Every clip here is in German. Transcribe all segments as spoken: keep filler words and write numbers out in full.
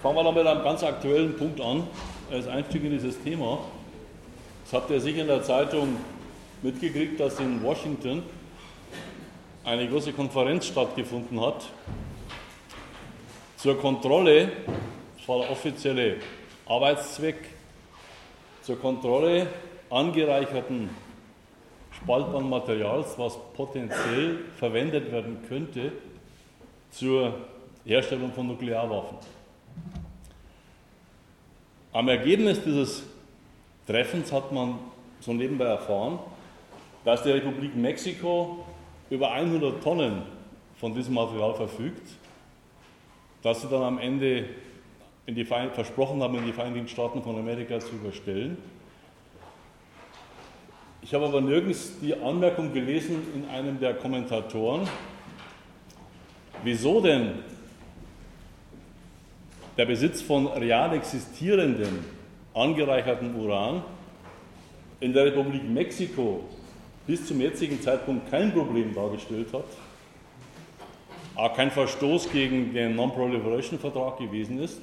Fangen wir da mit einem ganz aktuellen Punkt an, als Einstieg in dieses Thema. Das habt ihr sicher in der Zeitung mitgekriegt, dass in Washington eine große Konferenz stattgefunden hat zur Kontrolle, das war der offizielle Arbeitszweck, zur Kontrolle angereicherten spaltbaren Materials, was potenziell verwendet werden könnte zur Herstellung von Nuklearwaffen. Am Ergebnis dieses Treffens hat man so nebenbei erfahren, dass die Republik Mexiko über hundert Tonnen von diesem Material verfügt, das sie dann am Ende in die Verein- versprochen haben, in die Vereinigten Staaten von Amerika zu überstellen. Ich habe aber nirgends die Anmerkung gelesen in einem der Kommentatoren, wieso denn der Besitz von real existierendem, angereicherten Uran in der Republik Mexiko bis zum jetzigen Zeitpunkt kein Problem dargestellt hat, auch kein Verstoß gegen den Non-Proliferation-Vertrag gewesen ist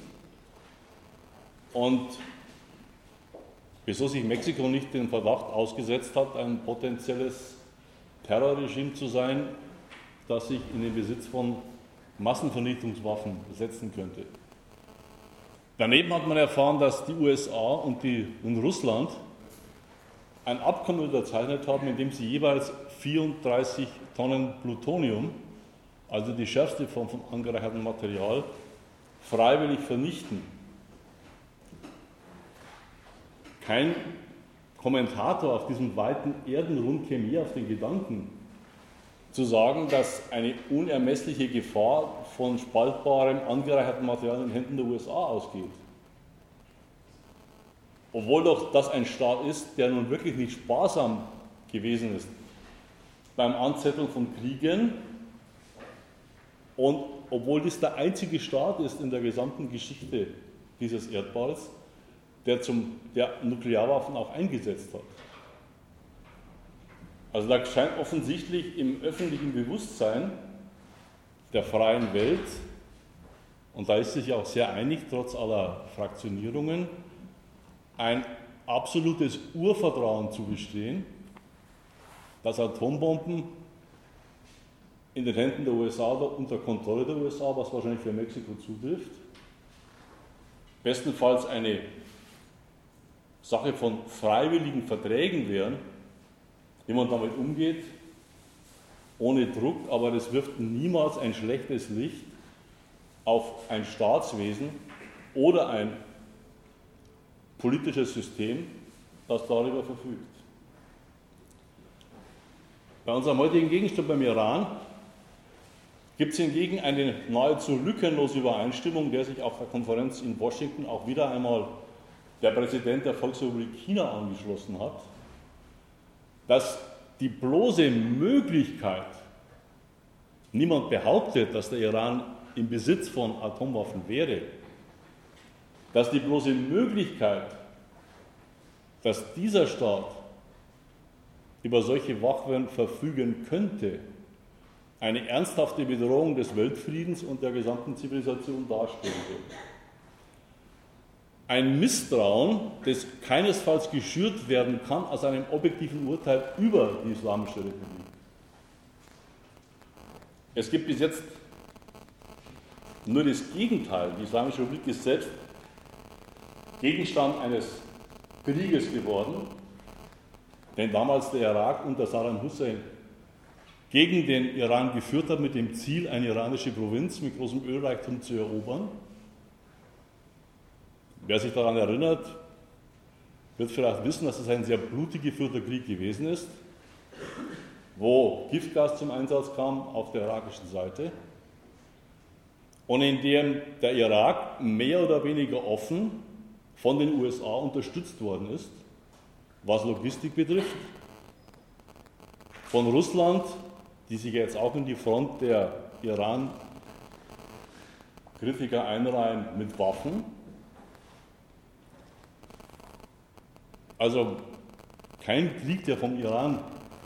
und wieso sich Mexiko nicht den Verdacht ausgesetzt hat, ein potenzielles Terrorregime zu sein, das sich in den Besitz von Massenvernichtungswaffen setzen könnte. Daneben hat man erfahren, dass die U S A und, die, und Russland ein Abkommen unterzeichnet haben, in dem sie jeweils vierunddreißig Tonnen Plutonium, also die schärfste Form von angereichertem Material, freiwillig vernichten. Kein Kommentator auf diesem weiten Erdenrund käme je auf den Gedanken, zu sagen, dass eine unermessliche Gefahr von spaltbarem, angereichertem Material in den Händen der U S A ausgeht. Obwohl doch das ein Staat ist, der nun wirklich nicht sparsam gewesen ist beim Anzetteln von Kriegen und obwohl dies der einzige Staat ist in der gesamten Geschichte dieses Erdballs, der, zum, der Nuklearwaffen auch eingesetzt hat. Also da scheint offensichtlich im öffentlichen Bewusstsein der freien Welt, und da ist sich ja auch sehr einig, trotz aller Fraktionierungen, ein absolutes Urvertrauen zu bestehen, dass Atombomben in den Händen der U S A oder unter Kontrolle der U S A, was wahrscheinlich für Mexiko zutrifft, bestenfalls eine Sache von freiwilligen Verträgen wären, wie man damit umgeht, ohne Druck, aber das wirft niemals ein schlechtes Licht auf ein Staatswesen oder ein politisches System, das darüber verfügt. Bei unserem heutigen Gegenstand beim Iran gibt es hingegen eine nahezu lückenlose Übereinstimmung, der sich auf der Konferenz in Washington auch wieder einmal der Präsident der Volksrepublik China angeschlossen hat, dass die bloße Möglichkeit, niemand behauptet, dass der Iran im Besitz von Atomwaffen wäre, dass die bloße Möglichkeit, dass dieser Staat über solche Waffen verfügen könnte, eine ernsthafte Bedrohung des Weltfriedens und der gesamten Zivilisation darstellen würde. Ein Misstrauen, das keinesfalls geschürt werden kann aus einem objektiven Urteil über die Islamische Republik. Es gibt bis jetzt nur das Gegenteil. Die Islamische Republik ist selbst Gegenstand eines Krieges geworden, den damals der Irak unter Saddam Hussein gegen den Iran geführt hat, mit dem Ziel, eine iranische Provinz mit großem Ölreichtum zu erobern. Wer sich daran erinnert, wird vielleicht wissen, dass es ein sehr blutig geführter Krieg gewesen ist, wo Giftgas zum Einsatz kam auf der irakischen Seite und in dem der Irak mehr oder weniger offen von den U S A unterstützt worden ist, was Logistik betrifft, von Russland, die sich jetzt auch in die Front der Iran-Kritiker einreihen mit Waffen. Also kein Krieg, der vom Iran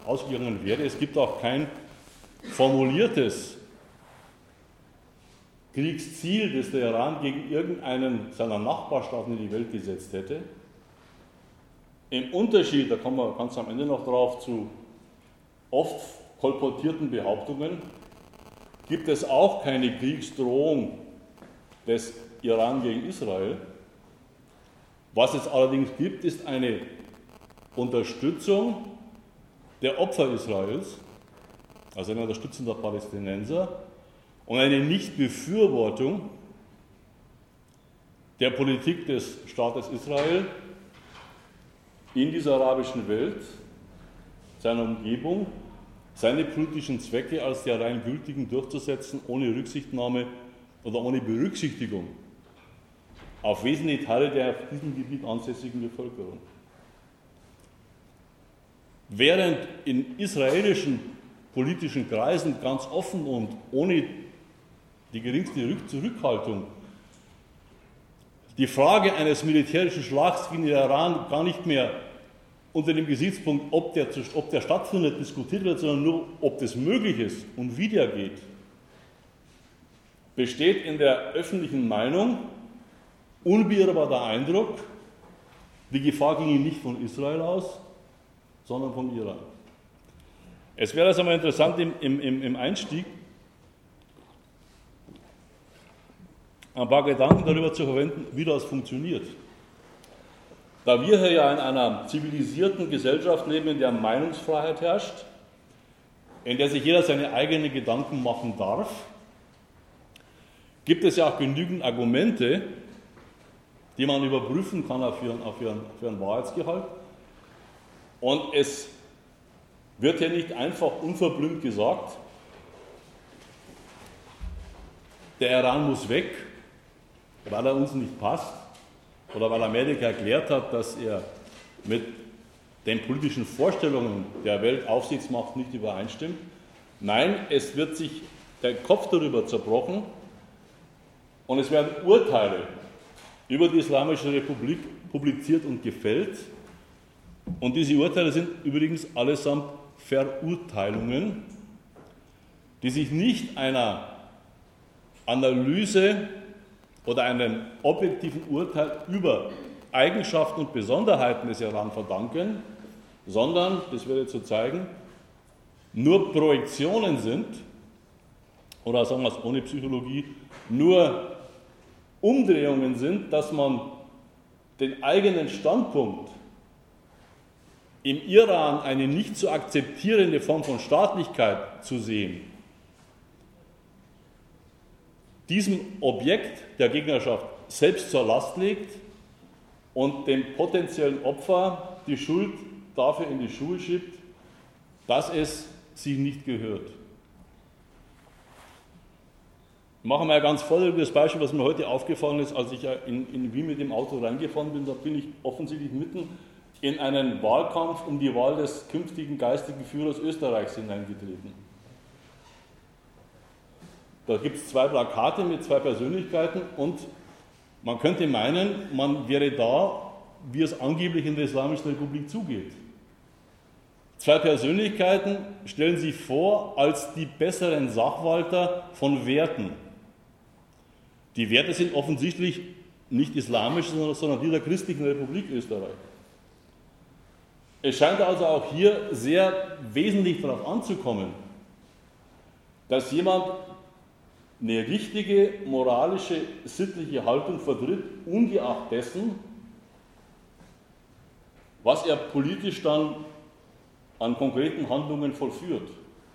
ausgegangen wäre. Es gibt auch kein formuliertes Kriegsziel, das der Iran gegen irgendeinen seiner Nachbarstaaten in die Welt gesetzt hätte. Im Unterschied, da kommen wir ganz am Ende noch drauf, zu oft kolportierten Behauptungen, gibt es auch keine Kriegsdrohung des Iran gegen Israel. Was es allerdings gibt, ist eine Unterstützung der Opfer Israels, also eine Unterstützung der Palästinenser, und eine Nichtbefürwortung der Politik des Staates Israel in dieser arabischen Welt, seiner Umgebung, seine politischen Zwecke als die allein gültigen durchzusetzen, ohne Rücksichtnahme oder ohne Berücksichtigung auf wesentliche Teile der auf diesem Gebiet ansässigen Bevölkerung. Während in israelischen politischen Kreisen ganz offen und ohne die geringste Zurückhaltung die Frage eines militärischen Schlags gegen den Iran gar nicht mehr unter dem Gesichtspunkt, ob der, ob der stattfindet, diskutiert wird, sondern nur, ob das möglich ist und wie der geht, besteht in der öffentlichen Meinung unbeirrbar der Eindruck, die Gefahr ginge nicht von Israel aus, sondern vom Iran. Es wäre also mal interessant im, im, im Einstieg ein paar Gedanken darüber zu verwenden, wie das funktioniert. Da wir hier ja in einer zivilisierten Gesellschaft leben, in der Meinungsfreiheit herrscht, in der sich jeder seine eigenen Gedanken machen darf, gibt es ja auch genügend Argumente, die man überprüfen kann auf ihren, auf ihren, auf ihren Wahrheitsgehalt. Und es wird ja nicht einfach unverblümt gesagt, der Iran muss weg, weil er uns nicht passt oder weil Amerika erklärt hat, dass er mit den politischen Vorstellungen der Weltaufsichtsmacht nicht übereinstimmt. Nein, es wird sich der Kopf darüber zerbrochen und es werden Urteile über die Islamische Republik publiziert und gefällt. Und diese Urteile sind übrigens allesamt Verurteilungen, die sich nicht einer Analyse oder einem objektiven Urteil über Eigenschaften und Besonderheiten des Iran verdanken, sondern, das werde ich zu zeigen, nur Projektionen sind, oder sagen wir es ohne Psychologie, nur Umdrehungen sind, dass man den eigenen Standpunkt, im Iran eine nicht zu akzeptierende Form von Staatlichkeit zu sehen, diesem Objekt der Gegnerschaft selbst zur Last legt und dem potenziellen Opfer die Schuld dafür in die Schuhe schiebt, dass es sich nicht gehört. Machen wir ein ganz vordergründiges Beispiel, was mir heute aufgefallen ist, als ich in, in Wien mit dem Auto reingefahren bin. Da bin ich offensichtlich mitten in einen Wahlkampf um die Wahl des künftigen geistigen Führers Österreichs hineingetreten. Da gibt es zwei Plakate mit zwei Persönlichkeiten und man könnte meinen, man wäre da, wie es angeblich in der Islamischen Republik zugeht. Zwei Persönlichkeiten stellen sich vor als die besseren Sachwalter von Werten. Die Werte sind offensichtlich nicht islamisch, sondern die der Christlichen Republik Österreich. Es scheint also auch hier sehr wesentlich darauf anzukommen, dass jemand eine richtige moralische, sittliche Haltung vertritt, ungeachtet dessen, was er politisch dann an konkreten Handlungen vollführt.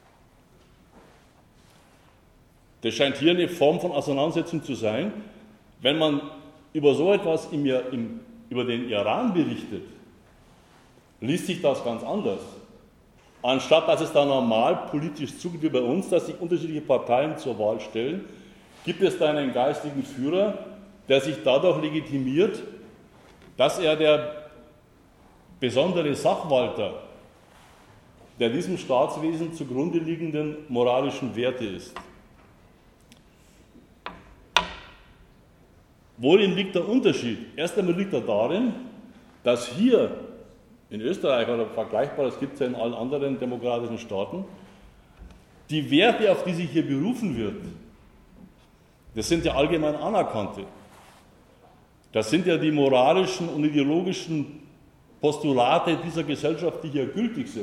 Das scheint hier eine Form von Auseinandersetzung zu sein. Wenn man über so etwas im, im, über den Iran berichtet, liest sich das ganz anders. Anstatt dass es da normal politisch zugeht wie bei uns, dass sich unterschiedliche Parteien zur Wahl stellen, gibt es da einen geistigen Führer, der sich dadurch legitimiert, dass er der besondere Sachwalter der diesem Staatswesen zugrunde liegenden moralischen Werte ist. Worin liegt der Unterschied? Erst einmal liegt er darin, dass hier in Österreich oder Vergleichbares gibt es ja in allen anderen demokratischen Staaten, die Werte, auf die sich hier berufen wird, Das sind ja allgemein anerkannte. Das sind ja die moralischen und ideologischen Postulate dieser Gesellschaft, die hier gültig sind.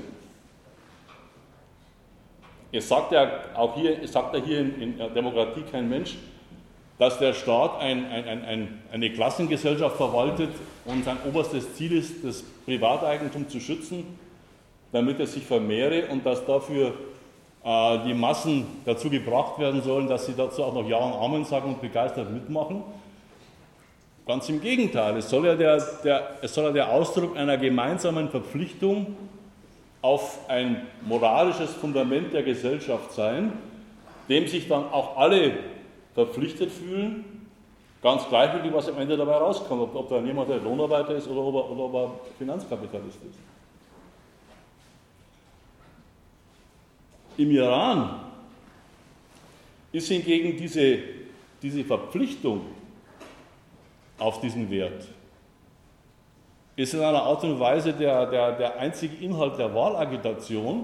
Es sagt ja auch hier, es sagt ja hier in, in der Demokratie kein Mensch, dass der Staat ein, ein, ein, ein, eine Klassengesellschaft verwaltet und sein oberstes Ziel ist, das Privateigentum zu schützen, damit es sich vermehre und dass dafür äh, die Massen dazu gebracht werden sollen, dass sie dazu auch noch Ja und Amen sagen und begeistert mitmachen. Ganz im Gegenteil, es soll ja der, der, es soll ja der Ausdruck einer gemeinsamen Verpflichtung auf ein moralisches Fundament der Gesellschaft sein, dem sich dann auch alle verpflichtet fühlen, ganz gleichgültig, was am Ende dabei rauskommt, ob, ob da jemand der Lohnarbeiter ist oder ob er, oder ob er Finanzkapitalist ist. Im Iran ist hingegen diese, diese Verpflichtung auf diesen Wert, ist in einer Art und Weise der, der, der einzige Inhalt der Wahlagitation,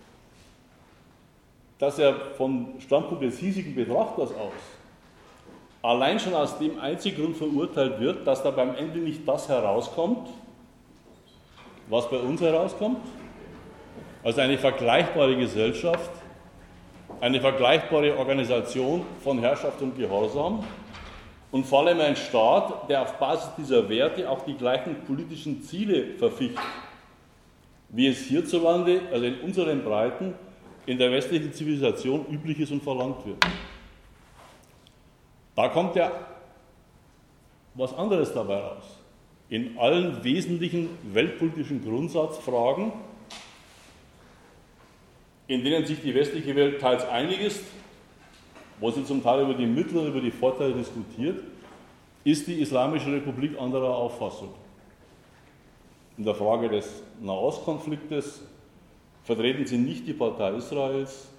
dass er vom Standpunkt des hiesigen Betrachters aus allein schon aus dem einzigen Grund verurteilt wird, dass da beim Ende nicht das herauskommt, was bei uns herauskommt, also eine vergleichbare Gesellschaft, eine vergleichbare Organisation von Herrschaft und Gehorsam und vor allem ein Staat, der auf Basis dieser Werte auch die gleichen politischen Ziele verficht, wie es hierzulande, also in unseren Breiten, in der westlichen Zivilisation üblich ist und verlangt wird. Da kommt ja was anderes dabei raus. In allen wesentlichen weltpolitischen Grundsatzfragen, in denen sich die westliche Welt teils einig ist, wo sie zum Teil über die Mittel und über die Vorteile diskutiert, ist die Islamische Republik anderer Auffassung. In der Frage des Nahostkonfliktes vertreten sie nicht die Partei Israels.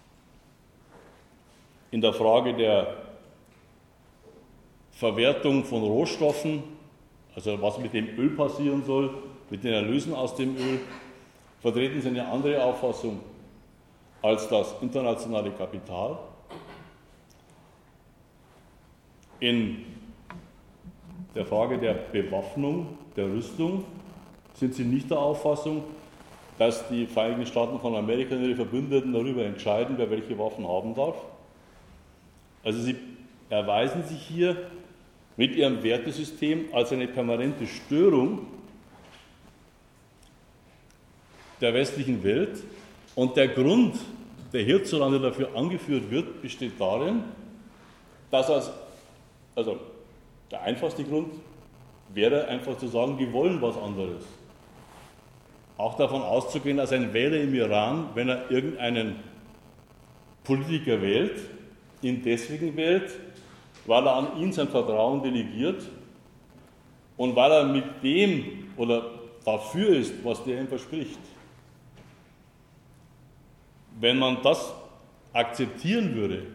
In der Frage der Verwertung von Rohstoffen, also was mit dem Öl passieren soll, mit den Erlösen aus dem Öl, vertreten sie eine andere Auffassung als das internationale Kapital. In der Frage der Bewaffnung, der Rüstung, sind sie nicht der Auffassung, dass die Vereinigten Staaten von Amerika und ihre Verbündeten darüber entscheiden, wer welche Waffen haben darf. Also sie erweisen sich hier mit ihrem Wertesystem als eine permanente Störung der westlichen Welt. Und der Grund, der hierzulande dafür angeführt wird, besteht darin, dass als, also der einfachste Grund wäre einfach zu sagen, die wollen was anderes. Auch davon auszugehen, dass ein Wähler im Iran, wenn er irgendeinen Politiker wählt, ihn deswegen wählt, weil er an ihn sein Vertrauen delegiert und weil er mit dem oder dafür ist, was der ihm verspricht. Wenn man das akzeptieren würde,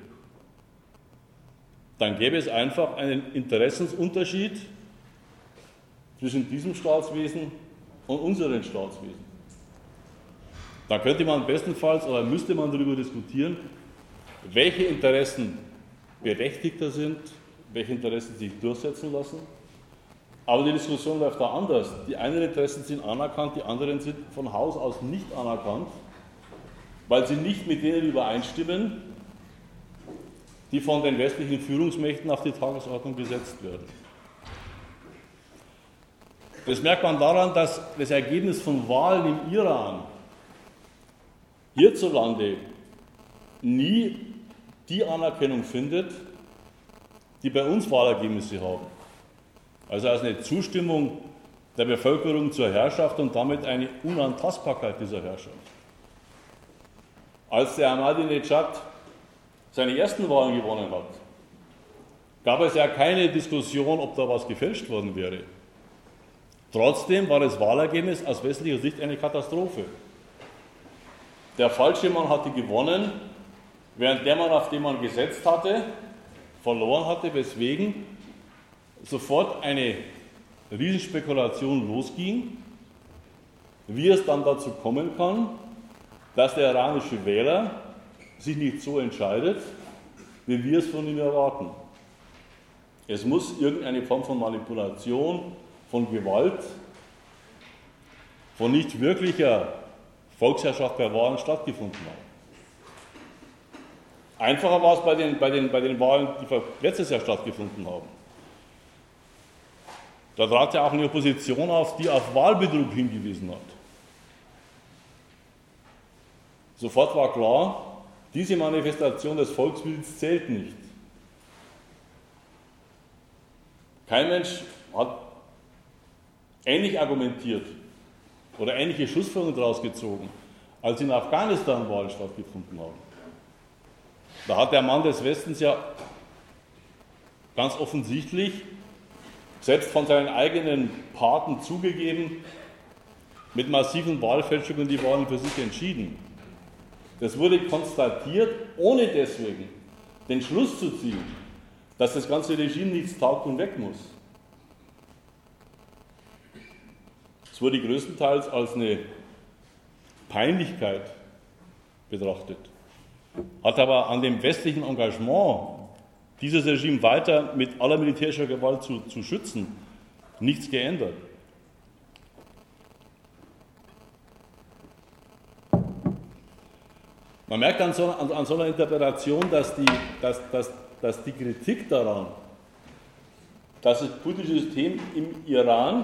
dann gäbe es einfach einen Interessensunterschied zwischen diesem Staatswesen und unseren Staatswesen. Da könnte man bestenfalls oder müsste man darüber diskutieren, welche Interessen berechtigter sind, welche Interessen sich durchsetzen lassen. Aber die Diskussion läuft da anders. Die einen Interessen sind anerkannt, die anderen sind von Haus aus nicht anerkannt, weil sie nicht mit denen übereinstimmen, die von den westlichen Führungsmächten auf die Tagesordnung gesetzt werden. Das merkt man daran, dass das Ergebnis von Wahlen im Iran hierzulande nie die Anerkennung findet, die bei uns Wahlergebnisse haben. Also als eine Zustimmung der Bevölkerung zur Herrschaft und damit eine Unantastbarkeit dieser Herrschaft. Als der Ahmadinejad seine ersten Wahlen gewonnen hat, gab es ja keine Diskussion, ob da was gefälscht worden wäre. Trotzdem war das Wahlergebnis aus westlicher Sicht eine Katastrophe. Der falsche Mann hatte gewonnen, während der Mann, auf den man gesetzt hatte, verloren hatte, weswegen sofort eine Riesenspekulation losging, wie es dann dazu kommen kann, dass der iranische Wähler sich nicht so entscheidet, wie wir es von ihm erwarten. Es muss irgendeine Form von Manipulation, von Gewalt, von nicht wirklicher Volksherrschaft bei Wahlen stattgefunden haben. Einfacher war es bei den, bei den, bei den Wahlen, die letztes Jahr stattgefunden haben. Da trat ja auch eine Opposition auf, die auf Wahlbetrug hingewiesen hat. Sofort war klar, diese Manifestation des Volkswillens zählt nicht. Kein Mensch hat ähnlich argumentiert oder ähnliche Schlussfolgerungen daraus gezogen, als in Afghanistan Wahlen stattgefunden haben. Da hat der Mann des Westens ja ganz offensichtlich, selbst von seinen eigenen Paten zugegeben, mit massiven Wahlfälschungen die Wahlen für sich entschieden. Das wurde konstatiert, ohne deswegen den Schluss zu ziehen, dass das ganze Regime nichts taugt und weg muss. Es wurde größtenteils als eine Peinlichkeit betrachtet, hat aber an dem westlichen Engagement, dieses Regime weiter mit aller militärischer Gewalt zu, zu schützen, nichts geändert. Man merkt an so, an, an so einer Interpretation, dass die, dass, dass, dass die Kritik daran, dass das politische System im Iran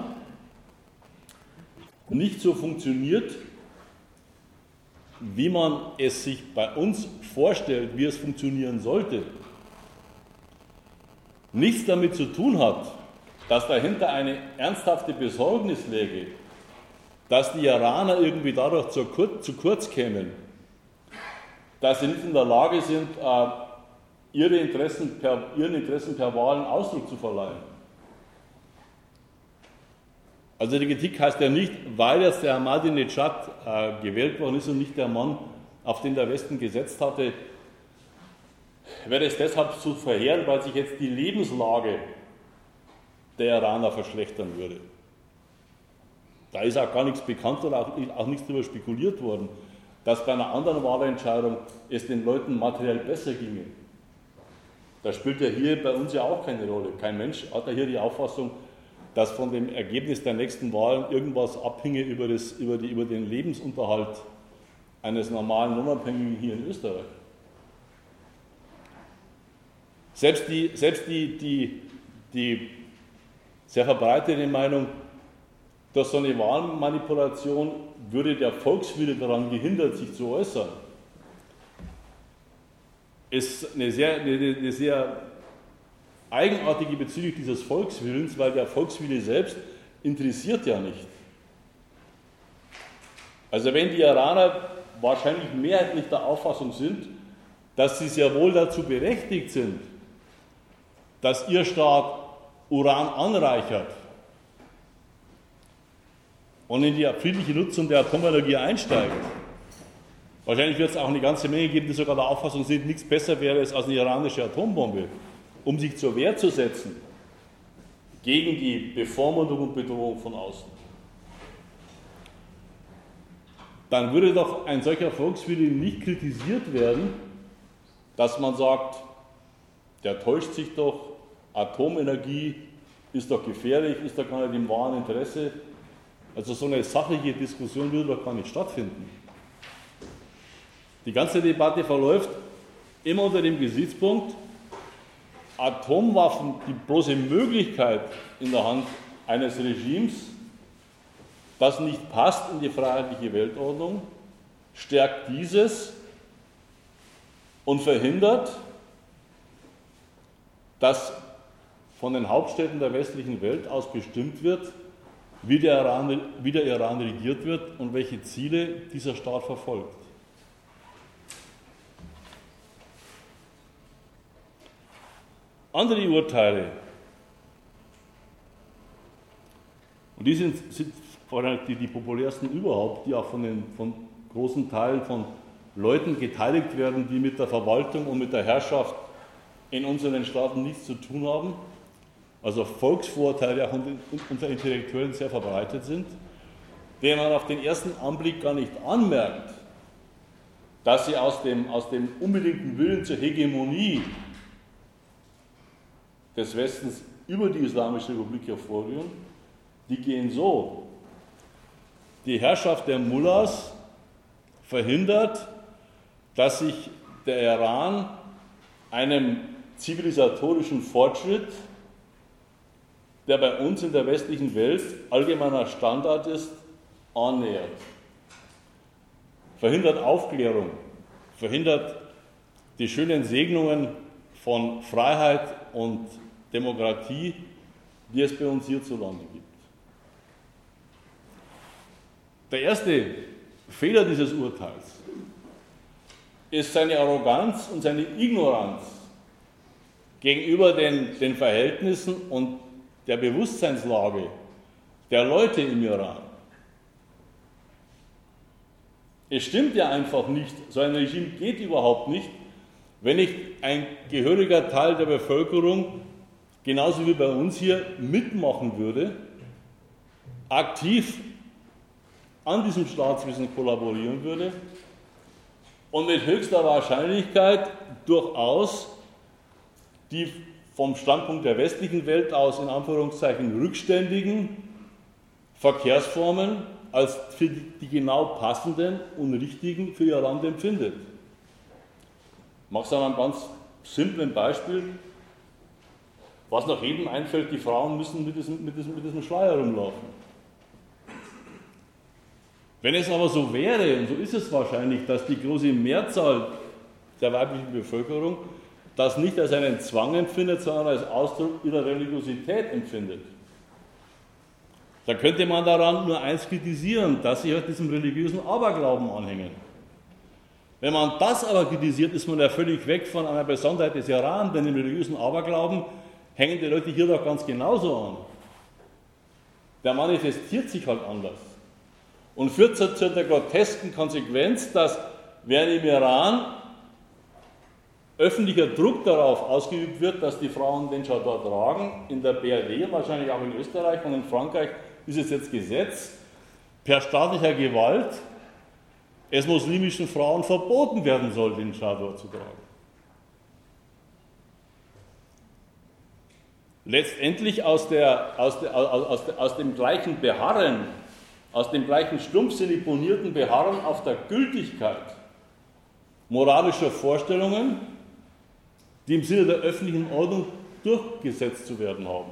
nicht so funktioniert, wie man es sich bei uns vorstellt, wie es funktionieren sollte, nichts damit zu tun hat, dass dahinter eine ernsthafte Besorgnis läge, dass die Iraner irgendwie dadurch zu kurz, zu kurz kämen, dass sie nicht in der Lage sind, ihre Interessen per, ihren Interessen per Wahlen Ausdruck zu verleihen. Also die Kritik heißt ja nicht, weil jetzt der Ahmadinejad äh, gewählt worden ist und nicht der Mann, auf den der Westen gesetzt hatte, wäre es deshalb zu verheeren, weil sich jetzt die Lebenslage der Iraner verschlechtern würde. Da ist auch gar nichts bekannt oder auch, auch nichts darüber spekuliert worden, dass bei einer anderen Wahlentscheidung es den Leuten materiell besser ginge. Das spielt ja hier bei uns ja auch keine Rolle. Kein Mensch hat ja hier die Auffassung, dass von dem Ergebnis der nächsten Wahlen irgendwas abhinge über, das, über, die, über den Lebensunterhalt eines normalen Unabhängigen hier in Österreich. Selbst die, selbst die, die, die sehr verbreitete Meinung, durch so eine Wahlmanipulation würde der Volkswille daran gehindert, sich zu äußern, ist eine sehr, eine, eine sehr eigenartige bezüglich dieses Volkswillens, weil der Volkswille selbst interessiert ja nicht. Also wenn die Iraner wahrscheinlich mehrheitlich der Auffassung sind, dass sie sehr wohl dazu berechtigt sind, dass ihr Staat Uran anreichert und in die friedliche Nutzung der Atomenergie einsteigt. Wahrscheinlich wird es auch eine ganze Menge geben, die sogar der Auffassung sind, nichts besser wäre es als eine iranische Atombombe, um sich zur Wehr zu setzen gegen die Bevormundung und Bedrohung von außen. Dann würde doch ein solcher Volkswille nicht kritisiert werden, dass man sagt, der täuscht sich doch, Atomenergie ist doch gefährlich, ist doch gar nicht im wahren Interesse. Also so eine sachliche Diskussion würde doch gar nicht stattfinden. Die ganze Debatte verläuft immer unter dem Gesichtspunkt, Atomwaffen, die bloße Möglichkeit in der Hand eines Regimes, das nicht passt in die freiheitliche Weltordnung, stärkt dieses und verhindert, dass von den Hauptstädten der westlichen Welt aus bestimmt wird, wie der Iran, wie der Iran regiert wird und welche Ziele dieser Staat verfolgt. Andere Urteile, und die sind, sind die, die populärsten überhaupt, die auch von, den, von großen Teilen von Leuten geteiligt werden, die mit der Verwaltung und mit der Herrschaft in unseren Staaten nichts zu tun haben, also Volksvorurteile auch unter Intellektuellen sehr verbreitet sind, denen man auf den ersten Anblick gar nicht anmerkt, dass sie aus dem, aus dem unbedingten Willen zur Hegemonie des Westens über die Islamische Republik hervorrühren, die gehen so. Die Herrschaft der Mullahs verhindert, dass sich der Iran einem zivilisatorischen Fortschritt, der bei uns in der westlichen Welt allgemeiner Standard ist, annähert. Verhindert Aufklärung, verhindert die schönen Segnungen von Freiheit und Demokratie, die es bei uns hierzulande gibt. Der erste Fehler dieses Urteils ist seine Arroganz und seine Ignoranz gegenüber den, den Verhältnissen und der Bewusstseinslage der Leute im Iran. Es stimmt ja einfach nicht, so ein Regime geht überhaupt nicht, wenn nicht ein gehöriger Teil der Bevölkerung, genauso wie bei uns hier, mitmachen würde, aktiv an diesem Staatswesen kollaborieren würde und mit höchster Wahrscheinlichkeit durchaus die vom Standpunkt der westlichen Welt aus in Anführungszeichen rückständigen Verkehrsformen als für die genau passenden und richtigen für ihr Land empfindet. Ich mache es an einem ganz simplen Beispiel. Was nach jedem einfällt, die Frauen müssen mit diesem, mit diesem, mit diesem Schleier rumlaufen. Wenn es aber so wäre, und so ist es wahrscheinlich, dass die große Mehrzahl der weiblichen Bevölkerung das nicht als einen Zwang empfindet, sondern als Ausdruck ihrer Religiosität empfindet, dann könnte man daran nur eins kritisieren, dass sie halt diesem religiösen Aberglauben anhängen. Wenn man das aber kritisiert, ist man ja völlig weg von einer Besonderheit des Iran, denn im religiösen Aberglauben hängen die Leute hier doch ganz genauso an. Der manifestiert sich halt anders und führt zu, zu der grotesken Konsequenz, dass während im Iran öffentlicher Druck darauf ausgeübt wird, dass die Frauen den Chador tragen, in der B R D, wahrscheinlich auch in Österreich und in Frankreich ist es jetzt Gesetz, per staatlicher Gewalt es muslimischen Frauen verboten werden soll, den Chador zu tragen. Letztendlich aus, der, aus, der, aus, der, aus dem gleichen Beharren, aus dem gleichen stumpfsinnig ponierten Beharren auf der Gültigkeit moralischer Vorstellungen, die im Sinne der öffentlichen Ordnung durchgesetzt zu werden haben.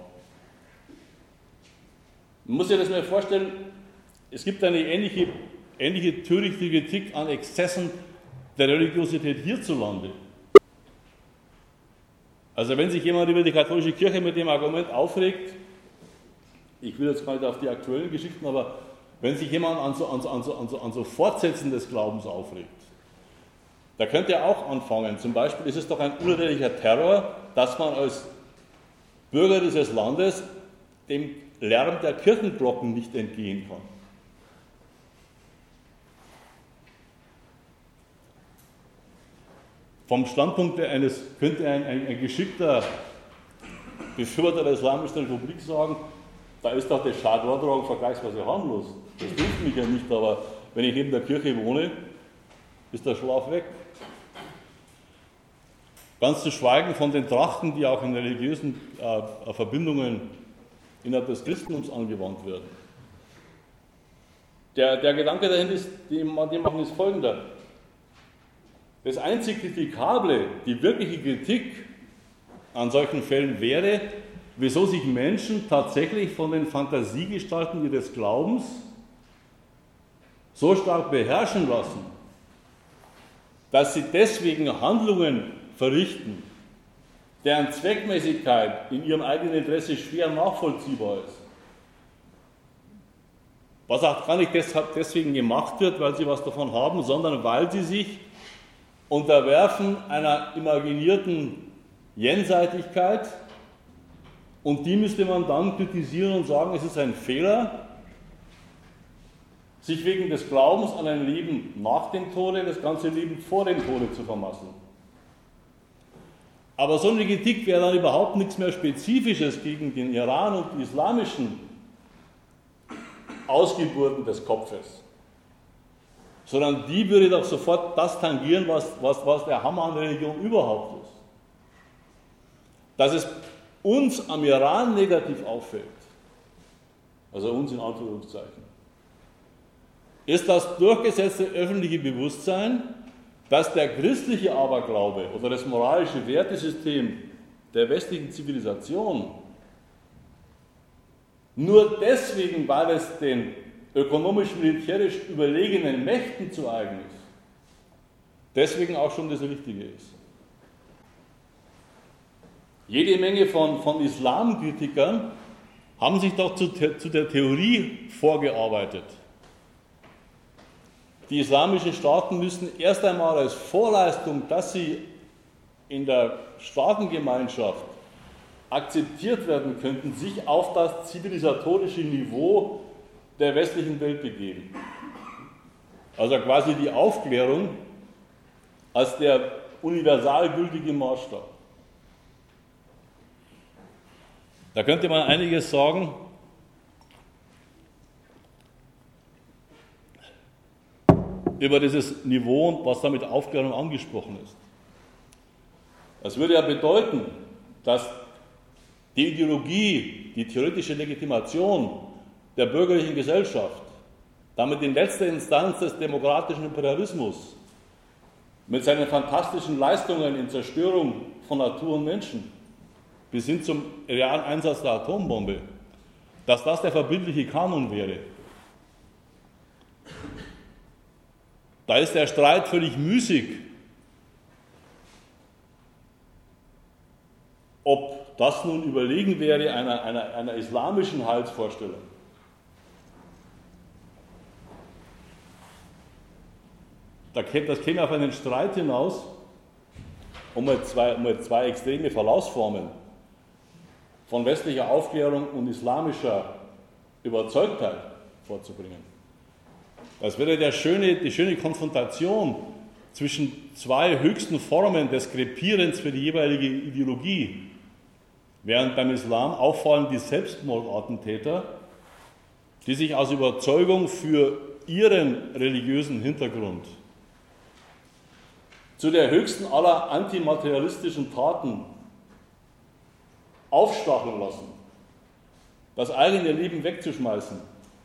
Man muss sich das mal vorstellen, es gibt eine ähnliche, ähnliche törichte Kritik an Exzessen der Religiosität hierzulande. Also wenn sich jemand über die katholische Kirche mit dem Argument aufregt, ich will jetzt gar nicht auf die aktuellen Geschichten, aber wenn sich jemand an so, an so, an so, an so, an so Fortsetzen des Glaubens aufregt, da könnte er auch anfangen. Zum Beispiel ist es doch ein unerträglicher Terror, dass man als Bürger dieses Landes dem Lärm der Kirchenglocken nicht entgehen kann. Vom Standpunkt eines, könnte ein, ein, ein geschickter Befürworter der Islamischen Republik sagen, da ist doch das Chador-Tragen vergleichsweise harmlos. Das hilft mich ja nicht, aber wenn ich neben der Kirche wohne, ist der Schlaf weg. Ganz zu schweigen von den Trachten, die auch in religiösen äh, Verbindungen innerhalb des Christentums angewandt werden. Der, der Gedanke dahinter ist, den wir machen, ist folgender. Das einzig Kritikable, die wirkliche Kritik an solchen Fällen wäre, wieso sich Menschen tatsächlich von den Fantasiegestalten ihres Glaubens so stark beherrschen lassen, dass sie deswegen Handlungen verrichten, deren Zweckmäßigkeit in ihrem eigenen Interesse schwer nachvollziehbar ist. Was auch gar nicht deshalb deswegen gemacht wird, weil sie was davon haben, sondern weil sie sich unterwerfen einer imaginierten Jenseitigkeit, und die müsste man dann kritisieren und sagen, es ist ein Fehler, sich wegen des Glaubens an ein Leben nach dem Tode, das ganze Leben vor dem Tode zu vermasseln. Aber so eine Kritik wäre dann überhaupt nichts mehr Spezifisches gegen den Iran und die islamischen Ausgeburten des Kopfes, sondern die würde doch sofort das tangieren, was, was, was der Hammer an Religion überhaupt ist. Dass es uns am Iran negativ auffällt, also uns in Anführungszeichen, ist das durchgesetzte öffentliche Bewusstsein, dass der christliche Aberglaube oder das moralische Wertesystem der westlichen Zivilisation nur deswegen, weil es den ökonomisch-militärisch überlegenen Mächten zu eigen ist, deswegen auch schon das Richtige ist. Jede Menge von, von Islamkritikern haben sich doch zu, zu der Theorie vorgearbeitet. Die islamischen Staaten müssen erst einmal als Vorleistung, dass sie in der Staatengemeinschaft akzeptiert werden könnten, sich auf das zivilisatorische Niveau der westlichen Welt begeben. Also quasi die Aufklärung als der universal gültige Maßstab. Da könnte man einiges sagen. Über dieses Niveau und was damit Aufklärung angesprochen ist. Das würde ja bedeuten, dass die Ideologie, die theoretische Legitimation der bürgerlichen Gesellschaft, damit in letzter Instanz des demokratischen Imperialismus, mit seinen fantastischen Leistungen in Zerstörung von Natur und Menschen, bis hin zum realen Einsatz der Atombombe, dass das der verbindliche Kanon wäre. Da ist der Streit völlig müßig, ob das nun überlegen wäre einer, einer, einer islamischen Heilsvorstellung. Das käme auf einen Streit hinaus, um mal zwei, um mal zwei extreme Verlaufsformen von westlicher Aufklärung und islamischer Überzeugtheit vorzubringen. Das wäre der schöne, die schöne Konfrontation zwischen zwei höchsten Formen des Krepierens für die jeweilige Ideologie, während beim Islam auffallen die Selbstmordattentäter, die sich aus Überzeugung für ihren religiösen Hintergrund zu der höchsten aller antimaterialistischen Taten aufstacheln lassen, das eigene Leben wegzuschmeißen,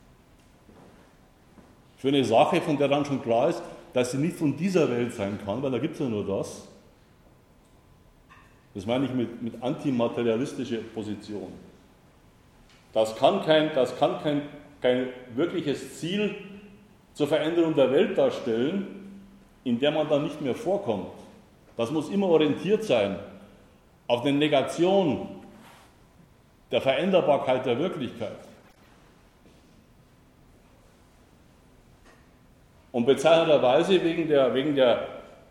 für eine Sache, von der dann schon klar ist, dass sie nicht von dieser Welt sein kann, weil da gibt es ja nur das. Das meine ich mit, mit antimaterialistischer Position. Das kann, kein, das kann kein, kein wirkliches Ziel zur Veränderung der Welt darstellen, in der man dann nicht mehr vorkommt. Das muss immer orientiert sein auf eine Negation der Veränderbarkeit der Wirklichkeit. Und bezeichnenderweise wegen der, wegen der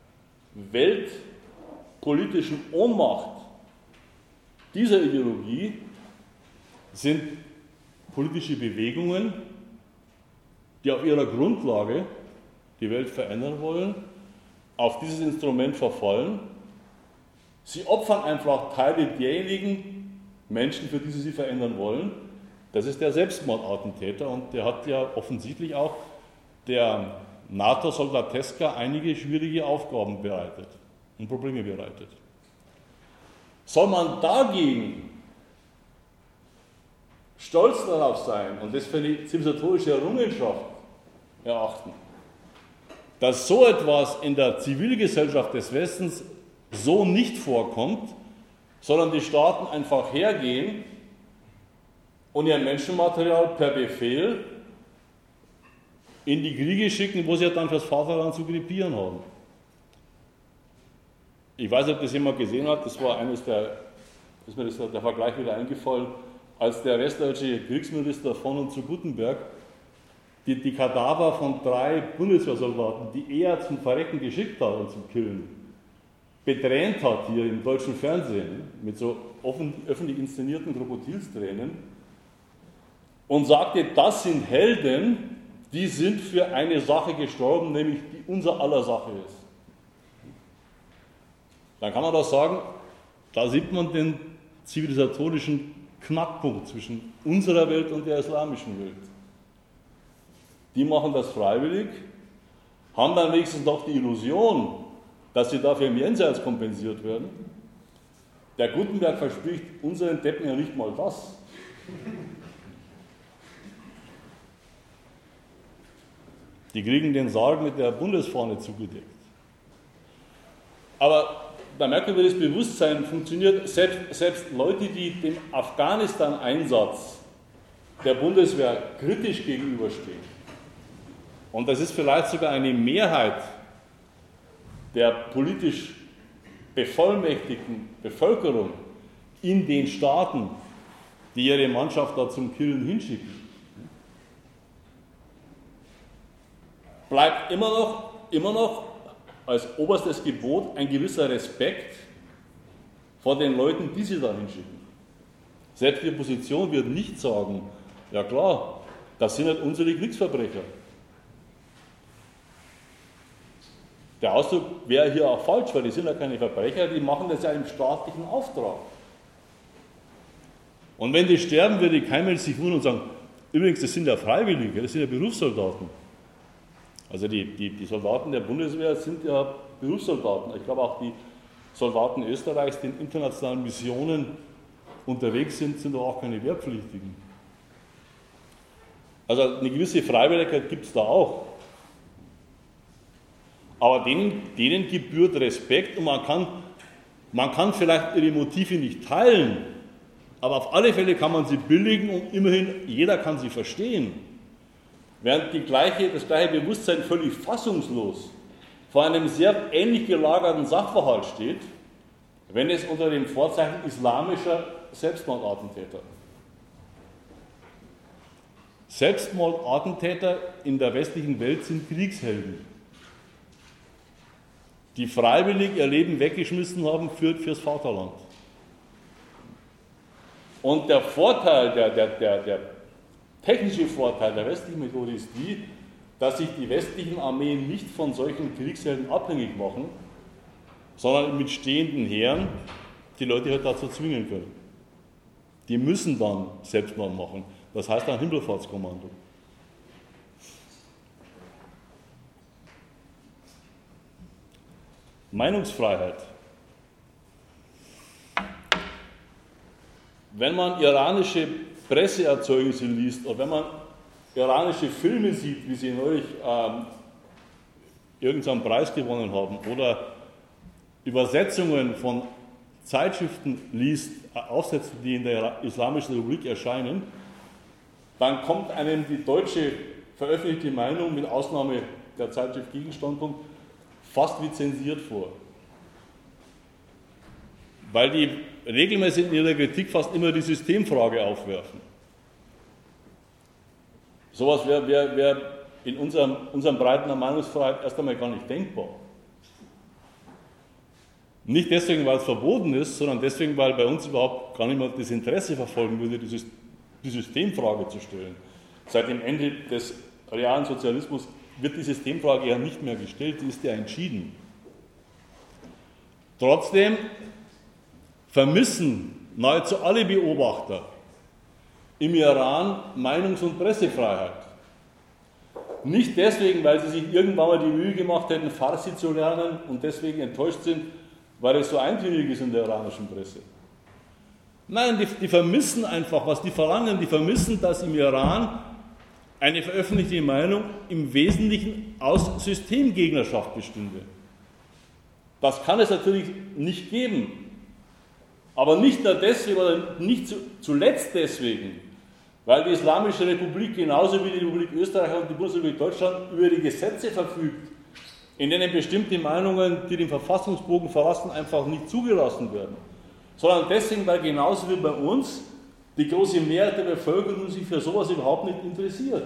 weltpolitischen Ohnmacht dieser Ideologie sind politische Bewegungen, die auf ihrer Grundlage die Welt verändern wollen, auf dieses Instrument verfallen. Sie opfern einfach Teile derjenigen Menschen, für die sie sie verändern wollen. Das ist der Selbstmordattentäter und der hat ja offensichtlich auch der NATO-Soldateska einige schwierige Aufgaben bereitet und Probleme bereitet. Soll man dagegen stolz darauf sein und das für eine zivilisatorische Errungenschaft erachten, dass so etwas in der Zivilgesellschaft des Westens so nicht vorkommt, sondern die Staaten einfach hergehen und ihr Menschenmaterial per Befehl in die Kriege schicken, wo sie ja dann fürs Vaterland zu krepieren haben. Ich weiß nicht, ob das jemand gesehen hat, das war eines der, ist mir das, der Vergleich wieder eingefallen, als der westdeutsche Kriegsminister von und zu Guttenberg die, die Kadaver von drei Bundeswehrsoldaten, die er zum Verrecken geschickt hat und zum Killen, betränt hat hier im deutschen Fernsehen mit so offen, öffentlich inszenierten Krokodilstränen und sagte, das sind Helden, die sind für eine Sache gestorben, nämlich die unser aller Sache ist. Dann kann man doch sagen, da sieht man den zivilisatorischen Knackpunkt zwischen unserer Welt und der islamischen Welt. Die machen das freiwillig, haben dann wenigstens noch die Illusion, dass sie dafür im Jenseits kompensiert werden. Der Gutenberg verspricht unseren Deppen ja nicht mal das. Die kriegen den Sarg mit der Bundesfahne zugedeckt. Aber da merkt man, wie das Bewusstsein funktioniert. Selbst, selbst Leute, die dem Afghanistan-Einsatz der Bundeswehr kritisch gegenüberstehen, und das ist vielleicht sogar eine Mehrheit der politisch bevollmächtigten Bevölkerung in den Staaten, die ihre Mannschaft da zum Killen hinschicken, bleibt immer noch, immer noch als oberstes Gebot ein gewisser Respekt vor den Leuten, die sie da hinschicken. Selbst die Opposition wird nicht sagen, ja klar, das sind halt unsere Kriegsverbrecher. Der Ausdruck wäre hier auch falsch, weil die sind ja keine Verbrecher, die machen das ja im staatlichen Auftrag. Und wenn die sterben, würde kein Mensch sich wundern und sagen, übrigens, das sind ja Freiwillige, das sind ja Berufssoldaten. Also die, die, die Soldaten der Bundeswehr sind ja Berufssoldaten. Ich glaube auch die Soldaten Österreichs, die in internationalen Missionen unterwegs sind, sind doch auch keine Wehrpflichtigen. Also eine gewisse Freiwilligkeit gibt es da auch. Aber denen, denen gebührt Respekt und man kann, man kann vielleicht ihre Motive nicht teilen, aber auf alle Fälle kann man sie billigen und immerhin jeder kann sie verstehen. Während die gleiche, das gleiche Bewusstsein völlig fassungslos vor einem sehr ähnlich gelagerten Sachverhalt steht, wenn es unter dem Vorzeichen islamischer Selbstmordattentäter. Selbstmordattentäter in der westlichen Welt sind Kriegshelden, die freiwillig ihr Leben weggeschmissen haben für, fürs Vaterland. Und der Vorteil, der, der, der, der technische Vorteil der westlichen Methode ist die, dass sich die westlichen Armeen nicht von solchen Kriegshelden abhängig machen, sondern mit stehenden Heeren die Leute halt dazu zwingen können. Die müssen dann Selbstmord machen. Das heißt ein Himmelfahrtskommando. Meinungsfreiheit. Wenn man iranische Presseerzeugnisse liest oder wenn man iranische Filme sieht, wie sie neulich ähm, irgendeinen Preis gewonnen haben, oder Übersetzungen von Zeitschriften liest, Aufsätze, die in der Islamischen Republik erscheinen, dann kommt einem die deutsche veröffentlichte Meinung mit Ausnahme der Zeitschrift Gegenstandpunkt fast wie zensiert vor. Weil die regelmäßig in ihrer Kritik fast immer die Systemfrage aufwerfen. Sowas wäre wär, wär in unserem, unserem Breiten der Meinungsfreiheit erst einmal gar nicht denkbar. Nicht deswegen, weil es verboten ist, sondern deswegen, weil bei uns überhaupt gar niemand das Interesse verfolgen würde, die Systemfrage zu stellen. Seit dem Ende des realen Sozialismus wird die Systemfrage ja nicht mehr gestellt, die ist ja entschieden. Trotzdem vermissen nahezu alle Beobachter im Iran Meinungs- und Pressefreiheit. Nicht deswegen, weil sie sich irgendwann mal die Mühe gemacht hätten, Farsi zu lernen und deswegen enttäuscht sind, weil es so eintönig ist in der iranischen Presse. Nein, die, die vermissen einfach, was die verlangen, die vermissen, dass im Iran eine veröffentlichte Meinung im Wesentlichen aus Systemgegnerschaft bestünde. Das kann es natürlich nicht geben. Aber nicht nur deswegen, oder nicht zu, zuletzt deswegen, weil die Islamische Republik genauso wie die Republik Österreich und die Bundesrepublik Deutschland über die Gesetze verfügt, in denen bestimmte Meinungen, die den Verfassungsbogen verlassen, einfach nicht zugelassen werden. Sondern deswegen, weil genauso wie bei uns die große Mehrheit der Bevölkerung sich für sowas überhaupt nicht interessiert.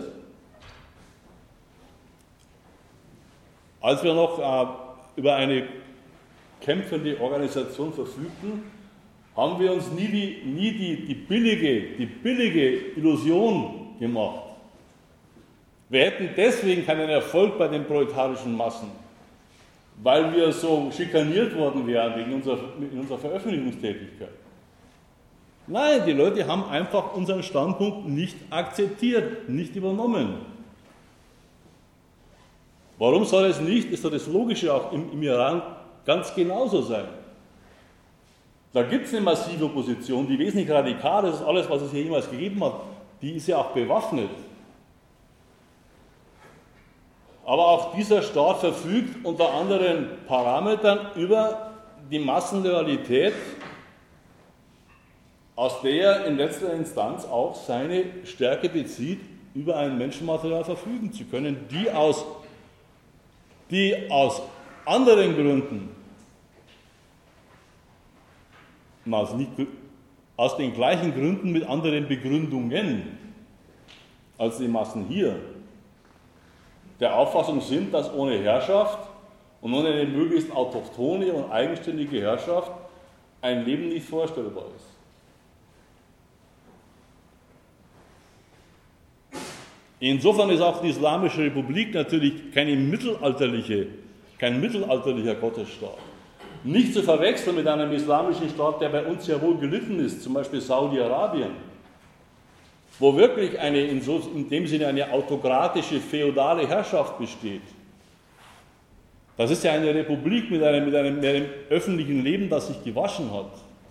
Als wir noch äh, über eine kämpfende Organisation verfügten, haben wir uns nie die, nie die, die, billige, die billige Illusion gemacht. Wir hätten deswegen keinen Erfolg bei den proletarischen Massen, weil wir so schikaniert worden wären wegen unserer, in unserer Veröffentlichungstätigkeit. Nein, die Leute haben einfach unseren Standpunkt nicht akzeptiert, nicht übernommen. Warum soll es nicht, ist doch das Logische auch im, im Iran ganz genauso sein. Da gibt es eine massive Opposition, die wesentlich radikaler ist, alles, was es hier jemals gegeben hat. Die ist ja auch bewaffnet. Aber auch dieser Staat verfügt unter anderen Parametern über die Massenloyalität, aus der er in letzter Instanz auch seine Stärke bezieht, über ein Menschenmaterial verfügen zu können, die aus, die aus anderen Gründen, also nicht, aus den gleichen Gründen mit anderen Begründungen als die Massen hier, der Auffassung sind, dass ohne Herrschaft und ohne eine möglichst autochthone und eigenständige Herrschaft ein Leben nicht vorstellbar ist. Insofern ist auch die Islamische Republik natürlich keine mittelalterliche, kein mittelalterlicher Gottesstaat. Nicht zu verwechseln mit einem islamischen Staat, der bei uns ja wohl gelitten ist, zum Beispiel Saudi-Arabien, wo wirklich eine, in, so, in dem Sinne eine autokratische, feudale Herrschaft besteht. Das ist ja eine Republik mit einem, mit einem, mit einem öffentlichen Leben, das sich gewaschen hat.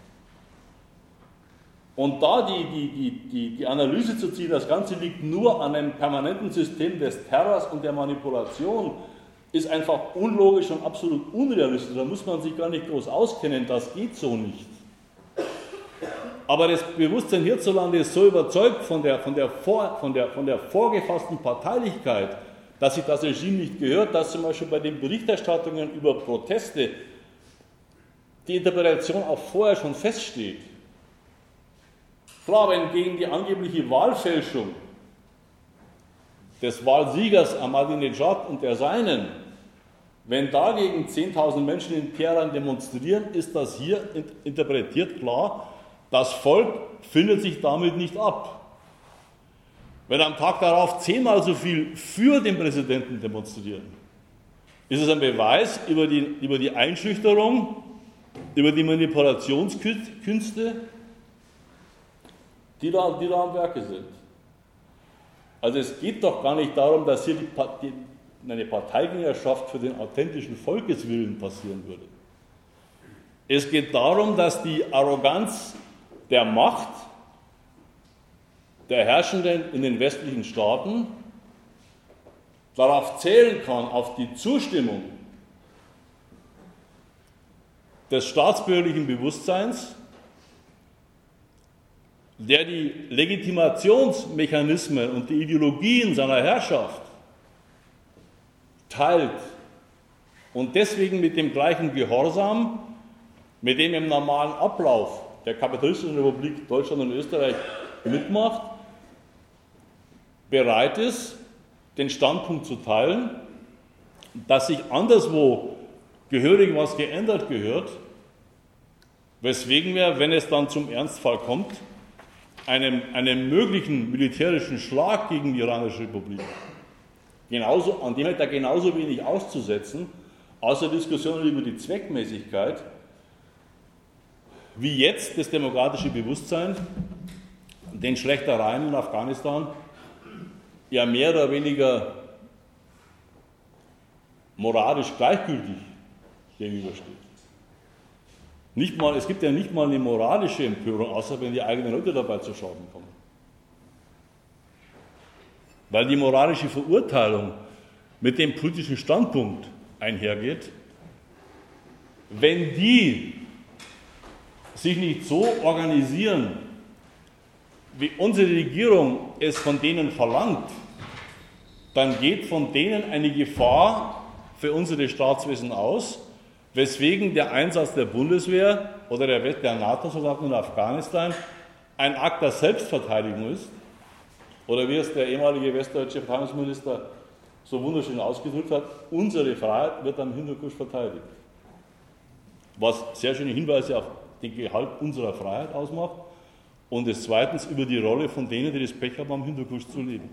Und da die, die, die, die, die Analyse zu ziehen, das Ganze liegt nur an einem permanenten System des Terrors und der Manipulation, ist einfach unlogisch und absolut unrealistisch. Da muss man sich gar nicht groß auskennen, das geht so nicht. Aber das Bewusstsein hierzulande ist so überzeugt von der, von der, vor, von der, von der vorgefassten Parteilichkeit, dass sich das Regime nicht gehört, dass zum Beispiel bei den Berichterstattungen über Proteste die Interpretation auch vorher schon feststeht. Klar, wenn gegen die angebliche Wahlfälschung des Wahlsiegers Ahmadinejad und der Seinen, wenn dagegen zehntausend Menschen in Teheran demonstrieren, ist das hier interpretiert klar, das Volk findet sich damit nicht ab. Wenn am Tag darauf zehnmal so viel für den Präsidenten demonstrieren, ist es ein Beweis über die, über die Einschüchterung, über die Manipulationskünste, die da, die da am Werke sind. Also es geht doch gar nicht darum, dass hier die, die, eine Parteigängerschaft für den authentischen Volkeswillen passieren würde. Es geht darum, dass die Arroganz der Macht der Herrschenden in den westlichen Staaten darauf zählen kann, auf die Zustimmung des staatsbürgerlichen Bewusstseins, der die Legitimationsmechanismen und die Ideologien seiner Herrschaft teilt und deswegen mit dem gleichen Gehorsam, mit dem im normalen Ablauf der kapitalistischen Republik Deutschland und Österreich mitmacht, bereit ist, den Standpunkt zu teilen, dass sich anderswo gehörig was geändert gehört, weswegen wir, wenn es dann zum Ernstfall kommt, einem, einem möglichen militärischen Schlag gegen die iranische Republik, genauso, an dem hätte er genauso wenig auszusetzen, außer Diskussionen über die Zweckmäßigkeit, wie jetzt das demokratische Bewusstsein den Schlechtereien in Afghanistan ja mehr oder weniger moralisch gleichgültig gegenübersteht. Nicht mal, es gibt ja nicht mal eine moralische Empörung, außer wenn die eigenen Leute dabei zu Schaden kommen. Weil die moralische Verurteilung mit dem politischen Standpunkt einhergeht, wenn die sich nicht so organisieren, wie unsere Regierung es von denen verlangt, dann geht von denen eine Gefahr für unsere Staatswesen aus, weswegen der Einsatz der Bundeswehr oder der, der NATO-Soldaten in Afghanistan ein Akt der Selbstverteidigung ist, oder wie es der ehemalige westdeutsche Verteidigungsminister so wunderschön ausgedrückt hat, unsere Freiheit wird am Hindukusch verteidigt. Was sehr schöne Hinweise auf den Gehalt unserer Freiheit ausmacht und es zweitens über die Rolle von denen, die das Pech haben, am Hindukusch zu leben.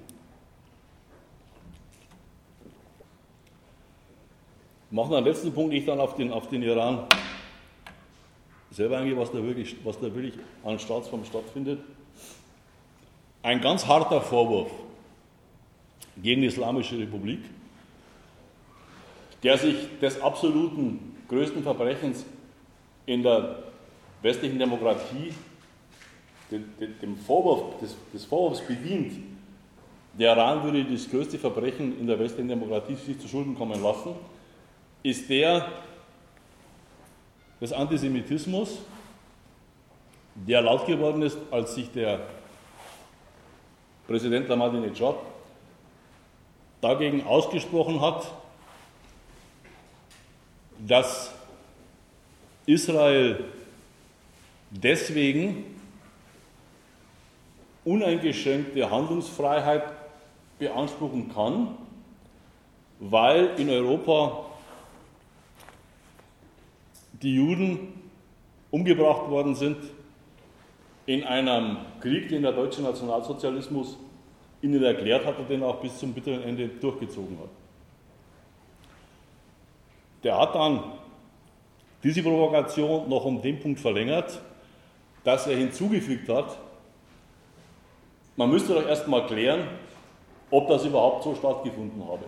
Machen wir einen letzten Punkt, ich dann auf den, auf den Iran selber eingehe, was da wirklich, was da wirklich an Staatsform stattfindet. Ein ganz harter Vorwurf gegen die Islamische Republik, der sich des absoluten größten Verbrechens in der westlichen Demokratie dem Vorwurf, des, des Vorwurfs bedient, der Iran würde das größte Verbrechen in der westlichen Demokratie sich zu Schulden kommen lassen, ist der des Antisemitismus, der laut geworden ist, als sich der Präsident Ahmadinejad dagegen ausgesprochen hat, dass Israel deswegen uneingeschränkte Handlungsfreiheit beanspruchen kann, weil in Europa die Juden umgebracht worden sind in einem Krieg, den der deutsche Nationalsozialismus ihnen erklärt hat und den auch bis zum bitteren Ende durchgezogen hat. Der hat dann diese Provokation noch um den Punkt verlängert, dass er hinzugefügt hat, man müsste doch erst mal klären, ob das überhaupt so stattgefunden habe.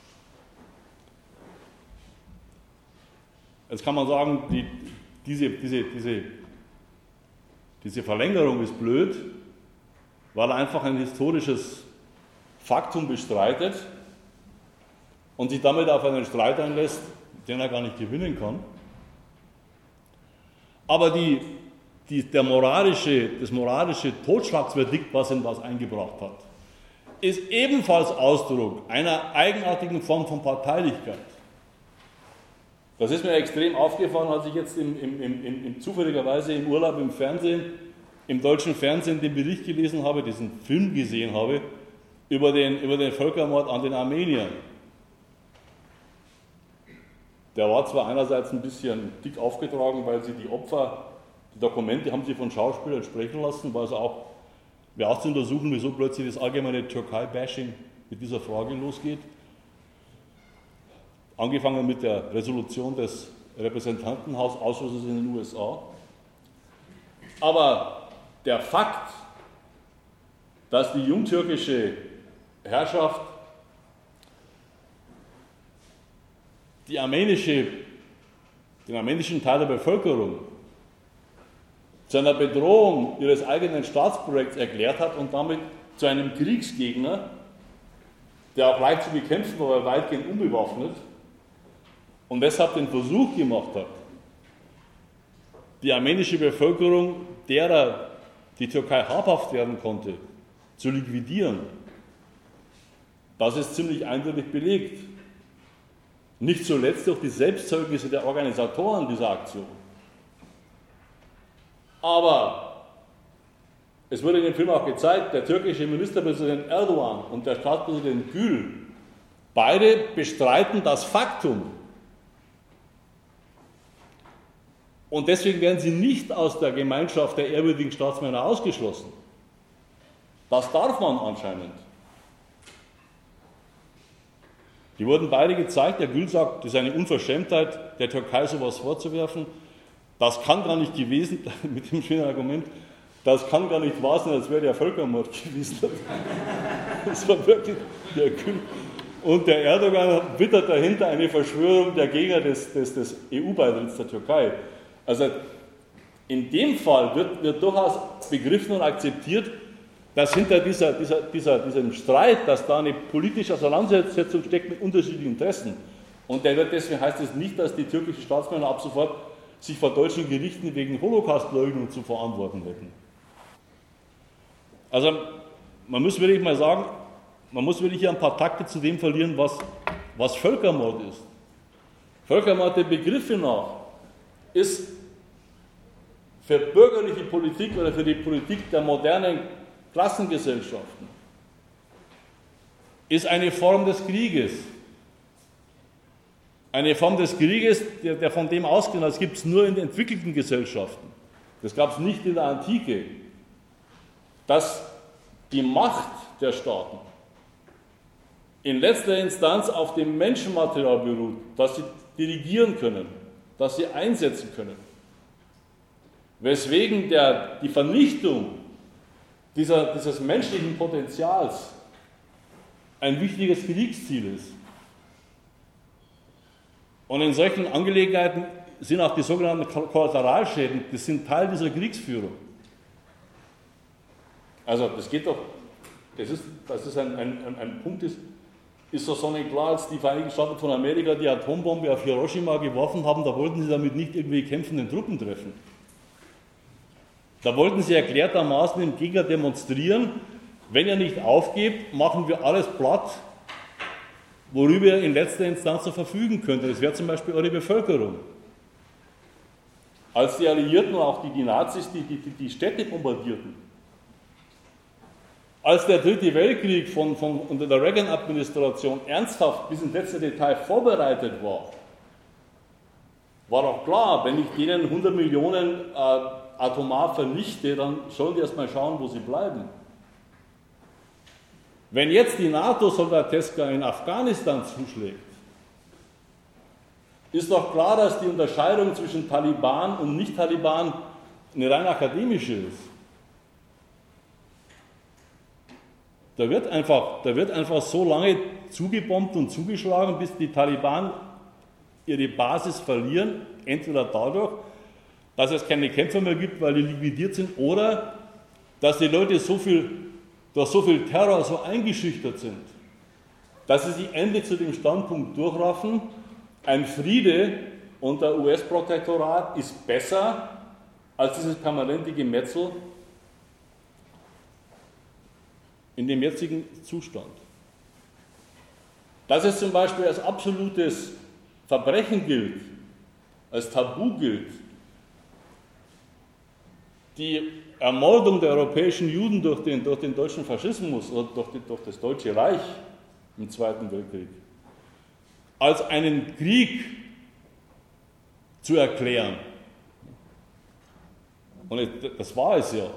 Jetzt kann man sagen, die, diese, diese, diese, diese Verlängerung ist blöd, weil er einfach ein historisches Faktum bestreitet und sich damit auf einen Streit einlässt, den er gar nicht gewinnen kann. Aber die, die, der moralische, das moralische Totschlagsverdikt, was ihn was eingebracht hat, ist ebenfalls Ausdruck einer eigenartigen Form von Parteilichkeit. Das ist mir extrem aufgefallen, als ich jetzt im, im, im, im, zufälligerweise im Urlaub im Fernsehen, im deutschen Fernsehen den Bericht gelesen habe, diesen Film gesehen habe, über den, über den Völkermord an den Armeniern. Der war zwar einerseits ein bisschen dick aufgetragen, weil sie die Opfer, die Dokumente haben sie von Schauspielern sprechen lassen, weil es auch, wir auch zu untersuchen, wieso plötzlich das allgemeine Türkei-Bashing mit dieser Frage losgeht. Angefangen mit der Resolution des Repräsentantenhausausschusses in den U S A. Aber der Fakt, dass die jungtürkische Herrschaft die armenische, den armenischen Teil der Bevölkerung zu einer Bedrohung ihres eigenen Staatsprojekts erklärt hat und damit zu einem Kriegsgegner, der auch leicht zu bekämpfen war, aber weitgehend unbewaffnet, und deshalb den Versuch gemacht hat, die armenische Bevölkerung, derer die Türkei habhaft werden konnte, zu liquidieren, das ist ziemlich eindeutig belegt. Nicht zuletzt durch die Selbstzeugnisse der Organisatoren dieser Aktion. Aber es wurde in dem Film auch gezeigt, der türkische Ministerpräsident Erdogan und der Staatspräsident Gül, beide bestreiten das Faktum. Und deswegen werden sie nicht aus der Gemeinschaft der ehrwürdigen Staatsmänner ausgeschlossen. Das darf man anscheinend. Die wurden beide gezeigt. Der Gül sagt, das ist eine Unverschämtheit, der Türkei sowas vorzuwerfen. Das kann gar nicht gewesen, mit dem schönen Argument, das kann gar nicht wahr sein, als wäre der Völkermord gewesen. Das war wirklich der Gül. Und der Erdogan wittert dahinter eine Verschwörung der Gegner des, des, des E U-Beitritts der Türkei. Also in dem Fall wird, wird durchaus begriffen und akzeptiert, dass hinter dieser, dieser, dieser, diesem Streit, dass da eine politische Auseinandersetzung steckt mit unterschiedlichen Interessen. Und der wird, deswegen heißt es nicht, dass die türkischen Staatsmänner ab sofort sich vor deutschen Gerichten wegen Holocaustleugnung zu verantworten hätten. Also man muss wirklich mal sagen, man muss wirklich hier ein paar Takte zu dem verlieren, was, was Völkermord ist. Völkermord der Begriffe nach ist für bürgerliche Politik oder für die Politik der modernen Klassengesellschaften ist eine Form des Krieges. Eine Form des Krieges, der, der von dem ausgeht, das gibt es nur in entwickelten Gesellschaften. Das gab es nicht in der Antike. Dass die Macht der Staaten in letzter Instanz auf dem Menschenmaterial beruht, dass sie dirigieren können, dass sie einsetzen können. Weswegen der, die Vernichtung dieser, dieses menschlichen Potenzials ein wichtiges Kriegsziel ist. Und in solchen Angelegenheiten sind auch die sogenannten Kollateralschäden, das sind Teil dieser Kriegsführung. Also das geht doch, das ist, das ist ein, ein, ein Punkt, ist, ist doch sonnenklar, als die Vereinigten Staaten von Amerika die Atombombe auf Hiroshima geworfen haben, da wollten sie damit nicht irgendwie kämpfenden Truppen treffen. Da wollten sie erklärtermaßen dem Gegner demonstrieren, wenn ihr nicht aufgebt, machen wir alles platt, worüber ihr in letzter Instanz noch verfügen könnt. Das wäre zum Beispiel eure Bevölkerung. Als die Alliierten und auch die, die Nazis die, die, die Städte bombardierten, als der Dritte Weltkrieg von, von, unter der Reagan-Administration ernsthaft bis ins letzte Detail vorbereitet war, war doch klar, wenn ich denen hundert Millionen äh, atomar vernichte, dann sollen die erst mal schauen, wo sie bleiben. Wenn jetzt die NATO-Soldateska in Afghanistan zuschlägt, ist doch klar, dass die Unterscheidung zwischen Taliban und Nicht-Taliban eine rein akademische ist. Da wird, einfach, da wird einfach so lange zugebombt und zugeschlagen, bis die Taliban ihre Basis verlieren, entweder dadurch, dass es keine Kämpfer mehr gibt, weil die liquidiert sind, oder dass die Leute so viel, durch so viel Terror so eingeschüchtert sind, dass sie sich endlich zu dem Standpunkt durchraffen, ein Friede unter U S-Protektorat ist besser als dieses permanente Gemetzel in dem jetzigen Zustand. Dass es zum Beispiel als absolutes Verbrechen gilt, als Tabu gilt, die Ermordung der europäischen Juden durch den, durch den deutschen Faschismus oder durch, die, durch das Deutsche Reich im Zweiten Weltkrieg, als einen Krieg zu erklären. Und das war es ja.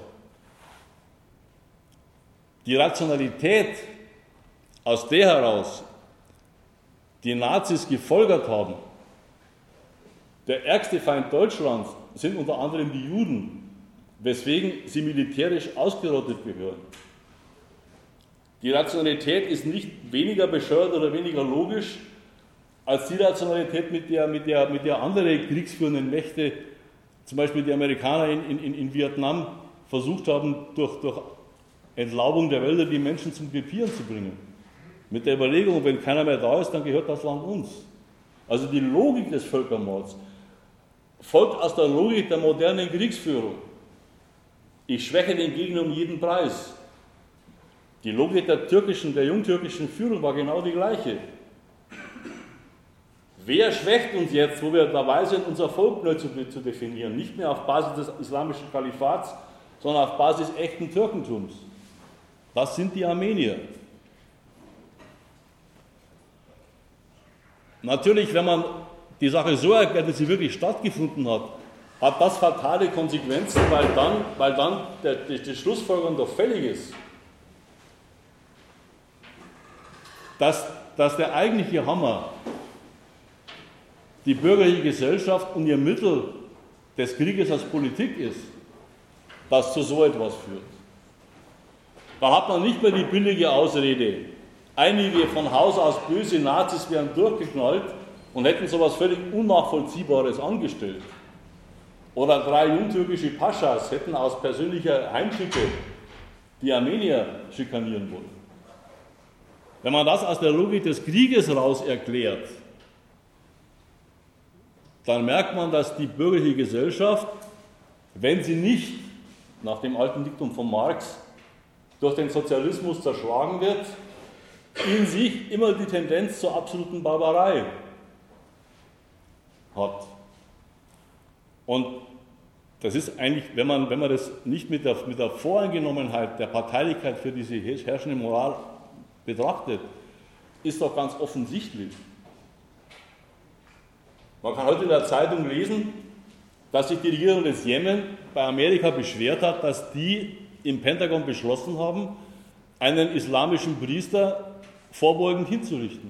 Die Rationalität, aus der heraus die Nazis gefolgert haben, der ärgste Feind Deutschlands sind unter anderem die Juden, weswegen sie militärisch ausgerottet gehören. Die Rationalität ist nicht weniger bescheuert oder weniger logisch als die Rationalität, mit der, mit der, mit der andere kriegsführenden Mächte, zum Beispiel die Amerikaner in, in, in Vietnam, versucht haben, durch, durch Entlaubung der Wälder die Menschen zum Krepieren zu bringen. Mit der Überlegung, wenn keiner mehr da ist, dann gehört das Land uns. Also die Logik des Völkermords folgt aus der Logik der modernen Kriegsführung. Ich schwäche den Gegner um jeden Preis. Die Logik der türkischen, der jungtürkischen Führung war genau die gleiche. Wer schwächt uns jetzt, wo wir dabei sind, unser Volk neu zu, zu definieren? Nicht mehr auf Basis des islamischen Kalifats, sondern auf Basis echten Türkentums. Das sind die Armenier. Natürlich, wenn man die Sache so erklärt, dass sie wirklich stattgefunden hat, hat das fatale Konsequenzen, weil dann, weil dann der, die, die Schlussfolgerung doch fällig ist, dass, dass der eigentliche Hammer die bürgerliche Gesellschaft und ihr Mittel des Krieges als Politik ist, das zu so etwas führt. Da hat man nicht mehr die billige Ausrede, einige von Haus aus böse Nazis wären durchgeknallt und hätten so etwas völlig Unnachvollziehbares angestellt. Oder drei jungtürkische Paschas hätten aus persönlicher Heimtücke die Armenier schikanieren wollen. Wenn man das aus der Logik des Krieges raus erklärt, dann merkt man, dass die bürgerliche Gesellschaft, wenn sie nicht nach dem alten Diktum von Marx durch den Sozialismus zerschlagen wird, in sich immer die Tendenz zur absoluten Barbarei hat. Und das ist eigentlich, wenn man, wenn man das nicht mit der, mit der Voreingenommenheit der Parteilichkeit für diese herrschende Moral betrachtet, ist doch ganz offensichtlich. Man kann heute in der Zeitung lesen, dass sich die Regierung des Jemen bei Amerika beschwert hat, dass die im Pentagon beschlossen haben, einen islamischen Priester vorbeugend hinzurichten.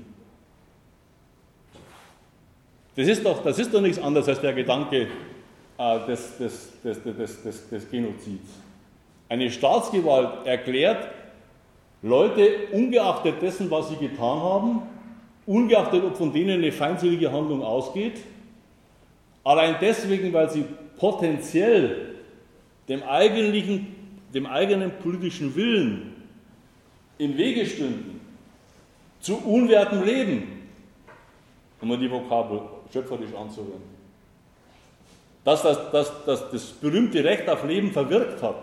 Das ist doch, das ist doch nichts anderes als der Gedanke äh, des, des, des, des, des, des Genozids. Eine Staatsgewalt erklärt, Leute, ungeachtet dessen, was sie getan haben, ungeachtet, ob von denen eine feindselige Handlung ausgeht, Allein deswegen, weil sie potenziell dem eigentlichen, dem eigenen politischen Willen im Wege stünden, zu unwertem Leben, um mal die Vokabel schöpferisch anzuwenden. Dass das, dass, dass das berühmte Recht auf Leben verwirkt hat.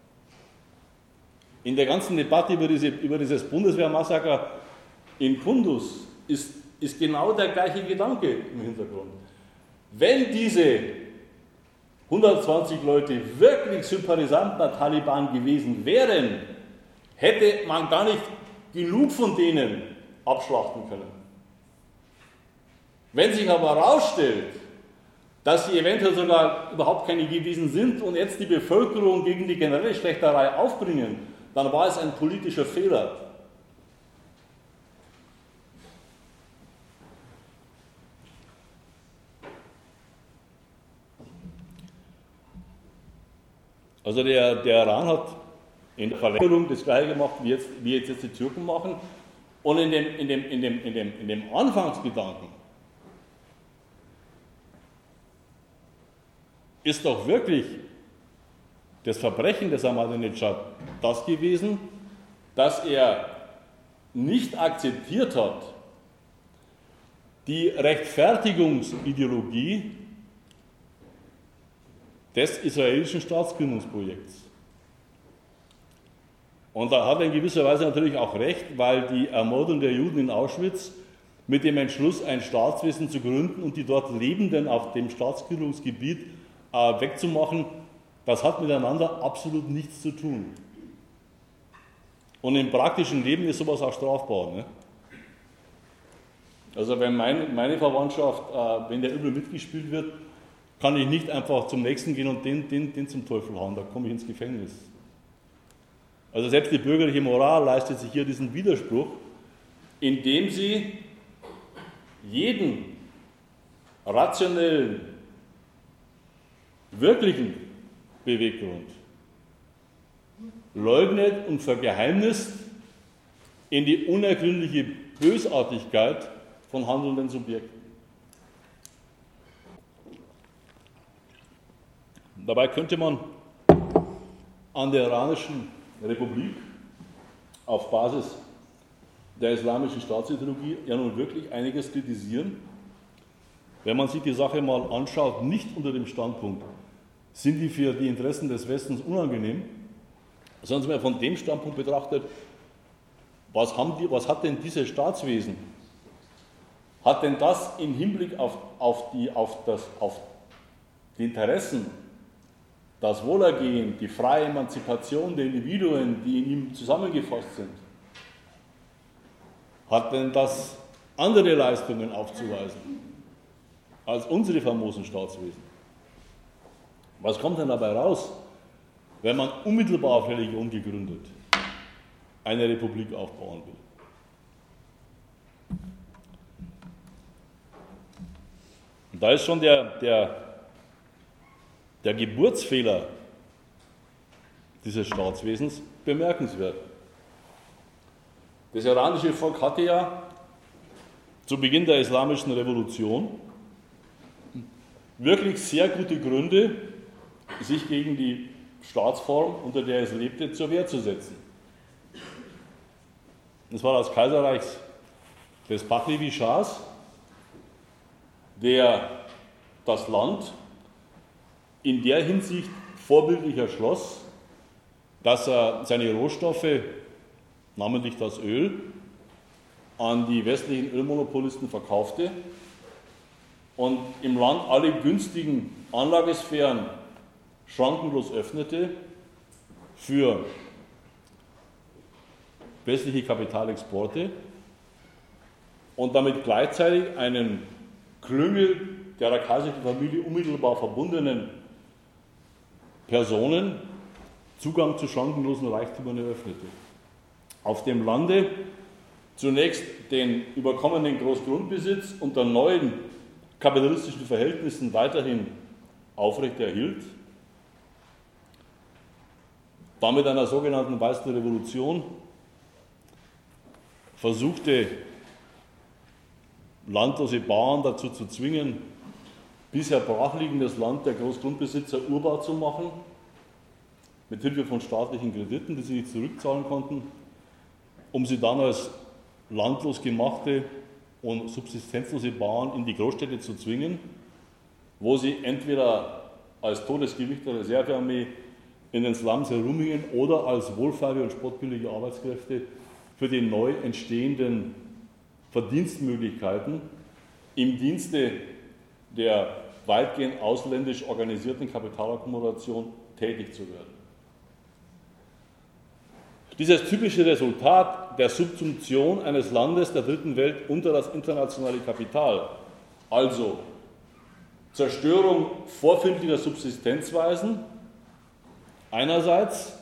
In der ganzen Debatte über, diese, über dieses Bundeswehrmassaker in Kunduz ist, ist genau der gleiche Gedanke im Hintergrund. Wenn diese hundertzwanzig Leute wirklich Sympathisanten der Taliban gewesen wären, hätte man gar nicht genug von denen abschlachten können. Wenn sich aber herausstellt, dass sie eventuell sogar überhaupt keine gewesen sind und jetzt die Bevölkerung gegen die generelle Schlechterei aufbringen, dann war es ein politischer Fehler. Also der, der Iran hat in der Verlängerung das Gleiche gemacht, wie jetzt, wie jetzt, jetzt die Türken machen. Und in dem, in dem, in dem, in dem, in dem Anfangsgedanken ist doch wirklich das Verbrechen des Ahmadinejad das gewesen, dass er nicht akzeptiert hat, die Rechtfertigungsideologie des israelischen Staatsgründungsprojekts. Und da hat er in gewisser Weise natürlich auch recht, weil die Ermordung der Juden in Auschwitz mit dem Entschluss, ein Staatswesen zu gründen und die dort Lebenden auf dem Staatsgründungsgebiet äh, wegzumachen, das hat miteinander absolut nichts zu tun. Und im praktischen Leben ist sowas auch strafbar. Ne? Also wenn meine, meine Verwandtschaft, äh, wenn der übel mitgespielt wird, kann ich nicht einfach zum Nächsten gehen und den, den, den zum Teufel hauen, da komme ich ins Gefängnis. Also selbst die bürgerliche Moral leistet sich hier diesen Widerspruch, indem sie jeden rationellen, wirklichen Beweggrund leugnet und vergeheimnisst in die unergründliche Bösartigkeit von handelnden Subjekten. Dabei könnte man an der iranischen Republik auf Basis der islamischen Staatsideologie ja nun wirklich einiges kritisieren. Wenn man sich die Sache mal anschaut, nicht unter dem Standpunkt, sind die für die Interessen des Westens unangenehm, sondern mehr von dem Standpunkt betrachtet, was, haben die, was hat denn dieses Staatswesen, hat denn das im Hinblick auf, auf, die, auf, das, auf die Interessen, das Wohlergehen, die freie Emanzipation der Individuen, die in ihm zusammengefasst sind, hat denn das andere Leistungen aufzuweisen als unsere famosen Staatswesen? Was kommt denn dabei raus, wenn man unmittelbar auf Religion gegründet eine Republik aufbauen will? Und da ist schon der, der Der Geburtsfehler dieses Staatswesens bemerkenswert. Das iranische Volk hatte ja zu Beginn der islamischen Revolution wirklich sehr gute Gründe, sich gegen die Staatsform, unter der es lebte, zur Wehr zu setzen. Das war das Kaiserreich des Pahlavi-Schahs, der das Land in der Hinsicht vorbildlich erschloss, dass er seine Rohstoffe, namentlich das Öl, an die westlichen Ölmonopolisten verkaufte und im Land alle günstigen Anlagesphären schrankenlos öffnete für westliche Kapitalexporte und damit gleichzeitig einen Klüngel der der kaiserlichen Familie unmittelbar verbundenen Personen Zugang zu schrankenlosen Reichtümern eröffnete. Auf dem Lande zunächst den überkommenen Großgrundbesitz unter neuen kapitalistischen Verhältnissen weiterhin aufrechterhielt, dann mit einer sogenannten Weißen Revolution versuchte, landlose Bauern dazu zu zwingen, bisher brachliegendes Land der Großgrundbesitzer urbar zu machen, mit Hilfe von staatlichen Krediten, die sie nicht zurückzahlen konnten, um sie dann als landlos gemachte und subsistenzlose Bauern in die Großstädte zu zwingen, wo sie entweder als Todesgewicht der Reservearmee in den Slums herumhingen oder als wohlfeile und spottbillige Arbeitskräfte für die neu entstehenden Verdienstmöglichkeiten im Dienste der weitgehend ausländisch organisierten Kapitalakkumulation tätig zu werden. Dieses typische Resultat der Subsumption eines Landes der dritten Welt unter das internationale Kapital, also Zerstörung vorfindlicher Subsistenzweisen einerseits,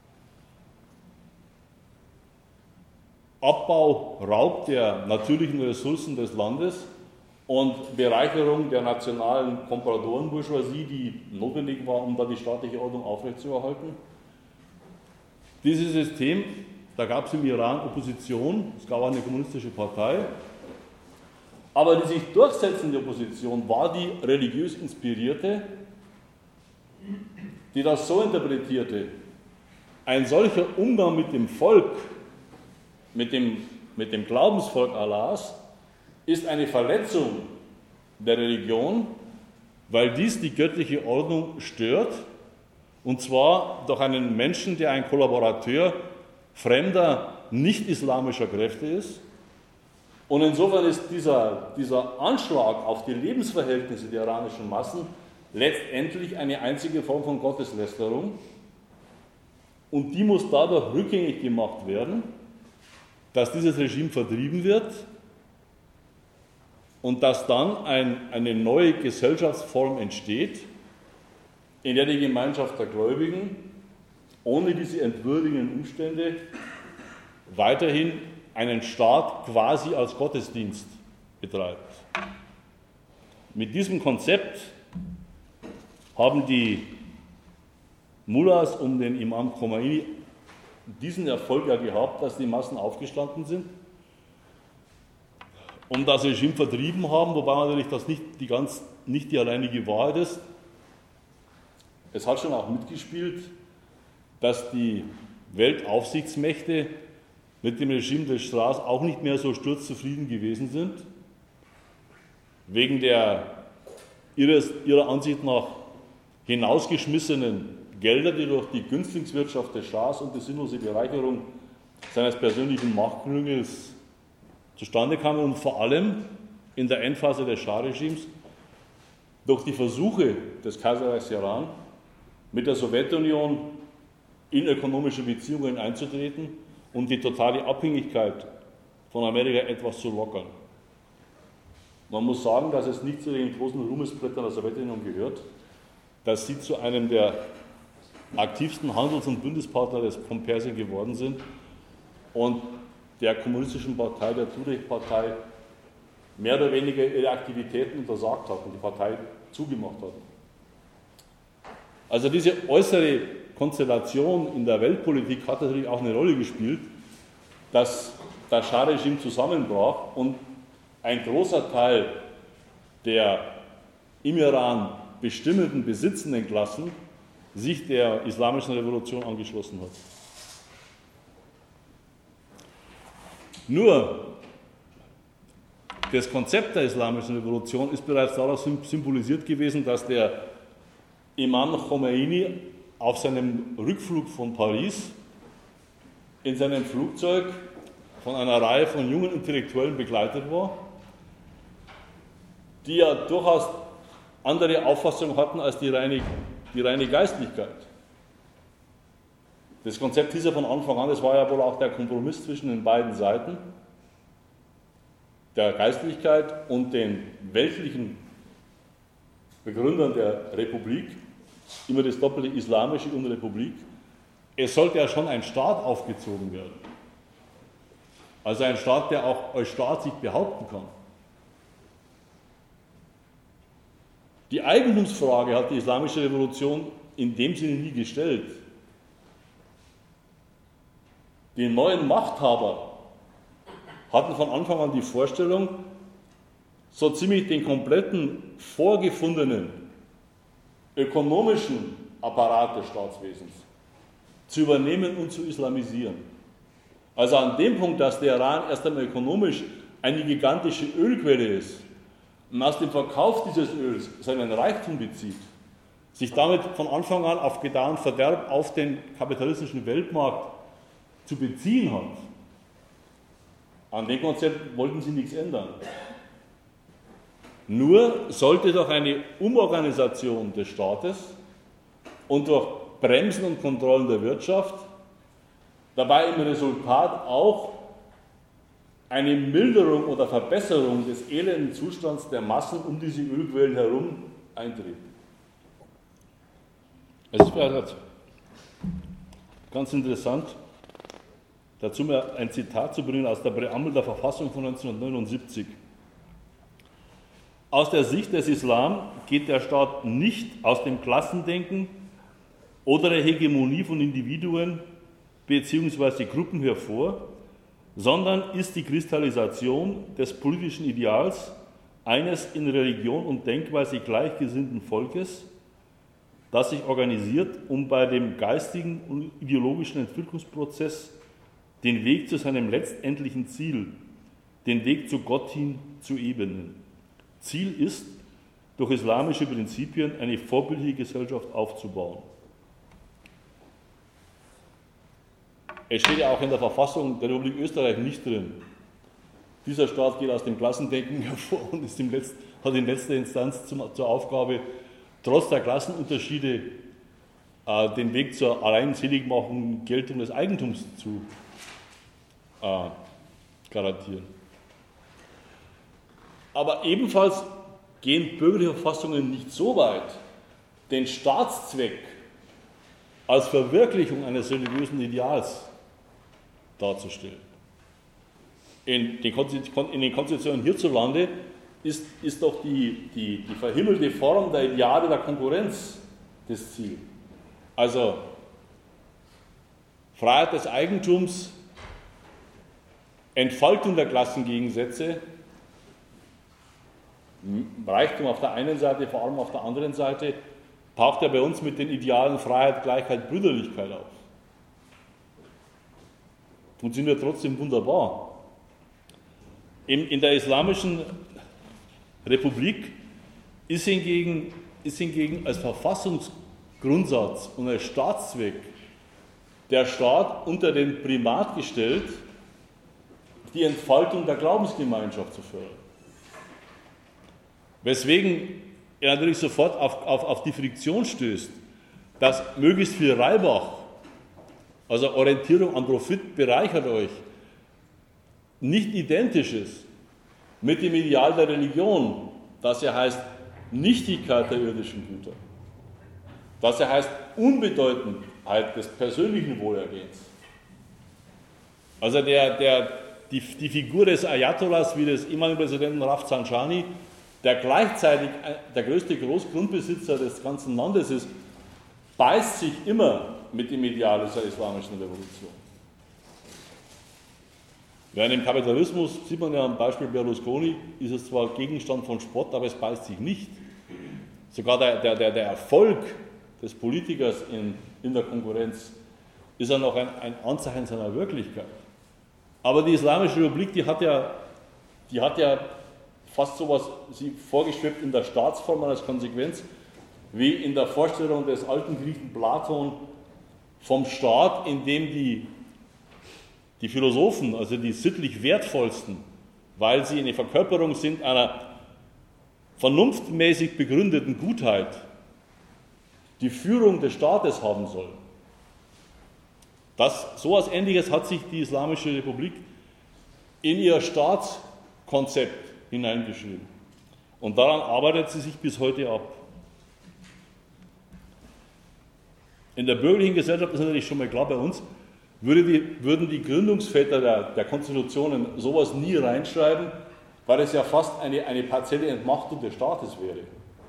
Abbau, Raub der natürlichen Ressourcen des Landes und Bereicherung der nationalen Kompradorenbourgeoisie, die notwendig war, um da die staatliche Ordnung aufrechtzuerhalten. Dieses System, da gab es im Iran Opposition, es gab auch eine kommunistische Partei, aber die sich durchsetzende Opposition war die religiös inspirierte, die das so interpretierte: Ein solcher Umgang mit dem Volk, mit dem, mit dem Glaubensvolk Allahs, ist eine Verletzung der Religion, weil dies die göttliche Ordnung stört, und zwar durch einen Menschen, der ein Kollaborateur fremder, nicht-islamischer Kräfte ist. Und insofern ist dieser, dieser Anschlag auf die Lebensverhältnisse der iranischen Massen letztendlich eine einzige Form von Gotteslästerung. Und die muss dadurch rückgängig gemacht werden, dass dieses Regime vertrieben wird und dass dann ein, eine neue Gesellschaftsform entsteht, in der die Gemeinschaft der Gläubigen ohne diese entwürdigenden Umstände weiterhin einen Staat quasi als Gottesdienst betreibt. Mit diesem Konzept haben die Mullahs um den Imam Khomeini diesen Erfolg ja gehabt, dass die Massen aufgestanden sind und das Regime vertrieben haben, wobei natürlich das nicht die, ganz, nicht die alleinige Wahrheit ist. Es hat schon auch mitgespielt, dass die Weltaufsichtsmächte mit dem Regime des Schahs auch nicht mehr so sturzzufrieden gewesen sind, wegen der ihres, ihrer Ansicht nach hinausgeschmissenen Gelder, die durch die Günstlingswirtschaft des Schahs und die sinnlose Bereicherung seines persönlichen Machtklüngels zustande kamen und vor allem in der Endphase des Schah-Regimes durch die Versuche des Kaiserreichs Iran mit der Sowjetunion in ökonomische Beziehungen einzutreten und die totale Abhängigkeit von Amerika etwas zu lockern. Man muss sagen, dass es nicht zu den großen Ruhmesblättern der Sowjetunion gehört, dass sie zu einem der aktivsten Handels- und Bündnispartner von Persien geworden sind und der kommunistischen Partei, der Tuareg-Partei, mehr oder weniger ihre Aktivitäten untersagt hat und die Partei zugemacht hat. Also diese äußere Konstellation in der Weltpolitik hat natürlich auch eine Rolle gespielt, dass das Schah-Regime zusammenbrach und ein großer Teil der im Iran bestimmenden, besitzenden Klassen sich der islamischen Revolution angeschlossen hat. Nur das Konzept der islamischen Revolution ist bereits daraus symbolisiert gewesen, dass der Imam Khomeini auf seinem Rückflug von Paris in seinem Flugzeug von einer Reihe von jungen Intellektuellen begleitet war, die ja durchaus andere Auffassungen hatten als die reine, die reine Geistlichkeit. Das Konzept hieß ja von Anfang an, es war ja wohl auch der Kompromiss zwischen den beiden Seiten, der Geistlichkeit und den weltlichen Begründern der Republik, immer das doppelte Islamische und Republik. Es sollte ja schon ein Staat aufgezogen werden. Also ein Staat, der auch als Staat sich behaupten kann. Die Eigentumsfrage hat die islamische Revolution in dem Sinne nie gestellt. Die neuen Machthaber hatten von Anfang an die Vorstellung, so ziemlich den kompletten vorgefundenen ökonomischen Apparat des Staatswesens zu übernehmen und zu islamisieren. Also an dem Punkt, dass der Iran erst einmal ökonomisch eine gigantische Ölquelle ist und aus dem Verkauf dieses Öls seinen Reichtum bezieht, sich damit von Anfang an auf Gedeih und Verderb auf den kapitalistischen Weltmarkt zu beziehen hat, an dem Konzept wollten sie nichts ändern. Nur sollte durch eine Umorganisation des Staates und durch Bremsen und Kontrollen der Wirtschaft dabei im Resultat auch eine Milderung oder Verbesserung des elenden Zustands der Massen um diese Ölquellen herum eintreten. Es ist vielleicht ganz interessant, dazu mir ein Zitat zu bringen aus der Präambel der Verfassung von neunzehnhundertneunundsiebzig. Aus der Sicht des Islam geht der Staat nicht aus dem Klassendenken oder der Hegemonie von Individuen bzw. Gruppen hervor, sondern ist die Kristallisation des politischen Ideals eines in Religion und Denkweise gleichgesinnten Volkes, das sich organisiert, um bei dem geistigen und ideologischen Entwicklungsprozess den Weg zu seinem letztendlichen Ziel, den Weg zu Gott hin, zu ebnen. Ziel ist, durch islamische Prinzipien eine vorbildliche Gesellschaft aufzubauen. Es steht ja auch in der Verfassung der Republik Österreich nicht drin, dieser Staat geht aus dem Klassendenken hervor und ist im Letz-, hat in letzter Instanz zum, zur Aufgabe, trotz der Klassenunterschiede äh, den Weg zur allein Seligmachung, Geltung des Eigentums zu äh, garantieren. Aber ebenfalls gehen bürgerliche Verfassungen nicht so weit, den Staatszweck als Verwirklichung eines religiösen Ideals darzustellen. In den Konstitutionen hierzulande ist, ist doch die, die, die verhimmelte Form der Ideale der Konkurrenz das Ziel. Also Freiheit des Eigentums, Entfaltung der Klassengegensätze, Reichtum auf der einen Seite, vor allem auf der anderen Seite, taucht ja bei uns mit den Idealen Freiheit, Gleichheit, Brüderlichkeit auf. Funktioniert trotzdem wunderbar. In, in der Islamischen Republik ist hingegen, ist hingegen als Verfassungsgrundsatz und als Staatszweck der Staat unter den Primat gestellt, die Entfaltung der Glaubensgemeinschaft zu fördern. Weswegen er natürlich sofort auf, auf, auf die Friktion stößt, dass möglichst viel Reibach, also Orientierung an Profit, bereichert euch, nicht identisch ist mit dem Ideal der Religion, das ja heißt Nichtigkeit der irdischen Güter, das ja heißt Unbedeutendheit des persönlichen Wohlergehens. Also der, der, die, die Figur des Ayatollahs wie des ehemaligen Präsidenten Rafsanjani, der gleichzeitig der größte Großgrundbesitzer des ganzen Landes ist, beißt sich immer mit dem Ideal dieser islamischen Revolution. Während im Kapitalismus, sieht man ja am Beispiel Berlusconi, ist es zwar Gegenstand von Spott, aber es beißt sich nicht. Sogar der, der, der Erfolg des Politikers in, in der Konkurrenz ist ja noch ein, ein Anzeichen seiner Wirklichkeit. Aber die Islamische Republik, die hat ja, die hat ja fast so etwas vorgeschwebt in der Staatsform als Konsequenz, wie in der Vorstellung des alten Griechen Platon vom Staat, in dem die, die Philosophen, also die sittlich wertvollsten, weil sie eine Verkörperung sind einer vernunftmäßig begründeten Gutheit, die Führung des Staates haben sollen. Das, so etwas Ähnliches hat sich die Islamische Republik in ihr Staatskonzept hineingeschrieben. Und daran arbeitet sie sich bis heute ab. In der bürgerlichen Gesellschaft ist natürlich schon mal klar, bei uns würde die, würden die Gründungsväter der, der Konstitutionen sowas nie reinschreiben, weil es ja fast eine, eine partielle Entmachtung des Staates wäre.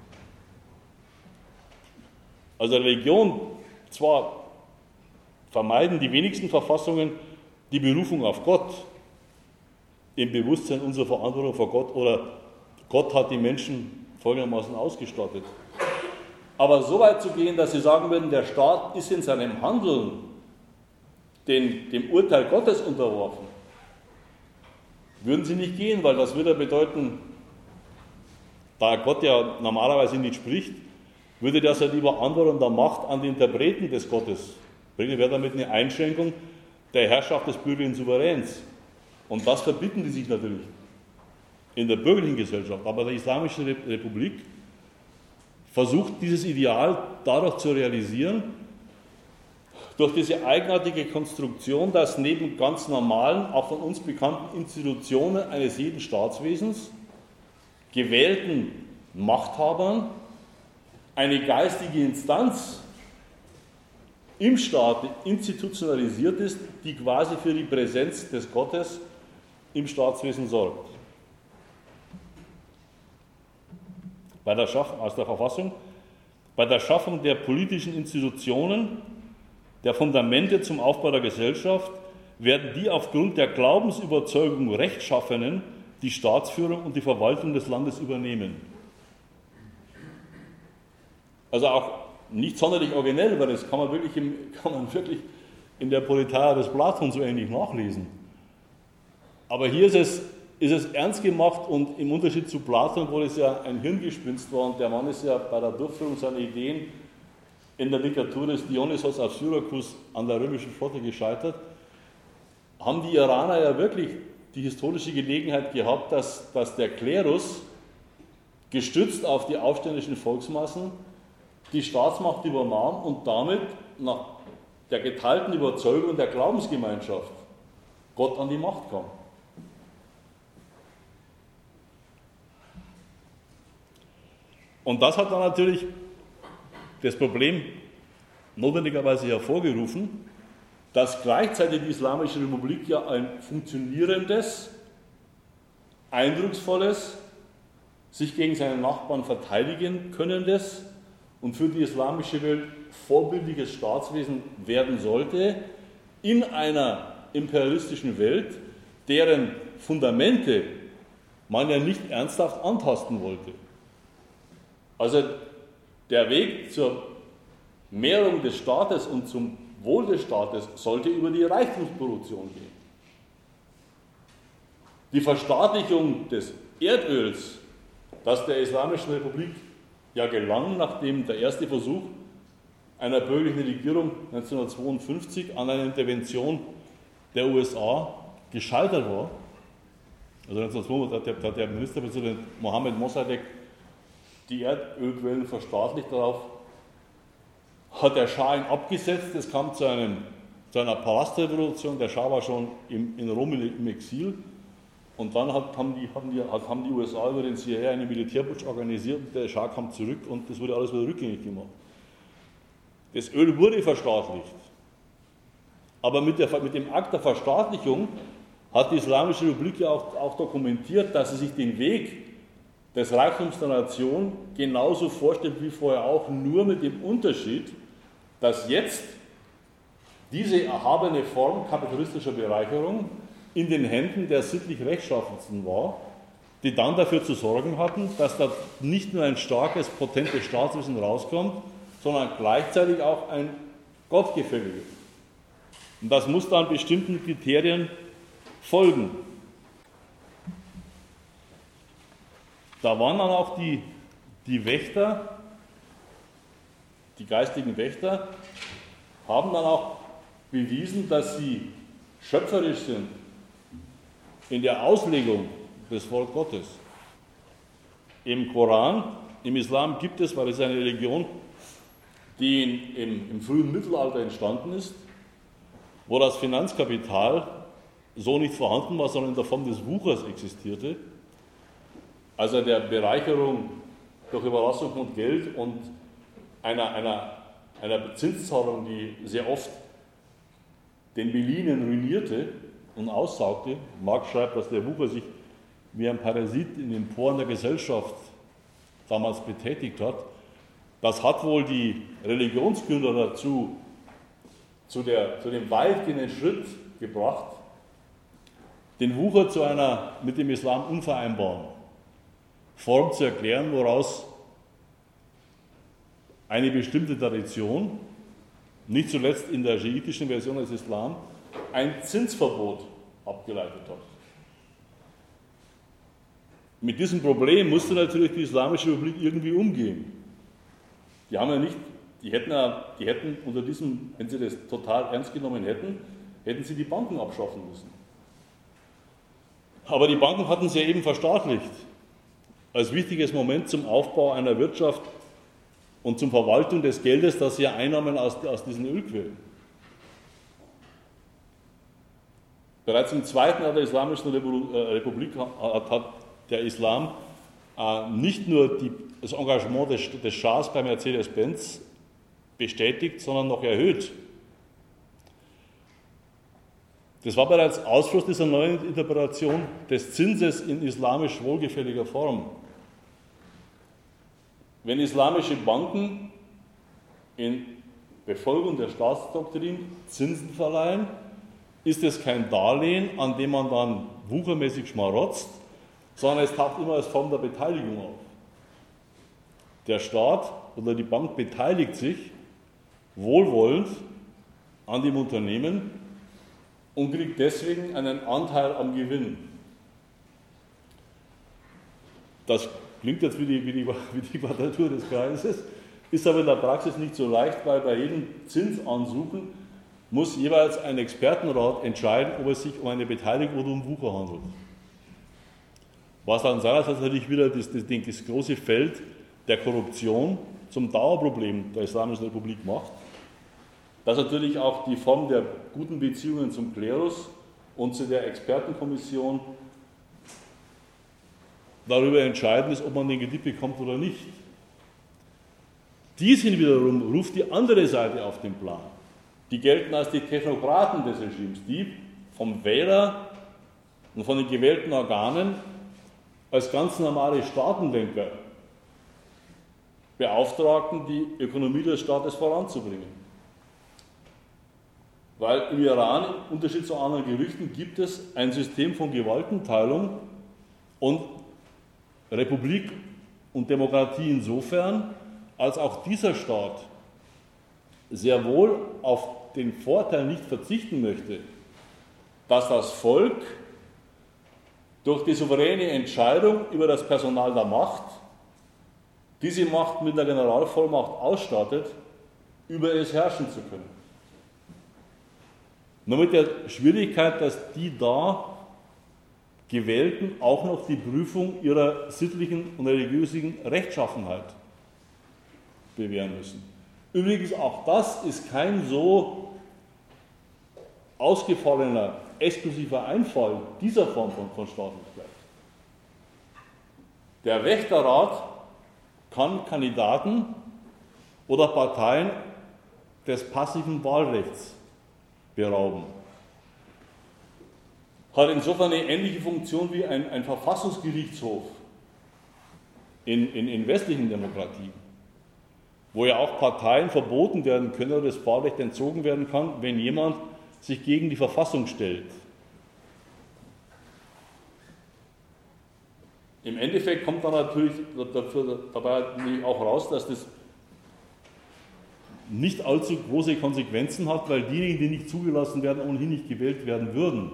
Also Religion, zwar vermeiden die wenigsten Verfassungen die Berufung auf Gott, im Bewusstsein unserer Verantwortung vor Gott oder Gott hat die Menschen folgendermaßen ausgestattet. Aber so weit zu gehen, dass sie sagen würden, der Staat ist in seinem Handeln den, dem Urteil Gottes unterworfen, würden sie nicht gehen, weil das würde bedeuten, da Gott ja normalerweise nicht spricht, würde das ja lieber Anwendung der Macht an die Interpreten des Gottes bringen, wäre damit eine Einschränkung der Herrschaft des bürgerlichen Souveräns. Und das verbieten die sich natürlich in der bürgerlichen Gesellschaft. Aber die Islamische Republik versucht, dieses Ideal dadurch zu realisieren, durch diese eigenartige Konstruktion, dass neben ganz normalen, auch von uns bekannten Institutionen eines jeden Staatswesens, gewählten Machthabern, eine geistige Instanz im Staat institutionalisiert ist, die quasi für die Präsenz des Gottes im Staatswesen sorgt. Bei der Schaffung, aus der Verfassung, bei der Schaffung der politischen Institutionen, der Fundamente zum Aufbau der Gesellschaft, werden die aufgrund der Glaubensüberzeugung Rechtschaffenen die Staatsführung und die Verwaltung des Landes übernehmen. Also auch nicht sonderlich originell, weil das kann man wirklich, im, kann man wirklich in der Politeia des Platon so ähnlich nachlesen. Aber hier ist es, ist es ernst gemacht und im Unterschied zu Platon, wo es ja ein Hirngespinst war und der Mann ist ja bei der Durchführung seiner Ideen in der Diktatur des Dionysos auf Syrakus an der römischen Flotte gescheitert, haben die Iraner ja wirklich die historische Gelegenheit gehabt, dass, dass der Klerus, gestützt auf die aufständischen Volksmassen, die Staatsmacht übernahm und damit nach der geteilten Überzeugung der Glaubensgemeinschaft Gott an die Macht kam. Und das hat dann natürlich das Problem notwendigerweise hervorgerufen, dass gleichzeitig die Islamische Republik ja ein funktionierendes, eindrucksvolles, sich gegen seine Nachbarn verteidigen könnendes und für die islamische Welt vorbildliches Staatswesen werden sollte, in einer imperialistischen Welt, deren Fundamente man ja nicht ernsthaft antasten wollte. Also der Weg zur Mehrung des Staates und zum Wohl des Staates sollte über die Reichtumsproduktion gehen. Die Verstaatlichung des Erdöls, das der Islamischen Republik ja gelang, nachdem der erste Versuch einer bürgerlichen Regierung neunzehnhundertzweiundfünfzig an einer Intervention der U S A gescheitert war. Also neunzehnhundertzweiundfünfzig hat der Ministerpräsident Mohammed Mossadegh die Erdölquellen verstaatlicht. Darauf hat der Schah ihn abgesetzt. Es kam zu, einem, zu einer Palastrevolution. Der Schah war schon im, in Rom im Exil. Und dann hat, haben, die, haben, die, haben die U S A über den C I A einen Militärputsch organisiert. Und der Schah kam zurück und das wurde alles wieder rückgängig gemacht. Das Öl wurde verstaatlicht. Aber mit, der, mit dem Akt der Verstaatlichung hat die Islamische Republik ja auch, auch dokumentiert, dass sie sich den Weg des Reichtums der Nation genauso vorstellt wie vorher auch, nur mit dem Unterschied, dass jetzt diese erhabene Form kapitalistischer Bereicherung in den Händen der sittlich Rechtschaffensten war, die dann dafür zu sorgen hatten, dass da nicht nur ein starkes, potentes Staatswesen rauskommt, sondern gleichzeitig auch ein gottgefälliges. Und das muss dann bestimmten Kriterien folgen. Da waren dann auch die, die Wächter, die geistigen Wächter, haben dann auch bewiesen, dass sie schöpferisch sind in der Auslegung des Wort Gottes. Im Koran, im Islam gibt es, weil es eine Religion, die in, im, im frühen Mittelalter entstanden ist, wo das Finanzkapital so nicht vorhanden war, sondern in der Form des Wuchers existierte, also der Bereicherung durch Überlassung von Geld und einer, einer, einer Zinszahlung, die sehr oft den Beliehenen ruinierte und aussaugte. Marx schreibt, dass der Wucher sich wie ein Parasit in den Poren der Gesellschaft damals betätigt hat. Das hat wohl die Religionsgründer dazu, zu, der, zu dem weitgehenden Schritt gebracht, den Wucher zu einer mit dem Islam unvereinbaren Form zu erklären, woraus eine bestimmte Tradition, nicht zuletzt in der schiitischen Version des Islam, ein Zinsverbot abgeleitet hat. Mit diesem Problem musste natürlich die Islamische Republik irgendwie umgehen. Die haben ja nicht, die hätten, ja, die hätten unter diesem, wenn sie das total ernst genommen hätten, hätten sie die Banken abschaffen müssen. Aber die Banken hatten sie ja eben verstaatlicht, als wichtiges Moment zum Aufbau einer Wirtschaft und zur Verwaltung des Geldes, das sie ja einnahmen aus, aus diesen Ölquellen. Bereits im zweiten Jahr der Islamischen Republik hat der Islam äh, nicht nur die, das Engagement des, des Schahs bei Mercedes-Benz bestätigt, sondern noch erhöht. Das war bereits Ausfluss dieser neuen Interpretation des Zinses in islamisch wohlgefälliger Form. Wenn islamische Banken in Befolgung der Staatsdoktrin Zinsen verleihen, ist es kein Darlehen, an dem man dann wuchermäßig schmarotzt, sondern es taucht immer als Form der Beteiligung auf. Der Staat oder die Bank beteiligt sich wohlwollend an dem Unternehmen und kriegt deswegen einen Anteil am Gewinn. Das klingt jetzt wie die, wie die, wie die Quadratur des Kreises, ist aber in der Praxis nicht so leicht, weil bei jedem Zinsansuchen muss jeweils ein Expertenrat entscheiden, ob es sich um eine Beteiligung oder um Wucher handelt. Was dann seinerseits natürlich wieder das, das, das große Feld der Korruption zum Dauerproblem der Islamischen Republik macht, dass natürlich auch die Form der guten Beziehungen zum Klerus und zu der Expertenkommission darüber entscheidend ist, ob man den Kredit bekommt oder nicht. Dies wiederum ruft die andere Seite auf den Plan. Die gelten als die Technokraten des Regimes, die vom Wähler und von den gewählten Organen als ganz normale Staatenlenker beauftragten, die Ökonomie des Staates voranzubringen. Weil im Iran, im Unterschied zu anderen Gerüchten, gibt es ein System von Gewaltenteilung und Republik und Demokratie insofern, als auch dieser Staat sehr wohl auf den Vorteil nicht verzichten möchte, dass das Volk durch die souveräne Entscheidung über das Personal der Macht diese Macht mit der Generalvollmacht ausstattet, über es herrschen zu können. Nur mit der Schwierigkeit, dass die da Gewählten auch noch die Prüfung ihrer sittlichen und religiösen Rechtschaffenheit bewähren müssen. Übrigens, auch das ist kein so ausgefallener, exklusiver Einfall dieser Form von, von Staatlichkeit. Der Wächterrat kann Kandidaten oder Parteien des passiven Wahlrechts berauben. Hat insofern eine ähnliche Funktion wie ein, ein Verfassungsgerichtshof in, in, in westlichen Demokratien, wo ja auch Parteien verboten werden können oder das Wahlrecht entzogen werden kann, wenn jemand sich gegen die Verfassung stellt. Im Endeffekt kommt dann natürlich dafür, dabei natürlich auch raus, dass das nicht allzu große Konsequenzen hat, weil diejenigen, die nicht zugelassen werden, ohnehin nicht gewählt werden würden.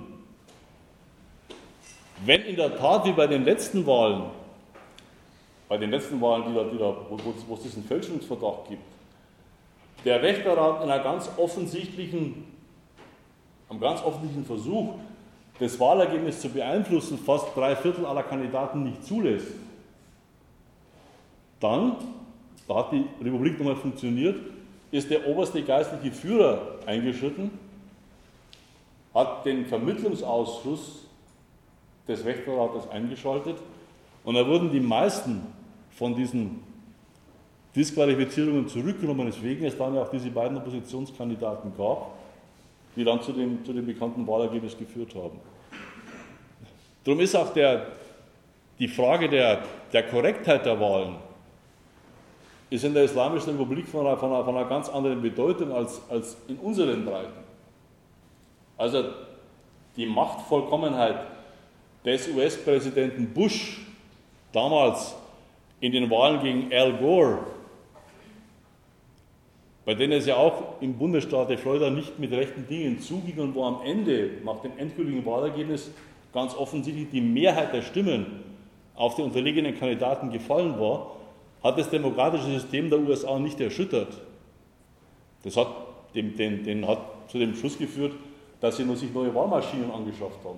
Wenn in der Tat wie bei den letzten Wahlen, bei den letzten Wahlen, die da, die da, wo, wo es diesen Fälschungsverdacht gibt, der Wächterrat in einer ganz offensichtlichen, einem ganz offensichtlichen Versuch, das Wahlergebnis zu beeinflussen, fast drei Viertel aller Kandidaten nicht zulässt, dann, da hat die Republik nochmal funktioniert, ist der oberste geistliche Führer eingeschritten, hat den Vermittlungsausschuss des Wächterrates eingeschaltet und da wurden die meisten von diesen Disqualifizierungen zurückgenommen, weswegen es dann ja auch diese beiden Oppositionskandidaten gab, die dann zu dem, zu dem bekannten Wahlergebnis geführt haben. Darum ist auch der, die Frage der, der Korrektheit der Wahlen ist in der Islamischen Republik von einer, von einer, von einer ganz anderen Bedeutung als, als in unseren Breiten. Also die Machtvollkommenheit des U S-Präsidenten Bush damals in den Wahlen gegen Al Gore, bei denen es ja auch im Bundesstaat Florida nicht mit rechten Dingen zuging und wo am Ende, nach dem endgültigen Wahlergebnis, ganz offensichtlich die Mehrheit der Stimmen auf den unterlegenen Kandidaten gefallen war, hat das demokratische System der U S A nicht erschüttert. Das hat, den, den, den hat zu dem Schluss geführt, dass sie nur sich neue Wahlmaschinen angeschafft haben.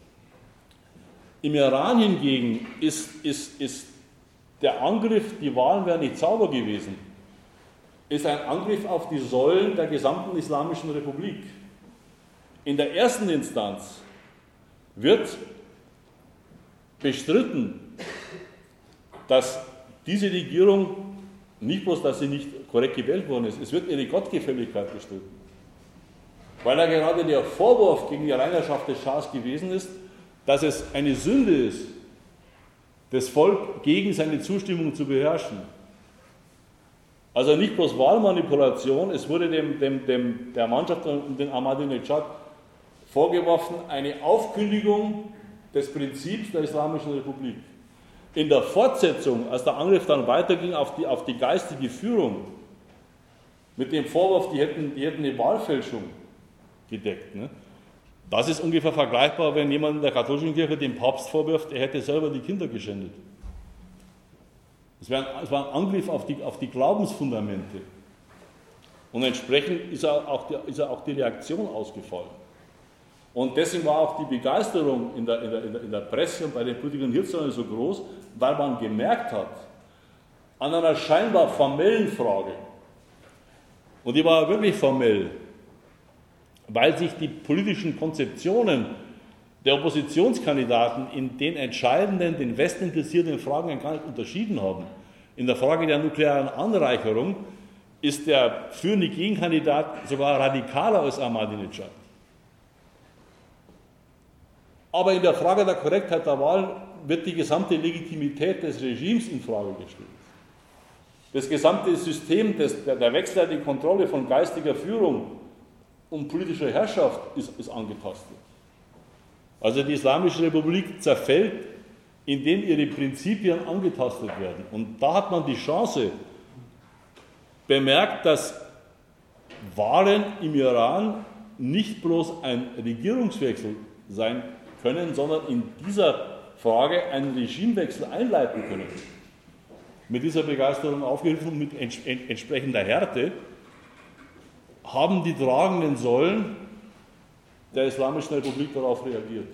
Im Iran hingegen ist, ist, ist der Angriff, die Wahlen wären nicht sauber gewesen, ist ein Angriff auf die Säulen der gesamten Islamischen Republik. In der ersten Instanz wird bestritten, dass diese Regierung nicht bloß, dass sie nicht korrekt gewählt worden ist, es wird ihre Gottgefälligkeit bestritten. Weil ja gerade der Vorwurf gegen die Reinheitschaft des Schahs gewesen ist, dass es eine Sünde ist, das Volk gegen seine Zustimmung zu beherrschen. Also nicht bloß Wahlmanipulation, es wurde dem, dem, dem, der Mannschaft um den Ahmadinejad vorgeworfen, eine Aufkündigung des Prinzips der Islamischen Republik. In der Fortsetzung, als der Angriff dann weiterging auf die, auf die geistige Führung, mit dem Vorwurf, die hätten, die hätten eine Wahlfälschung gedeckt. Ne? Das ist ungefähr vergleichbar, wenn jemand in der katholischen Kirche dem Papst vorwirft, er hätte selber die Kinder geschändet. Es war, ein, es war ein Angriff auf die, auf die Glaubensfundamente. Und entsprechend ist er, auch die, ist er auch die Reaktion ausgefallen. Und deswegen war auch die Begeisterung in der, in der, in der Presse und bei den Politikern hierzulande so groß, weil man gemerkt hat, an einer scheinbar formellen Frage, und die war wirklich formell, weil sich die politischen Konzeptionen der Oppositionskandidaten in den entscheidenden, den Westen interessierenden Fragen gar nicht unterschieden haben. In der Frage der nuklearen Anreicherung ist der führende Gegenkandidat sogar radikaler als Ahmadinejad. Aber in der Frage der Korrektheit der Wahlen wird die gesamte Legitimität des Regimes in Frage gestellt. Das gesamte System des, der, der wechselseitigen Kontrolle von geistiger Führung und politischer Herrschaft ist, ist angetastet. Also die Islamische Republik zerfällt, indem ihre Prinzipien angetastet werden. Und da hat man die Chance bemerkt, dass Wahlen im Iran nicht bloß ein Regierungswechsel sein können, sondern in dieser Frage einen Regimewechsel einleiten können. Mit dieser Begeisterung aufgegriffen und mit ents- entsprechender Härte haben die tragenden Säulen der Islamischen Republik darauf reagiert.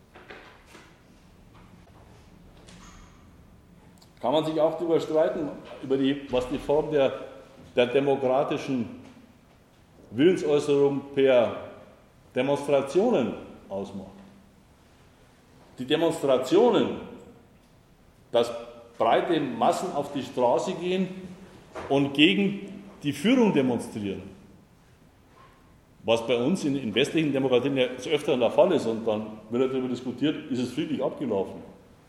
Kann man sich auch darüber streiten, über die, was die Form der, der demokratischen Willensäußerung per Demonstrationen ausmacht. Die Demonstrationen, dass breite Massen auf die Straße gehen und gegen die Führung demonstrieren, was bei uns in, in westlichen Demokratien ja des Öfteren der Fall ist, und dann wird darüber diskutiert, ist es friedlich abgelaufen.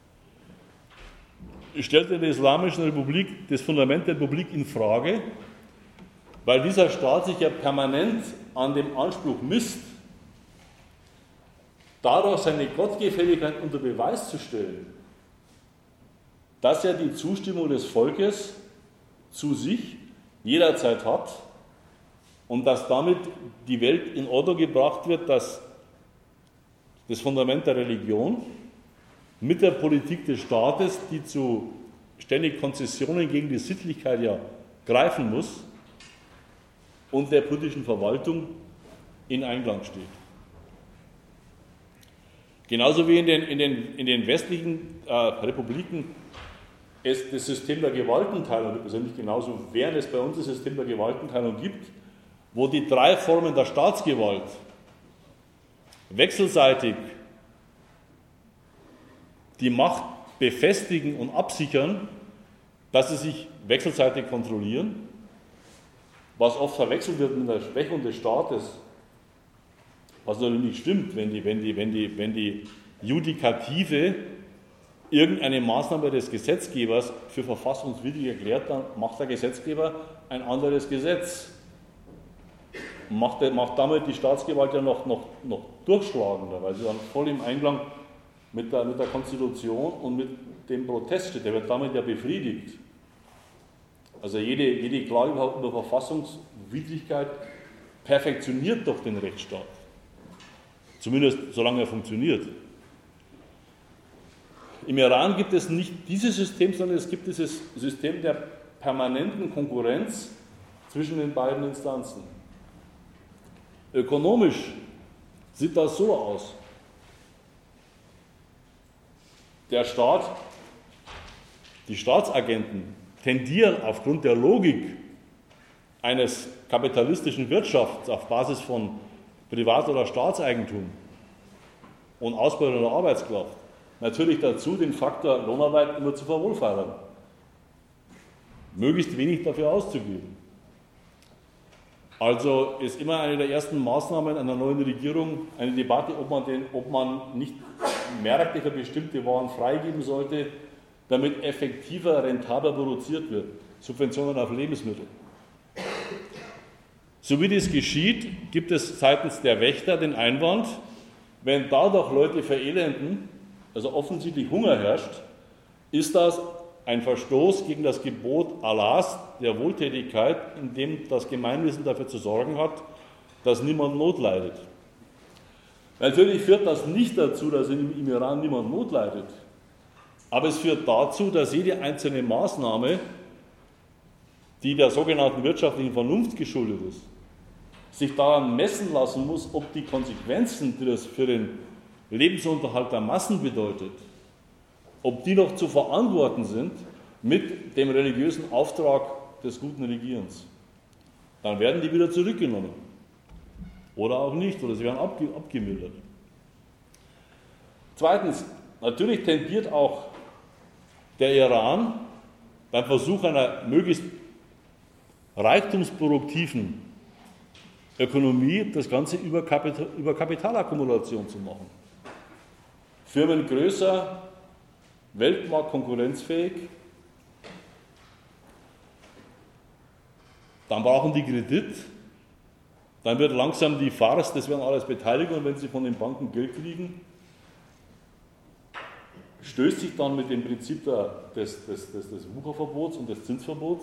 Stellt in der Islamischen Republik das Fundament der Republik in Frage, weil dieser Staat sich ja permanent an dem Anspruch misst, dadurch seine Gottgefälligkeit unter Beweis zu stellen, dass er die Zustimmung des Volkes zu sich jederzeit hat und dass damit die Welt in Ordnung gebracht wird, dass das Fundament der Religion mit der Politik des Staates, die zu ständig Konzessionen gegen die Sittlichkeit ja greifen muss, und der politischen Verwaltung in Einklang steht. Genauso wie in den, in den, in den westlichen äh, Republiken es das System der Gewaltenteilung, also nicht genauso, während es bei uns das System der Gewaltenteilung gibt, wo die drei Formen der Staatsgewalt wechselseitig die Macht befestigen und absichern, dass sie sich wechselseitig kontrollieren, was oft verwechselt wird mit der Schwächung des Staates, was natürlich nicht stimmt, wenn die, wenn die, wenn die, wenn die Judikative irgendeine Maßnahme des Gesetzgebers für verfassungswidrig erklärt, dann macht der Gesetzgeber ein anderes Gesetz. Macht, macht damit die Staatsgewalt ja noch, noch, noch durchschlagender, weil sie dann voll im Einklang mit der, mit der Konstitution und mit dem Protest steht. Der wird damit ja befriedigt. Also jede, jede Klage über Verfassungswidrigkeit perfektioniert doch den Rechtsstaat. Zumindest solange er funktioniert. Im Iran gibt es nicht dieses System, sondern es gibt dieses System der permanenten Konkurrenz zwischen den beiden Instanzen. Ökonomisch sieht das so aus. Der Staat, die Staatsagenten tendieren aufgrund der Logik eines kapitalistischen Wirtschafts auf Basis von Privat- oder Staatseigentum und Ausbeutung der Arbeitskraft natürlich dazu, den Faktor Lohnarbeit immer zu verwohlfahren. Möglichst wenig dafür auszugeben. Also ist immer eine der ersten Maßnahmen einer neuen Regierung eine Debatte, ob man, den, ob man nicht Märkte für bestimmte Waren freigeben sollte, damit effektiver, rentabler produziert wird. Subventionen auf Lebensmittel. So wie das geschieht, gibt es seitens der Wächter den Einwand, wenn dadurch Leute verelenden, also offensichtlich Hunger herrscht, ist das ein Verstoß gegen das Gebot Allahs der Wohltätigkeit, in dem das Gemeinwesen dafür zu sorgen hat, dass niemand Not leidet. Natürlich führt das nicht dazu, dass im Iran niemand Not leidet, aber es führt dazu, dass jede einzelne Maßnahme, die der sogenannten wirtschaftlichen Vernunft geschuldet ist, sich daran messen lassen muss, ob die Konsequenzen, die das für den Lebensunterhalt der Massen bedeutet, ob die noch zu verantworten sind mit dem religiösen Auftrag des guten Regierens. Dann werden die wieder zurückgenommen. Oder auch nicht, oder sie werden abge- abgemildert. Zweitens, natürlich tendiert auch der Iran beim Versuch einer möglichst reichtumsproduktiven Ökonomie das Ganze über, Kapital, über Kapitalakkumulation zu machen. Firmen größer, Weltmarkt konkurrenzfähig, dann brauchen die Kredit, dann wird langsam die Farce, das werden alles Beteiligungen, wenn sie von den Banken Geld kriegen, stößt sich dann mit dem Prinzip der, des, des, des, des Wucherverbots und des Zinsverbots.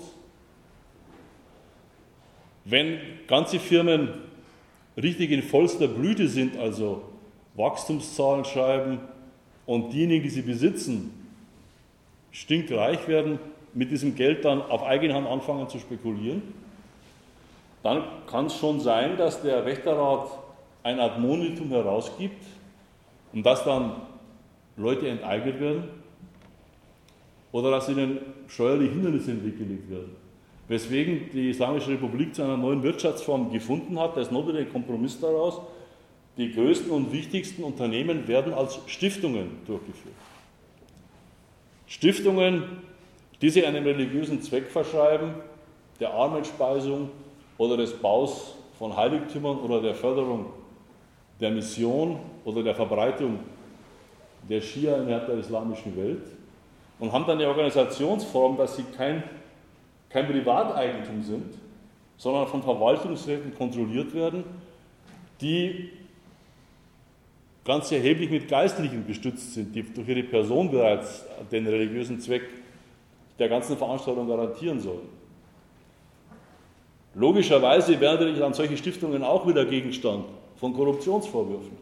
Wenn ganze Firmen richtig in vollster Blüte sind, also Wachstumszahlen schreiben und diejenigen, die sie besitzen, stinkreich werden, mit diesem Geld dann auf eigene Hand anfangen zu spekulieren, dann kann es schon sein, dass der Wächterrat ein Admonitum herausgibt und dass dann Leute enteignet werden oder dass ihnen steuerliche Hindernisse in den Weg gelegt werden. Weswegen die Islamische Republik zu einer neuen Wirtschaftsform gefunden hat, das notwendige Kompromiss daraus, die größten und wichtigsten Unternehmen werden als Stiftungen durchgeführt. Stiftungen, die sich einem religiösen Zweck verschreiben, der Armenspeisung oder des Baus von Heiligtümern oder der Förderung der Mission oder der Verbreitung der Schia innerhalb der islamischen Welt und haben dann die Organisationsform, dass sie kein, kein Privateigentum sind, sondern von Verwaltungsräten kontrolliert werden, die ganz erheblich mit Geistlichen gestützt sind, die durch ihre Person bereits den religiösen Zweck der ganzen Veranstaltung garantieren sollen. Logischerweise werden natürlich dann solche Stiftungen auch wieder Gegenstand von Korruptionsvorwürfen.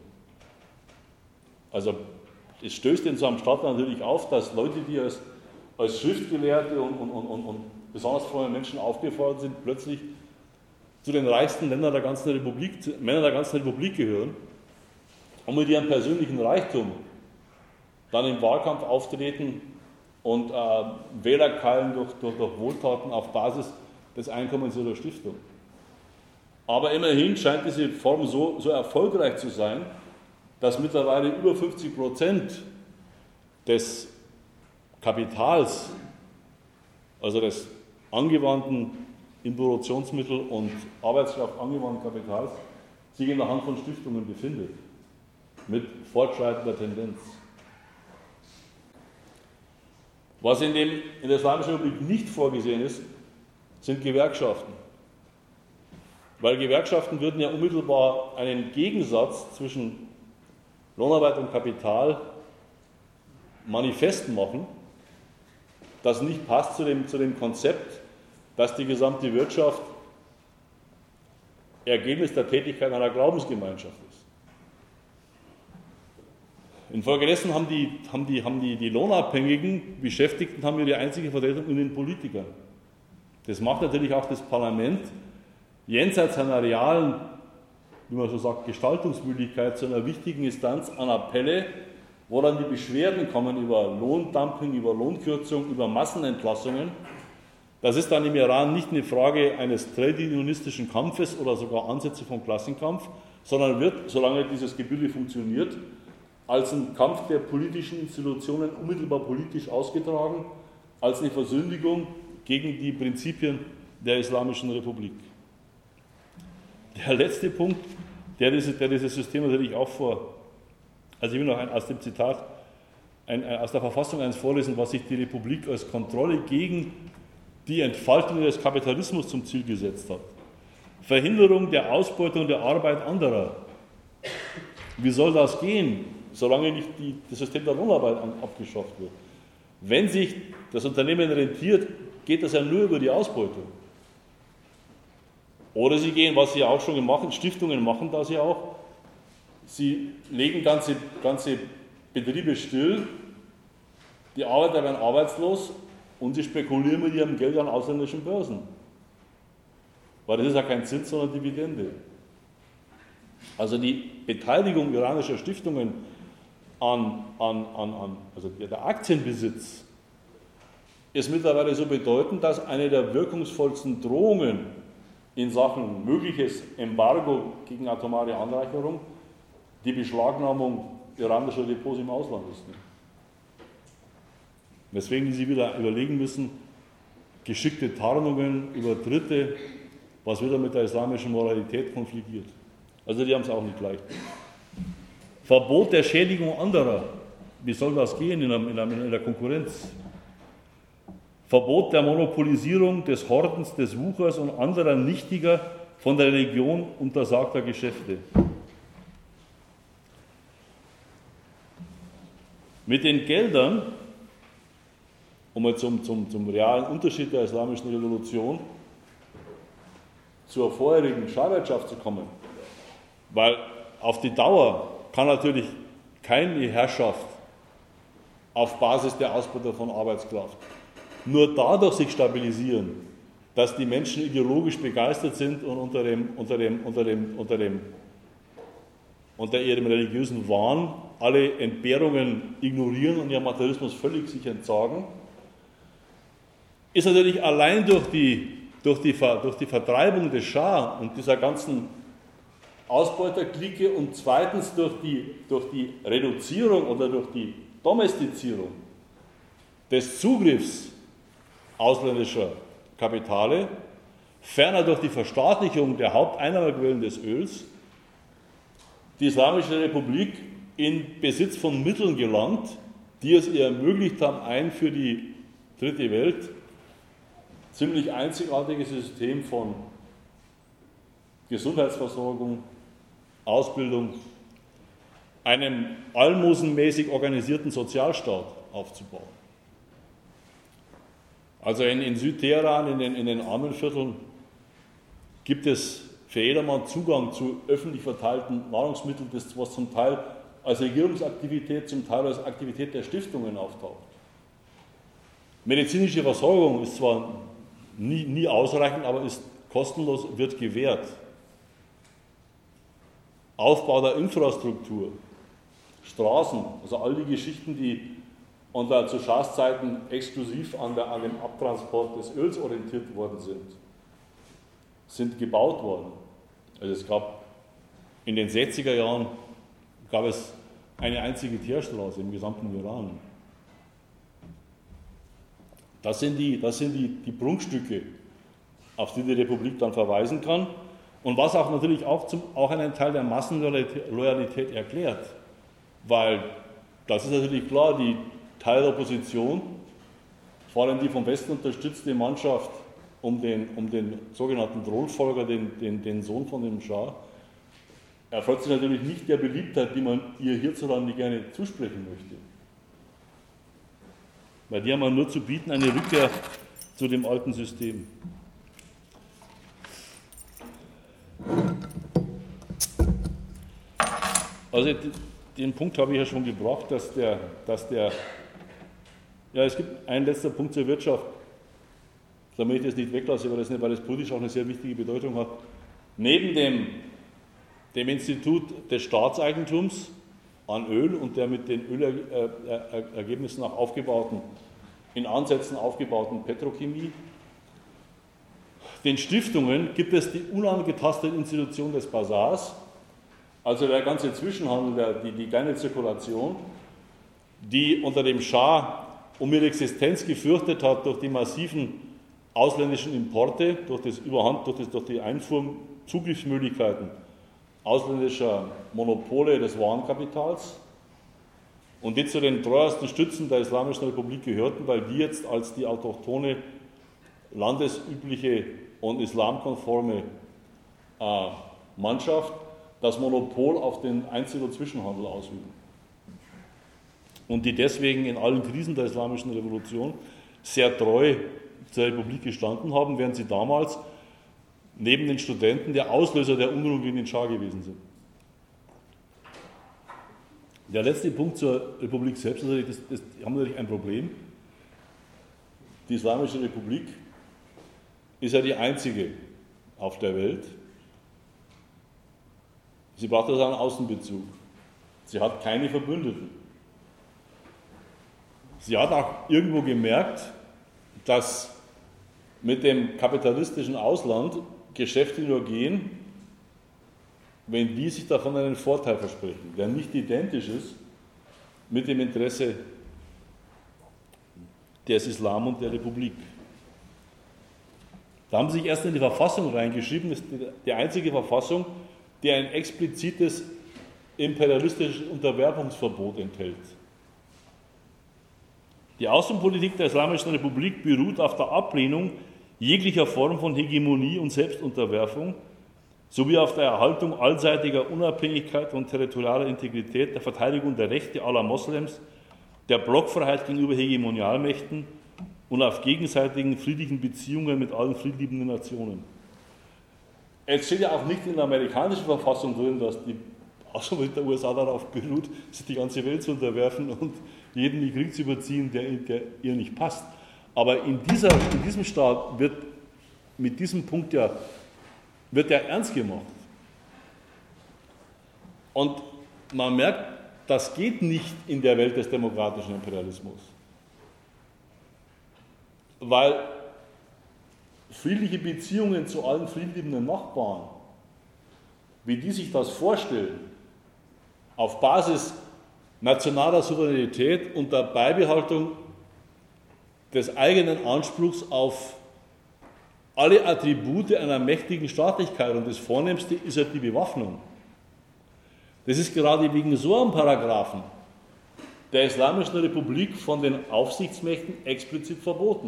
Also es stößt in so einem Staat natürlich auf, dass Leute, die als, als Schriftgelehrte und, und, und, und besonders fromme Menschen aufgefordert sind, plötzlich zu den reichsten Ländern der ganzen Republik, Männern der ganzen Republik gehören und mit ihrem persönlichen Reichtum dann im Wahlkampf auftreten und äh, Wähler keilen durch, durch, durch Wohltaten auf Basis des Einkommens ihrer Stiftung. Aber immerhin scheint diese Form so, so erfolgreich zu sein, dass mittlerweile über fünfzig Prozent des Kapitals, also des angewandten in Produktionsmittel und Arbeitskraft angewandten Kapitals, sich in der Hand von Stiftungen befindet, mit fortschreitender Tendenz. Was in, dem, in der Islamischen Republik nicht vorgesehen ist, sind Gewerkschaften. Weil Gewerkschaften würden ja unmittelbar einen Gegensatz zwischen Lohnarbeit und Kapital manifest machen, das nicht passt zu dem, zu dem Konzept, dass die gesamte Wirtschaft Ergebnis der Tätigkeit einer Glaubensgemeinschaft ist. Infolgedessen haben die, haben die, haben die, die lohnabhängigen Beschäftigten haben ihre einzige Vertretung in den Politikern. Das macht natürlich auch das Parlament jenseits einer realen, wie man so sagt, Gestaltungsmöglichkeit zu einer wichtigen Instanz an Appelle, wo dann die Beschwerden kommen über Lohndumping, über Lohnkürzung, über Massenentlassungen. Das ist dann im Iran nicht eine Frage eines trade-unionistischen Kampfes oder sogar Ansätze von Klassenkampf, sondern wird, solange dieses Gebilde funktioniert, als ein Kampf der politischen Institutionen unmittelbar politisch ausgetragen, als eine Versündigung gegen die Prinzipien der Islamischen Republik. Der letzte Punkt, der, diese, der dieses System natürlich auch vor, also ich will noch ein, aus dem Zitat, ein, ein, aus der Verfassung eins vorlesen, was sich die Republik als Kontrolle gegen die Entfaltung des Kapitalismus zum Ziel gesetzt hat. Verhinderung der Ausbeutung der Arbeit anderer. Wie soll das gehen, solange nicht die, das System der Lohnarbeit an, abgeschafft wird? Wenn sich das Unternehmen rentiert, geht das ja nur über die Ausbeutung. Oder sie gehen, was sie ja auch schon gemacht haben, Stiftungen machen das ja auch, sie legen ganze, ganze Betriebe still, die Arbeiter werden arbeitslos und sie spekulieren mit ihrem Geld an ausländischen Börsen. Weil das ist ja kein Zins, sondern Dividende. Also die Beteiligung iranischer Stiftungen an, an, an, an also der Aktienbesitz ist mittlerweile so bedeutend, dass eine der wirkungsvollsten Drohungen in Sachen mögliches Embargo gegen atomare Anreicherung die Beschlagnahmung iranischer Depots im Ausland ist. Weswegen sie wieder überlegen müssen, geschickte Tarnungen über Dritte, was wieder mit der islamischen Moralität konfligiert. Also die haben es auch nicht leicht. Verbot der Schädigung anderer. Wie soll das gehen in der, in der, in der Konkurrenz? Verbot der Monopolisierung, des Hortens, des Wuchers und anderer nichtiger, von der Religion untersagter Geschäfte. Mit den Geldern, um jetzt zum, zum, zum realen Unterschied der islamischen Revolution zur vorherigen Schahwirtschaft zu kommen, weil auf die Dauer kann natürlich keine Herrschaft auf Basis der Ausbeutung von Arbeitskraft nur dadurch sich stabilisieren, dass die Menschen ideologisch begeistert sind und unter, dem, unter, dem, unter, dem, unter, dem, unter ihrem religiösen Wahn alle Entbehrungen ignorieren und ihrem Materialismus völlig sich entsagen, ist natürlich allein durch die, durch die, durch die Vertreibung des Schah und dieser ganzen Ausbeuterklicke und zweitens durch die, durch die Reduzierung oder durch die Domestizierung des Zugriffs ausländischer Kapitale, ferner durch die Verstaatlichung der Haupteinnahmequellen des Öls, die Islamische Republik in Besitz von Mitteln gelangt, die es ihr ermöglicht haben, ein für die dritte Welt ziemlich einzigartiges System von Gesundheitsversorgung, Ausbildung, einem almosenmäßig organisierten Sozialstaat aufzubauen. Also in, in Südteheran, in den, in den armen Vierteln, gibt es für jedermann Zugang zu öffentlich verteilten Nahrungsmitteln, das was zum Teil als Regierungsaktivität, zum Teil als Aktivität der Stiftungen auftaucht. Medizinische Versorgung ist zwar nie, nie ausreichend, aber ist kostenlos, wird gewährt. Aufbau der Infrastruktur, Straßen, also all die Geschichten, die unter zu Schahszeiten exklusiv an, der, an dem Abtransport des Öls orientiert worden sind, sind gebaut worden. Also es gab in den sechziger Jahren gab es eine einzige Teerstraße im gesamten Iran. Das sind die, das sind die, die Prunkstücke, auf die die Republik dann verweisen kann und was auch natürlich auch, zum, auch einen Teil der Massenloyalität erklärt, weil das ist natürlich klar, die Teil der Opposition, vor allem die vom Westen unterstützte Mannschaft um den, um den sogenannten Thronfolger, den, den, den Sohn von dem Schah, erfreut sich natürlich nicht der Beliebtheit, die man ihr hierzulande gerne zusprechen möchte. weil die haben ja nur zu bieten eine Rückkehr zu dem alten System. Also den Punkt habe ich ja schon gebracht, dass der, dass der, ja, es gibt einen letzter Punkt zur Wirtschaft, damit ich das nicht weglasse, weil das, nicht, weil das politisch auch eine sehr wichtige Bedeutung hat. Neben dem, dem Institut des Staatseigentums an Öl und der mit den Ölergebnissen auch aufgebauten, in Ansätzen aufgebauten Petrochemie, den Stiftungen gibt es die unangetastete Institution des Basars, also der ganze Zwischenhandel, der, die, die kleine Zirkulation, die unter dem Schah um ihre Existenz gefürchtet hat durch die massiven ausländischen Importe, durch, das Überhand, durch, das, durch die Einfuhrzugriffsmöglichkeiten ausländischer Monopole des Warenkapitals und die zu den treuesten Stützen der Islamischen Republik gehörten, weil die jetzt als die autochthone, landesübliche und islamkonforme äh, Mannschaft das Monopol auf den Einzel- und Zwischenhandel ausüben. Und die deswegen in allen Krisen der Islamischen Revolution sehr treu zur Republik gestanden haben, während sie damals neben den Studenten der Auslöser der Unruhen gegen den Schah gewesen sind. Der letzte Punkt zur Republik selbst, also das, das haben wir natürlich ein Problem. Die Islamische Republik ist ja die einzige auf der Welt. Sie braucht also einen Außenbezug. Sie hat keine Verbündeten. Sie hat auch irgendwo gemerkt, dass mit dem kapitalistischen Ausland Geschäfte nur gehen, wenn die sich davon einen Vorteil versprechen, der nicht identisch ist mit dem Interesse des Islam und der Republik. Da haben sie sich erst in die Verfassung reingeschrieben, das ist die einzige Verfassung, die ein explizites imperialistisches Unterwerfungsverbot enthält. Die Außenpolitik der Islamischen Republik beruht auf der Ablehnung jeglicher Form von Hegemonie und Selbstunterwerfung sowie auf der Erhaltung allseitiger Unabhängigkeit und territorialer Integrität, der Verteidigung der Rechte aller Moslems, der Blockfreiheit gegenüber Hegemonialmächten und auf gegenseitigen friedlichen Beziehungen mit allen friedliebenden Nationen. Es steht ja auch nicht in der amerikanischen Verfassung drin, dass die Außenpolitik der U S A darauf beruht, sich die ganze Welt zu unterwerfen und jeden in den Krieg zu überziehen, der, der ihr nicht passt. Aber in, dieser, in diesem Staat wird mit diesem Punkt ja, wird ja ernst gemacht. Und man merkt, das geht nicht in der Welt des demokratischen Imperialismus. Weil friedliche Beziehungen zu allen friedliebenden Nachbarn, wie die sich das vorstellen, auf Basis nationaler Souveränität und der Beibehaltung des eigenen Anspruchs auf alle Attribute einer mächtigen Staatlichkeit, und das Vornehmste ist ja die Bewaffnung. Das ist gerade wegen so einem Paragraphen der Islamischen Republik von den Aufsichtsmächten explizit verboten.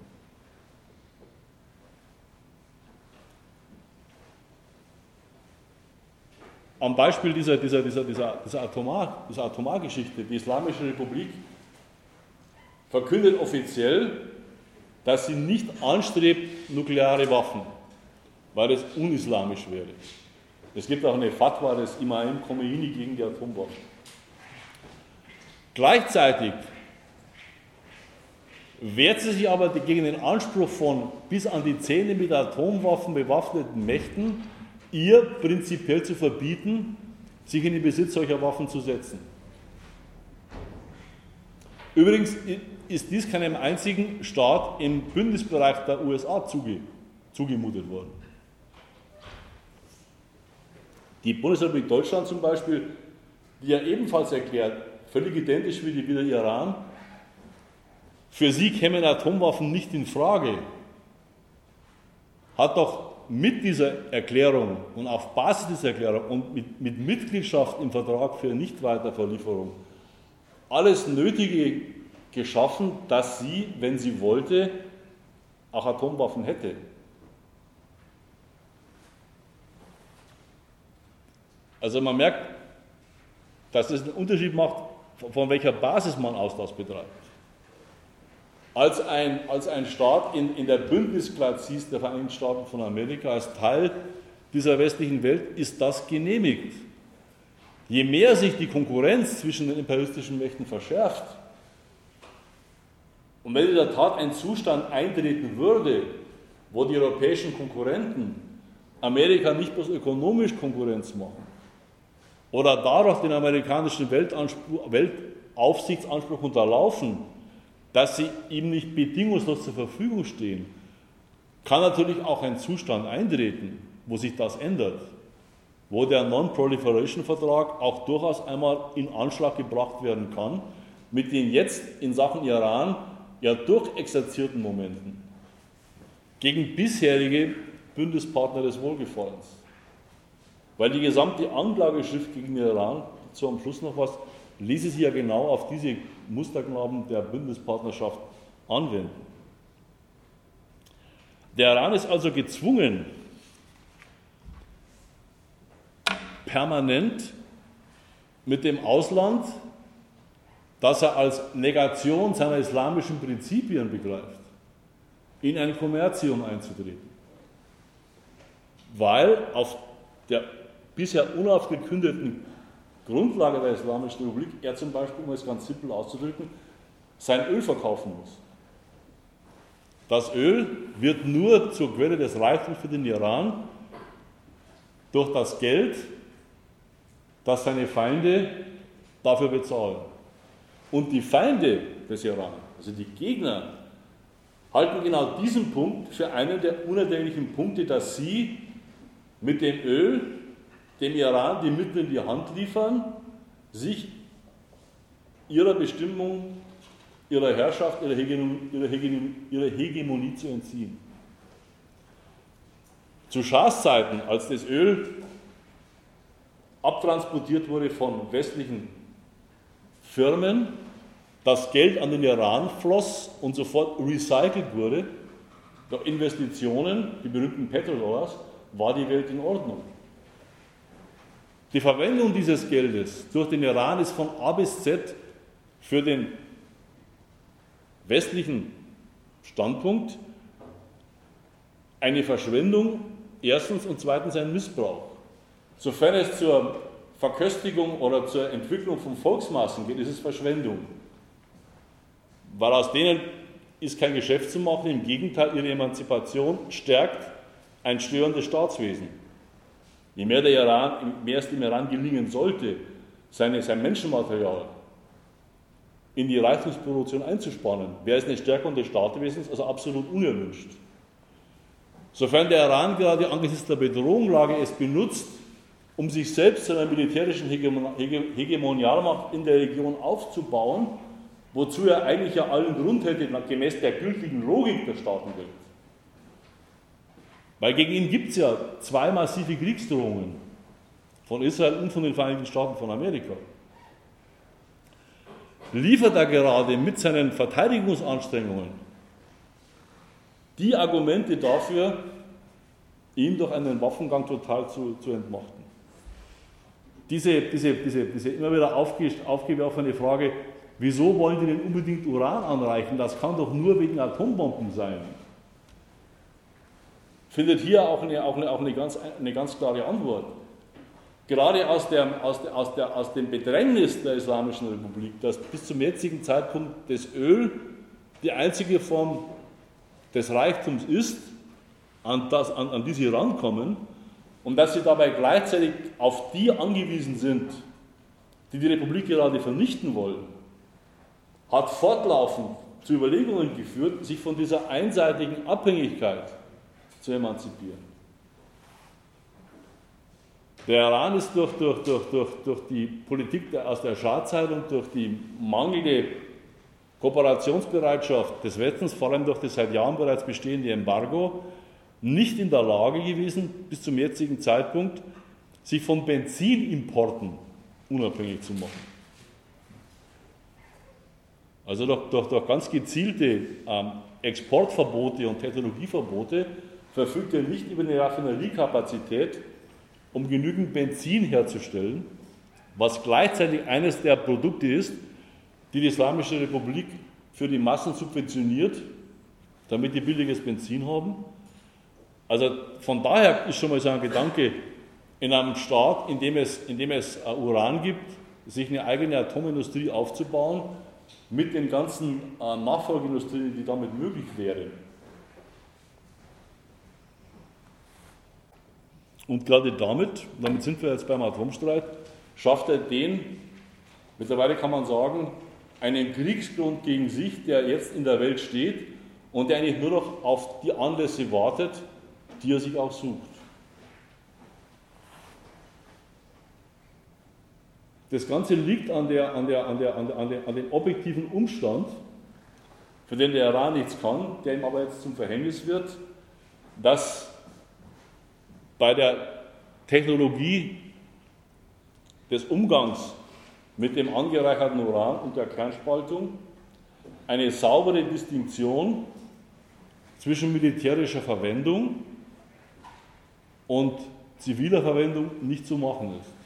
Am Beispiel dieser, dieser, dieser, dieser, dieser, Atomar, dieser Atomargeschichte, die Islamische Republik verkündet offiziell, dass sie nicht anstrebt, nukleare Waffen, weil das unislamisch wäre. Es gibt auch eine Fatwa des Imam Khomeini gegen die Atomwaffen. Gleichzeitig wehrt sie sich aber gegen den Anspruch von bis an die Zähne mit Atomwaffen bewaffneten Mächten, ihr prinzipiell zu verbieten, sich in den Besitz solcher Waffen zu setzen. Übrigens ist dies keinem einzigen Staat im Bündnisbereich der U S A zuge, zugemutet worden. Die Bundesrepublik Deutschland zum Beispiel, die ja ebenfalls erklärt, völlig identisch wie, die, wie der Iran, für sie kämen Atomwaffen nicht in Frage, hat doch mit dieser Erklärung und auf Basis dieser Erklärung und mit, mit Mitgliedschaft im Vertrag für Nichtweiterverlieferung alles Nötige geschaffen, dass sie, wenn sie wollte, auch Atomwaffen hätte. Also man merkt, dass es einen Unterschied macht, von welcher Basis man aus das betreibt. als ein, als ein Staat in, in der Bündnisglazies der Vereinigten Staaten von Amerika, als Teil dieser westlichen Welt, ist das genehmigt. Je mehr sich die Konkurrenz zwischen den imperialistischen Mächten verschärft, und wenn in der Tat ein Zustand eintreten würde, wo die europäischen Konkurrenten Amerika nicht bloß ökonomisch Konkurrenz machen oder dadurch den amerikanischen Weltaufsichtsanspruch unterlaufen, dass sie ihm nicht bedingungslos zur Verfügung stehen, kann natürlich auch ein Zustand eintreten, wo sich das ändert, wo der Non-Proliferation-Vertrag auch durchaus einmal in Anschlag gebracht werden kann, mit den jetzt in Sachen Iran ja durchexerzierten Momenten gegen bisherige Bündnispartner des Wohlgefallens. Weil die gesamte Anklageschrift gegen den Iran, so am Schluss noch was, ließe sich ja genau auf diese Musterknaben der Bündnispartnerschaft anwenden. Der Iran ist also gezwungen, permanent mit dem Ausland, das er als Negation seiner islamischen Prinzipien begreift, in ein Kommerzium einzutreten. Weil auf der bisher unaufgekündeten Grundlage der Islamischen Republik er zum Beispiel, um es ganz simpel auszudrücken, sein Öl verkaufen muss. Das Öl wird nur zur Quelle des Reichtums für den Iran durch das Geld, das seine Feinde dafür bezahlen. Und die Feinde des Iran, also die Gegner, halten genau diesen Punkt für einen der unerträglichen Punkte, dass sie mit dem Öl dem Iran die Mittel in die Hand liefern, sich ihrer Bestimmung, ihrer Herrschaft, ihrer Hegemonie, ihrer Hegemonie, ihrer Hegemonie zu entziehen. Zu Schahs Zeiten, als das Öl abtransportiert wurde von westlichen Firmen, das Geld an den Iran floss und sofort recycelt wurde, durch Investitionen, die berühmten Petrodollars, war die Welt in Ordnung. Die Verwendung dieses Geldes durch den Iran ist von A bis Z für den westlichen Standpunkt eine Verschwendung, erstens, und zweitens ein Missbrauch. Sofern es zur Verköstigung oder zur Entwicklung von Volksmassen geht, ist es Verschwendung. Weil aus denen ist kein Geschäft zu machen, im Gegenteil, ihre Emanzipation stärkt ein störendes Staatswesen. Je mehr, der Iran, je mehr es dem Iran gelingen sollte, seine, sein Menschenmaterial in die Reichtumsproduktion einzuspannen, wäre es eine Stärkung des Staatswesens, also absolut unerwünscht. Sofern der Iran gerade angesichts der Bedrohungslage es benutzt, um sich selbst zu einer militärischen Hegemonialmacht in der Region aufzubauen, wozu er eigentlich ja allen Grund hätte, gemäß der gültigen Logik der Staatenwelt. Weil gegen ihn gibt es ja zwei massive Kriegsdrohungen von Israel und von den Vereinigten Staaten von Amerika. Liefert er gerade mit seinen Verteidigungsanstrengungen die Argumente dafür, ihn durch einen Waffengang total zu, zu entmachten. Diese, diese, diese, diese immer wieder aufge, aufgeworfene Frage, wieso wollen die denn unbedingt Uran anreichen? Das kann doch nur wegen Atombomben sein. Findet hier auch eine, auch eine, auch eine, ganz, eine ganz klare Antwort. Gerade aus, der, aus, der, aus, der, aus dem Bedrängnis der Islamischen Republik, dass bis zum jetzigen Zeitpunkt das Öl die einzige Form des Reichtums ist, an, das, an, an die sie rankommen, und dass sie dabei gleichzeitig auf die angewiesen sind, die die Republik gerade vernichten wollen, hat fortlaufend zu Überlegungen geführt, sich von dieser einseitigen Abhängigkeit zu emanzipieren. Der Iran ist durch, durch, durch, durch, durch die Politik der, aus der Schah-Zeit und durch die mangelnde Kooperationsbereitschaft des Westens, vor allem durch das seit Jahren bereits bestehende Embargo, nicht in der Lage gewesen, bis zum jetzigen Zeitpunkt, sich von Benzinimporten unabhängig zu machen. Also durch, durch, durch ganz gezielte ähm, Exportverbote und Technologieverbote verfügt er nicht über eine Raffineriekapazität, um genügend Benzin herzustellen, was gleichzeitig eines der Produkte ist, die die Islamische Republik für die Massen subventioniert, damit die billiges Benzin haben. Also von daher ist schon mal so ein Gedanke, in einem Staat, in dem es, in dem es Uran gibt, sich eine eigene Atomindustrie aufzubauen, mit den ganzen Nachfolgeindustrien, die damit möglich wären. Und gerade damit, damit sind wir jetzt beim Atomstreit, schafft er den, mittlerweile kann man sagen, einen Kriegsgrund gegen sich, der jetzt in der Welt steht und der eigentlich nur noch auf die Anlässe wartet, die er sich auch sucht. Das Ganze liegt an, der, an, der, an, der, an, der, an, der, an dem objektiven Umstand, für den der Iran nichts kann, der ihm aber jetzt zum Verhängnis wird, dass bei der Technologie des Umgangs mit dem angereicherten Uran und der Kernspaltung eine saubere Distinktion zwischen militärischer Verwendung und ziviler Verwendung nicht zu machen ist.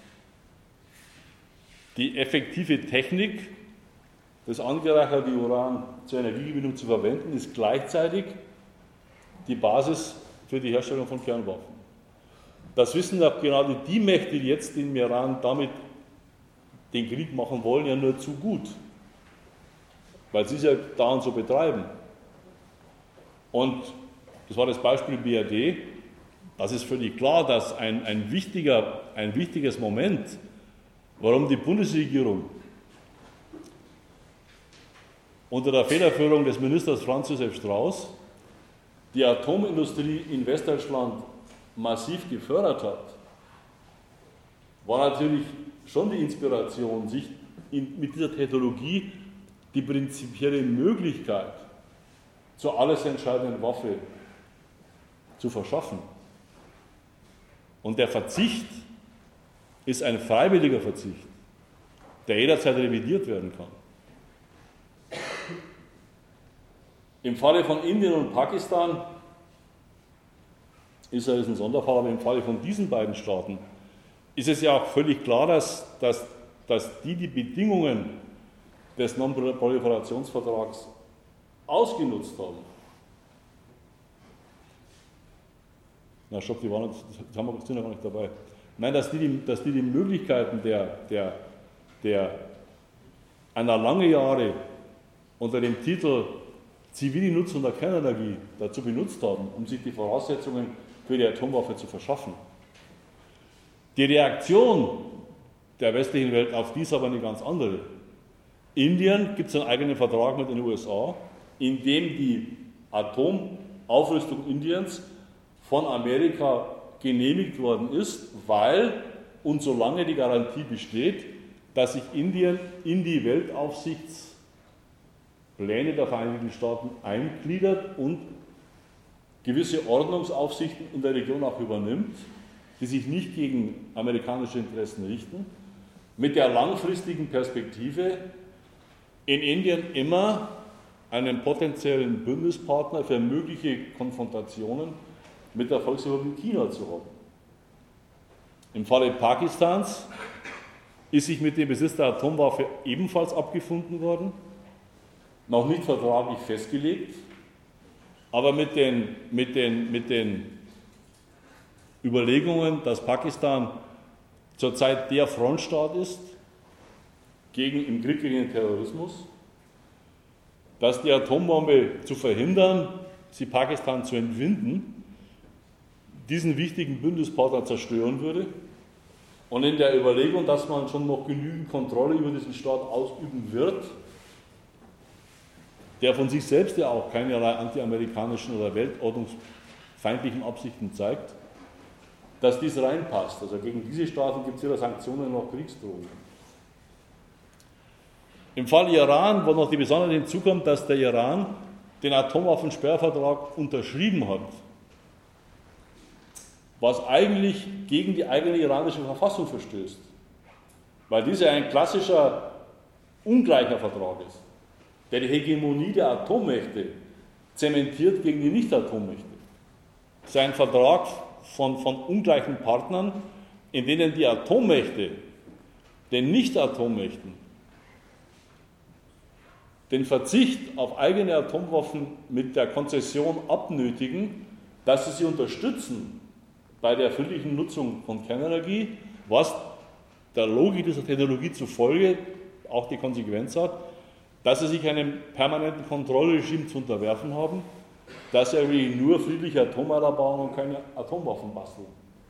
Die effektive Technik, das angereicherte Uran zur Energiegewinnung zu verwenden, ist gleichzeitig die Basis für die Herstellung von Kernwaffen. Das wissen auch gerade die Mächte, die jetzt im Iran damit den Krieg machen wollen, ja nur zu gut, weil sie es ja dauernd so betreiben. Und das war das Beispiel B R D. Das ist völlig klar, dass ein, ein, wichtiger, ein wichtiges Moment, warum die Bundesregierung unter der Federführung des Ministers Franz Josef Strauß die Atomindustrie in Westdeutschland massiv gefördert hat, war natürlich schon die Inspiration, sich in, mit dieser Technologie die prinzipielle Möglichkeit zur alles entscheidenden Waffe zu verschaffen. Und der Verzicht ist ein freiwilliger Verzicht, der jederzeit revidiert werden kann. Im Falle von Indien und Pakistan ist er ein Sonderfall, aber im Falle von diesen beiden Staaten ist es ja auch völlig klar, dass, dass, dass die die Bedingungen des Non-Proliferationsvertrags ausgenutzt haben. Na stopp, die, waren, die haben wir, sind ja gar nicht dabei. Nein, dass die, dass die die Möglichkeiten der, der, der einer lange Jahre unter dem Titel zivile Nutzung der Kernenergie dazu benutzt haben, um sich die Voraussetzungen für die Atomwaffe zu verschaffen. Die Reaktion der westlichen Welt auf dies aber eine ganz andere. Indien gibt es einen eigenen Vertrag mit den U S A, in dem die Atomaufrüstung Indiens von Amerika genehmigt worden ist, weil und solange die Garantie besteht, dass sich Indien in die Weltaufsichtspläne der Vereinigten Staaten eingliedert und gewisse Ordnungsaufsichten in der Region auch übernimmt, die sich nicht gegen amerikanische Interessen richten, mit der langfristigen Perspektive, in Indien immer einen potenziellen Bündnispartner für mögliche Konfrontationen mit der Volksrepublik China zu haben. Im Falle Pakistans ist sich mit dem Besitz der Atomwaffe ebenfalls abgefunden worden, noch nicht vertraglich festgelegt, aber mit den, mit den, mit den Überlegungen, dass Pakistan zurzeit der Frontstaat ist gegen, im Krieg gegen den Terrorismus, dass die Atombombe zu verhindern, sie Pakistan zu entwinden, diesen wichtigen Bündnispartner zerstören würde und in der Überlegung, dass man schon noch genügend Kontrolle über diesen Staat ausüben wird, der von sich selbst ja auch keinerlei antiamerikanischen oder weltordnungsfeindlichen Absichten zeigt, dass dies reinpasst. Also gegen diese Staaten gibt es weder Sanktionen noch Kriegsdrohungen. Im Fall Iran, wo noch die Besonderheit hinzukommt, dass der Iran den Atomwaffensperrvertrag unterschrieben hat, was eigentlich gegen die eigene iranische Verfassung verstößt, weil dieser ein klassischer ungleicher Vertrag ist, der die Hegemonie der Atommächte zementiert gegen die Nicht-Atommächte. Es ist ein Vertrag von, von ungleichen Partnern, in denen die Atommächte den Nicht-Atommächten den Verzicht auf eigene Atomwaffen mit der Konzession abnötigen, dass sie sie unterstützen bei der friedlichen Nutzung von Kernenergie, was der Logik dieser Technologie zufolge auch die Konsequenz hat, dass sie sich einem permanenten Kontrollregime zu unterwerfen haben, dass sie eigentlich nur friedliche Atommeiler bauen und keine Atomwaffen basteln.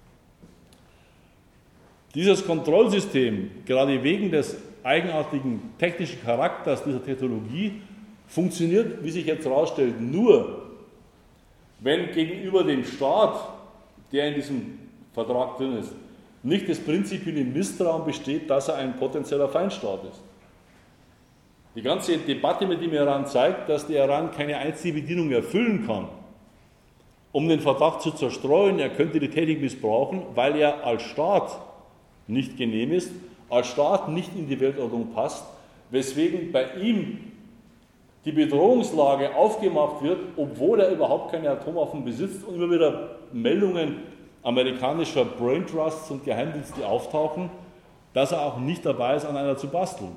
Dieses Kontrollsystem, gerade wegen des eigenartigen technischen Charakters dieser Technologie, funktioniert, wie sich jetzt herausstellt, nur, wenn gegenüber dem Staat, der in diesem Vertrag drin ist, nicht das prinzipielle Misstrauen besteht, dass er ein potenzieller Feindstaat ist. Die ganze Debatte mit dem Iran zeigt, dass der Iran keine einzige Bedingung erfüllen kann, um den Verdacht zu zerstreuen, er könnte die Technik missbrauchen, weil er als Staat nicht genehm ist, als Staat nicht in die Weltordnung passt, weswegen bei ihm die Bedrohungslage aufgemacht wird, obwohl er überhaupt keine Atomwaffen besitzt und immer wieder Meldungen amerikanischer Brain Trusts und Geheimdienste auftauchen, dass er auch nicht dabei ist, an einer zu basteln.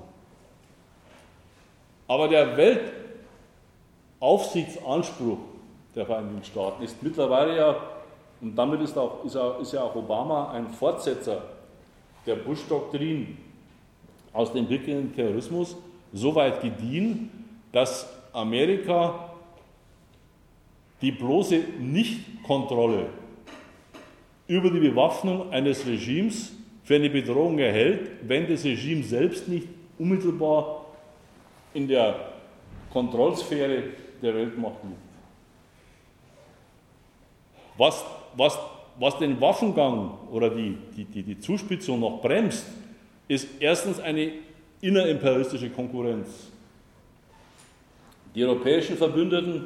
Aber der Weltaufsichtsanspruch der Vereinigten Staaten ist mittlerweile ja, und damit ist, auch, ist, auch, ist ja auch Obama ein Fortsetzer der Bush-Doktrin aus dem Blick in den Terrorismus, so weit gediehen, dass Amerika die bloße Nichtkontrolle über die Bewaffnung eines Regimes für eine Bedrohung erhält, wenn das Regime selbst nicht unmittelbar in der Kontrollsphäre der Weltmacht liegt. Was, was, was den Waffengang oder die, die, die, die Zuspitzung noch bremst, ist erstens eine innerimperialistische Konkurrenz. Die europäischen Verbündeten,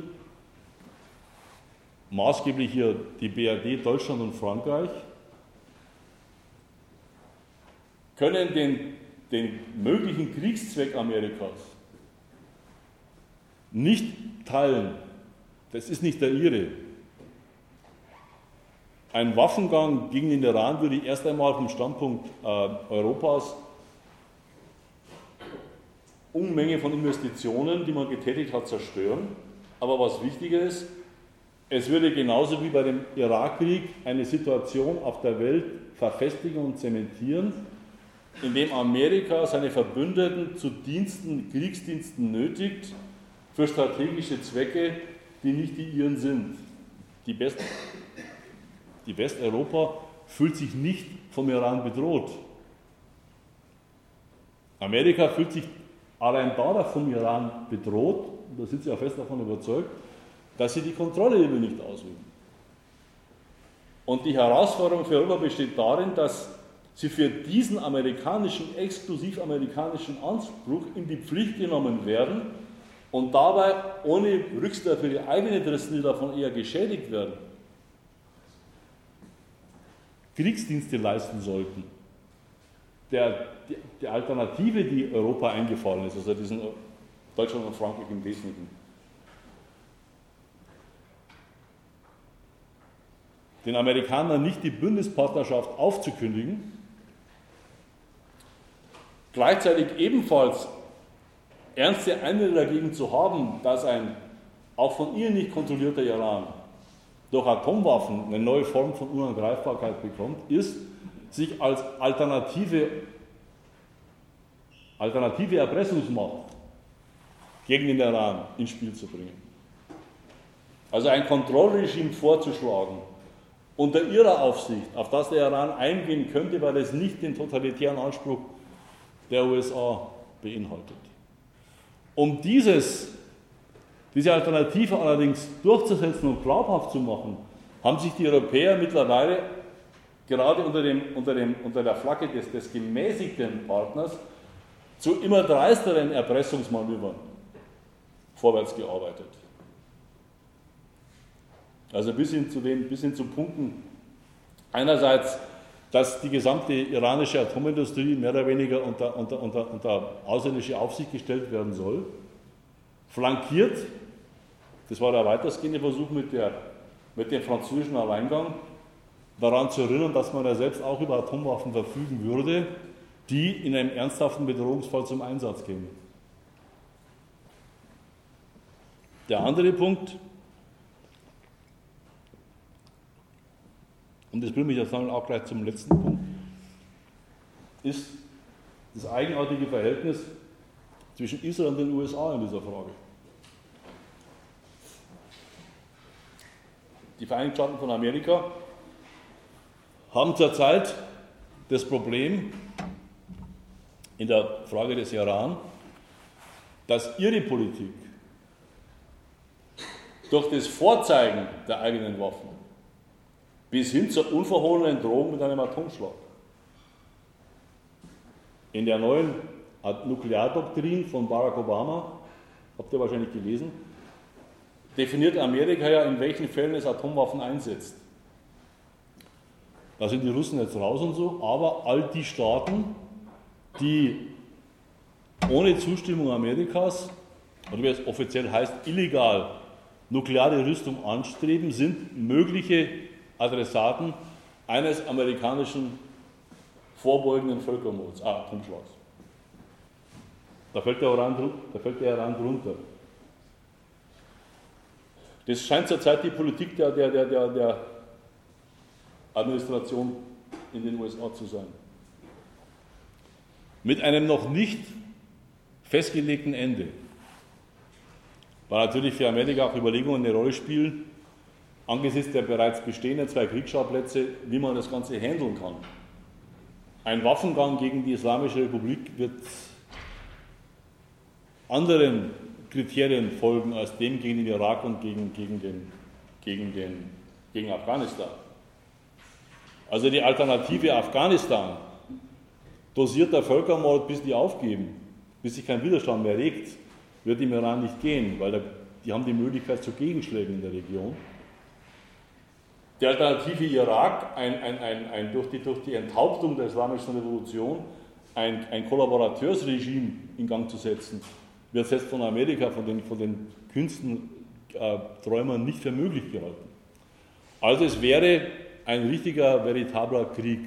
maßgeblich hier die B R D, Deutschland und Frankreich, können den, den möglichen Kriegszweck Amerikas nicht teilen. Das ist nicht der ihre. Ein Waffengang gegen den Iran würde ich erst einmal vom Standpunkt äh, Europas Unmenge von Investitionen, die man getätigt hat, zerstören. Aber was wichtiger ist, es würde genauso wie bei dem Irakkrieg eine Situation auf der Welt verfestigen und zementieren, indem Amerika seine Verbündeten zu Diensten, Kriegsdiensten nötigt, für strategische Zwecke, die nicht die ihren sind. Die, West, die Westeuropa fühlt sich nicht vom Iran bedroht. Amerika fühlt sich allein dadurch vom Iran bedroht, und da sind sie ja fest davon überzeugt, dass sie die Kontrolle über nicht ausüben. Und die Herausforderung für Europa besteht darin, dass sie für diesen amerikanischen, exklusiv amerikanischen Anspruch in die Pflicht genommen werden, und dabei ohne Rücksicht für die eigenen Interessen, die davon eher geschädigt werden, Kriegsdienste leisten sollten. Der, die, die Alternative, die Europa eingefallen ist, also diesen Deutschland und Frankreich im Wesentlichen, den Amerikanern nicht die Bündnispartnerschaft aufzukündigen, gleichzeitig ebenfalls ernste Einwände dagegen zu haben, dass ein auch von ihnen nicht kontrollierter Iran durch Atomwaffen eine neue Form von Unangreifbarkeit bekommt, ist, sich als alternative, alternative Erpressungsmacht gegen den Iran ins Spiel zu bringen. Also ein Kontrollregime vorzuschlagen unter ihrer Aufsicht, auf das der Iran eingehen könnte, weil es nicht den totalitären Anspruch der U S A beinhaltet. Um dieses, diese Alternative allerdings durchzusetzen und glaubhaft zu machen, haben sich die Europäer mittlerweile gerade unter, dem, unter, dem, unter der Flagge des, des gemäßigten Partners zu immer dreisteren Erpressungsmanövern vorwärts gearbeitet. Also bis hin zu den, bis hin zu Punkten, einerseits, dass die gesamte iranische Atomindustrie mehr oder weniger unter, unter, unter, unter ausländische Aufsicht gestellt werden soll, flankiert, das war der weitergehende Versuch mit, der, mit dem französischen Alleingang, daran zu erinnern, dass man ja selbst auch über Atomwaffen verfügen würde, die in einem ernsthaften Bedrohungsfall zum Einsatz kämen. Der andere Punkt, und das bringt mich jetzt dann auch gleich zum letzten Punkt, ist das eigenartige Verhältnis zwischen Israel und den U S A in dieser Frage. Die Vereinigten Staaten von Amerika haben zurzeit das Problem in der Frage des Iran, dass ihre Politik durch das Vorzeigen der eigenen Waffen bis hin zur unverhohlenen Drohung mit einem Atomschlag in der neuen Nukleardoktrin von Barack Obama, habt ihr wahrscheinlich gelesen, definiert Amerika ja, in welchen Fällen es Atomwaffen einsetzt. Da sind die Russen jetzt raus und so, aber all die Staaten, die ohne Zustimmung Amerikas, oder wie es offiziell heißt, illegal nukleare Rüstung anstreben, sind mögliche Adressaten eines amerikanischen vorbeugenden Völkermords, ah, Atomschlags. Da fällt der Iran, da fällt der Iran drunter. Das scheint zurzeit die Politik der, der, der, der, der Administration in den U S A zu sein. Mit einem noch nicht festgelegten Ende. Weil natürlich für Amerika auch Überlegungen eine Rolle spielen, angesichts der bereits bestehenden zwei Kriegsschauplätze, wie man das Ganze handeln kann. Ein Waffengang gegen die Islamische Republik wird anderen Kriterien folgen als dem gegen den Irak und gegen, gegen, den, gegen, den, gegen Afghanistan. Also die Alternative Afghanistan, dosierter Völkermord, bis die aufgeben, bis sich kein Widerstand mehr regt, wird im Iran nicht gehen, weil da, die haben die Möglichkeit zu Gegenschlägen in der Region. Die Alternative Irak, ein, ein, ein, ein, durch, die, durch die Enthauptung der Islamischen Revolution, ein, ein Kollaborateursregime in Gang zu setzen, wird selbst von Amerika, von den, von den Künstenträumern nicht für möglich gehalten. Also es wäre ein richtiger, veritabler Krieg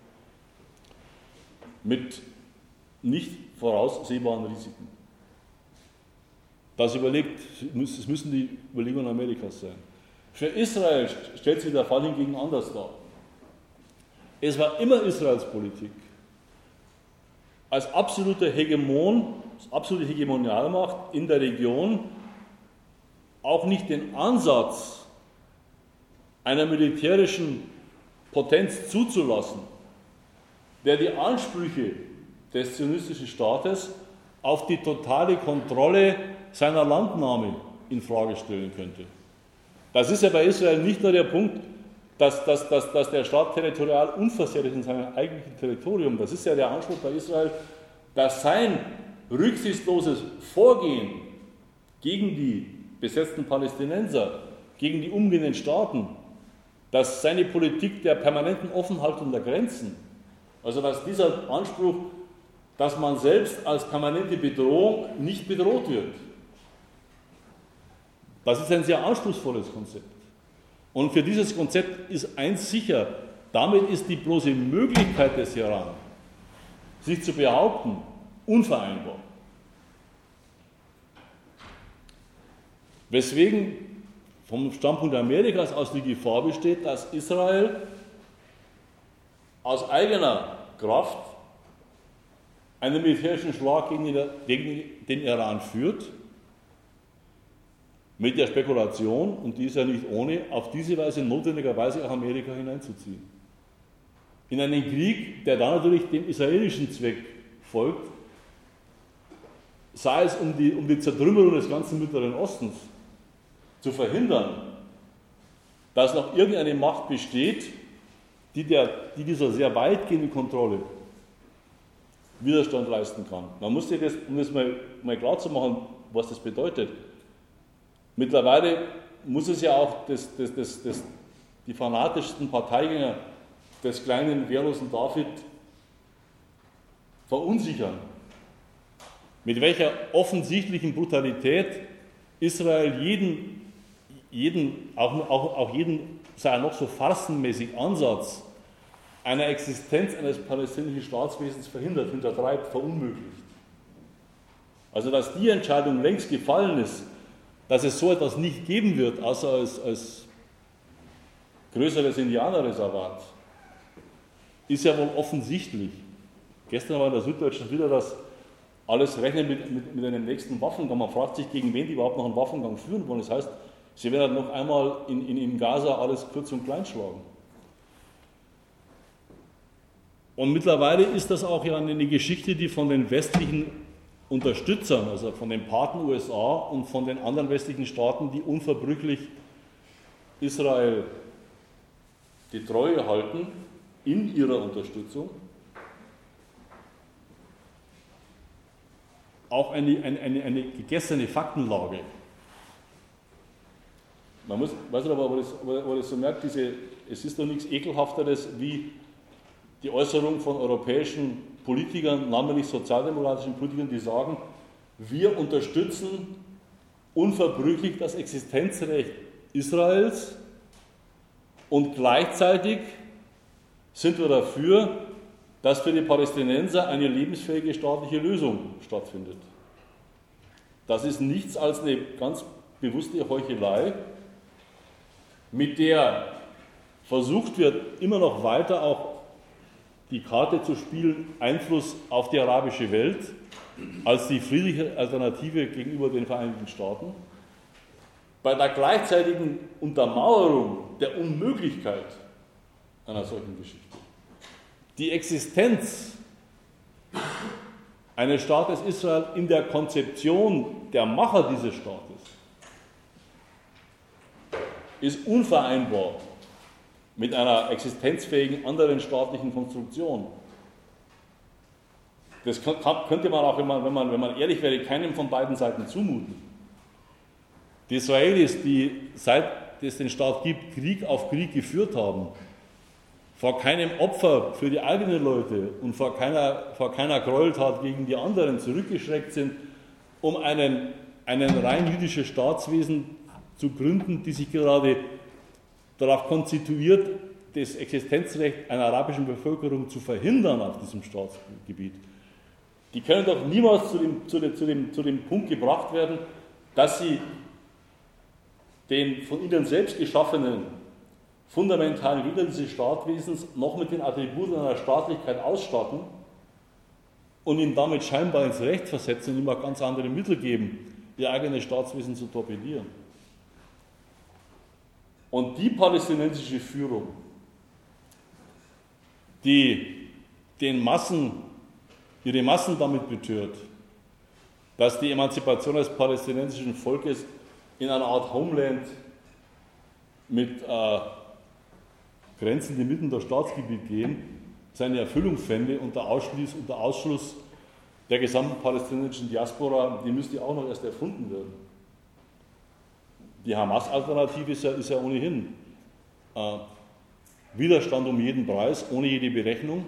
mit nicht voraussehbaren Risiken. Das überlegt, das müssen die Überlegungen Amerikas sein. Für Israel stellt sich der Fall hingegen anders dar. Es war immer Israels Politik, als absolute Hegemon, als absolute Hegemonialmacht in der Region auch nicht den Ansatz einer militärischen Potenz zuzulassen, der die Ansprüche des zionistischen Staates auf die totale Kontrolle seiner Landnahme in Frage stellen könnte. Das ist ja bei Israel nicht nur der Punkt, dass, dass, dass, dass der Staat territorial unversehrt ist in seinem eigentlichen Territorium. Das ist ja der Anspruch bei Israel, dass sein rücksichtsloses Vorgehen gegen die besetzten Palästinenser, gegen die umgehenden Staaten, dass seine Politik der permanenten Offenhaltung der Grenzen, also dass dieser Anspruch, dass man selbst als permanente Bedrohung nicht bedroht wird, das ist ein sehr anspruchsvolles Konzept. Und für dieses Konzept ist eins sicher, damit ist die bloße Möglichkeit des Iran, sich zu behaupten, unvereinbar. Weswegen vom Standpunkt Amerikas aus die Gefahr besteht, dass Israel aus eigener Kraft einen militärischen Schlag gegen den Iran führt, mit der Spekulation, und die ist ja nicht ohne, auf diese Weise notwendigerweise auch Amerika hineinzuziehen. In einen Krieg, der dann natürlich dem israelischen Zweck folgt, sei es um die, um die Zertrümmerung des ganzen Mittleren Ostens zu verhindern, dass noch irgendeine Macht besteht, die, der, die dieser sehr weitgehenden Kontrolle Widerstand leisten kann. Man muss sich das, um das mal, mal klar zu machen, was das bedeutet. Mittlerweile muss es ja auch das, das, das, das, die fanatischsten Parteigänger des kleinen, wehrlosen David verunsichern, mit welcher offensichtlichen Brutalität Israel jeden, jeden auch, auch, auch jeden, sei er noch so farcenmäßig, Ansatz einer Existenz eines palästinensischen Staatswesens verhindert, hintertreibt, verunmöglicht. Also dass die Entscheidung längst gefallen ist, dass es so etwas nicht geben wird, außer als, als größeres Indianerreservat, ist ja wohl offensichtlich. Gestern war in der Süddeutschen wieder das alles rechnen mit, mit, mit einem nächsten Waffengang. Man fragt sich, gegen wen die überhaupt noch einen Waffengang führen wollen. Das heißt, sie werden noch einmal in, in, in Gaza alles kurz und klein schlagen. Und mittlerweile ist das auch ja eine Geschichte, die von den westlichen Unterstützern, also von den Paten U S A und von den anderen westlichen Staaten, die unverbrüchlich Israel die Treue halten, in ihrer Unterstützung, auch eine, eine, eine, eine gegessene Faktenlage. Man muss, weiß nicht, ob man das, ob man das so merkt, diese, es ist doch nichts Ekelhafteres wie die Äußerung von europäischen Politikern, namentlich sozialdemokratischen Politikern, die sagen, wir unterstützen unverbrüchlich das Existenzrecht Israels und gleichzeitig sind wir dafür, dass für die Palästinenser eine lebensfähige staatliche Lösung stattfindet. Das ist nichts als eine ganz bewusste Heuchelei, mit der versucht wird, immer noch weiter auch die Karte zu spielen, Einfluss auf die arabische Welt als die friedliche Alternative gegenüber den Vereinigten Staaten, bei der gleichzeitigen Untermauerung der Unmöglichkeit einer solchen Geschichte. Die Existenz eines Staates Israel in der Konzeption der Macher dieses Staates ist unvereinbar mit einer existenzfähigen anderen staatlichen Konstruktion. Das könnte man auch, wenn man, wenn man, wenn man ehrlich wäre, keinem von beiden Seiten zumuten. Die Israelis, die seit es den Staat gibt, Krieg auf Krieg geführt haben, vor keinem Opfer für die eigenen Leute und vor keiner, vor keiner Gräueltat gegen die anderen zurückgeschreckt sind, um einen, einen rein jüdisches Staatswesen zu gründen, die sich gerade darauf konstituiert, das Existenzrecht einer arabischen Bevölkerung zu verhindern auf diesem Staatsgebiet. Die können doch niemals zu dem, zu dem, zu dem, zu dem Punkt gebracht werden, dass sie den von ihnen selbst geschaffenen fundamentalen Glieder dieses Staatwesens noch mit den Attributen einer Staatlichkeit ausstatten und ihn damit scheinbar ins Recht versetzen und ihm auch ganz andere Mittel geben, ihr eigenes Staatswesen zu torpedieren. Und die palästinensische Führung, die den Massen, ihre Massen damit betört, dass die Emanzipation des palästinensischen Volkes in einer Art Homeland mit äh, Grenzen, die mitten durch Staatsgebiet gehen, seine Erfüllung fände unter Ausschluss, unter Ausschluss der gesamten palästinensischen Diaspora, die müsste auch noch erst erfunden werden. Die Hamas-Alternative ist ja, ist ja ohnehin äh, Widerstand um jeden Preis, ohne jede Berechnung,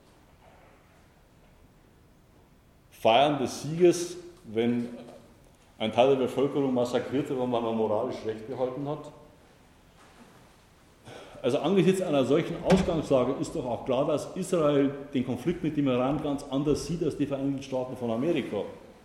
Feiern des Sieges, wenn ein Teil der Bevölkerung massakriert wird, weil man moralisch Recht behalten hat. Also angesichts einer solchen Ausgangslage ist doch auch klar, dass Israel den Konflikt mit dem Iran ganz anders sieht als die Vereinigten Staaten von Amerika.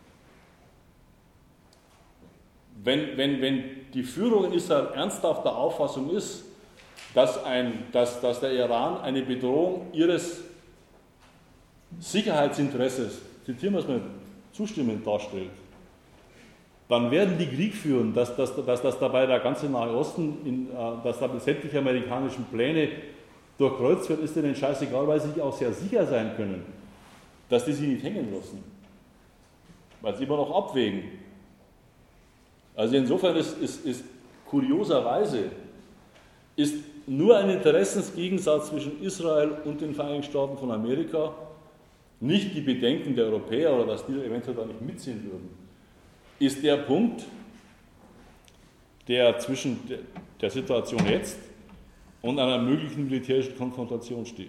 Wenn, wenn, wenn die Führung in Israel ernsthaft der Auffassung ist, dass, ein, dass, dass der Iran eine Bedrohung ihres Sicherheitsinteresses, zitieren wir es mal, zustimmend darstellt, dann werden die Krieg führen, dass, dass, dass, dass dabei der ganze Nahe Osten, in, dass da sämtliche amerikanischen Pläne durchkreuzt wird, ist denen scheißegal, weil sie sich auch sehr sicher sein können, dass die sie nicht hängen lassen, weil sie immer noch abwägen. Also insofern ist, ist, ist kurioserweise ist nur ein Interessensgegensatz zwischen Israel und den Vereinigten Staaten von Amerika, nicht die Bedenken der Europäer oder dass die eventuell da nicht mitziehen würden, ist der Punkt, der zwischen der Situation jetzt und einer möglichen militärischen Konfrontation steht.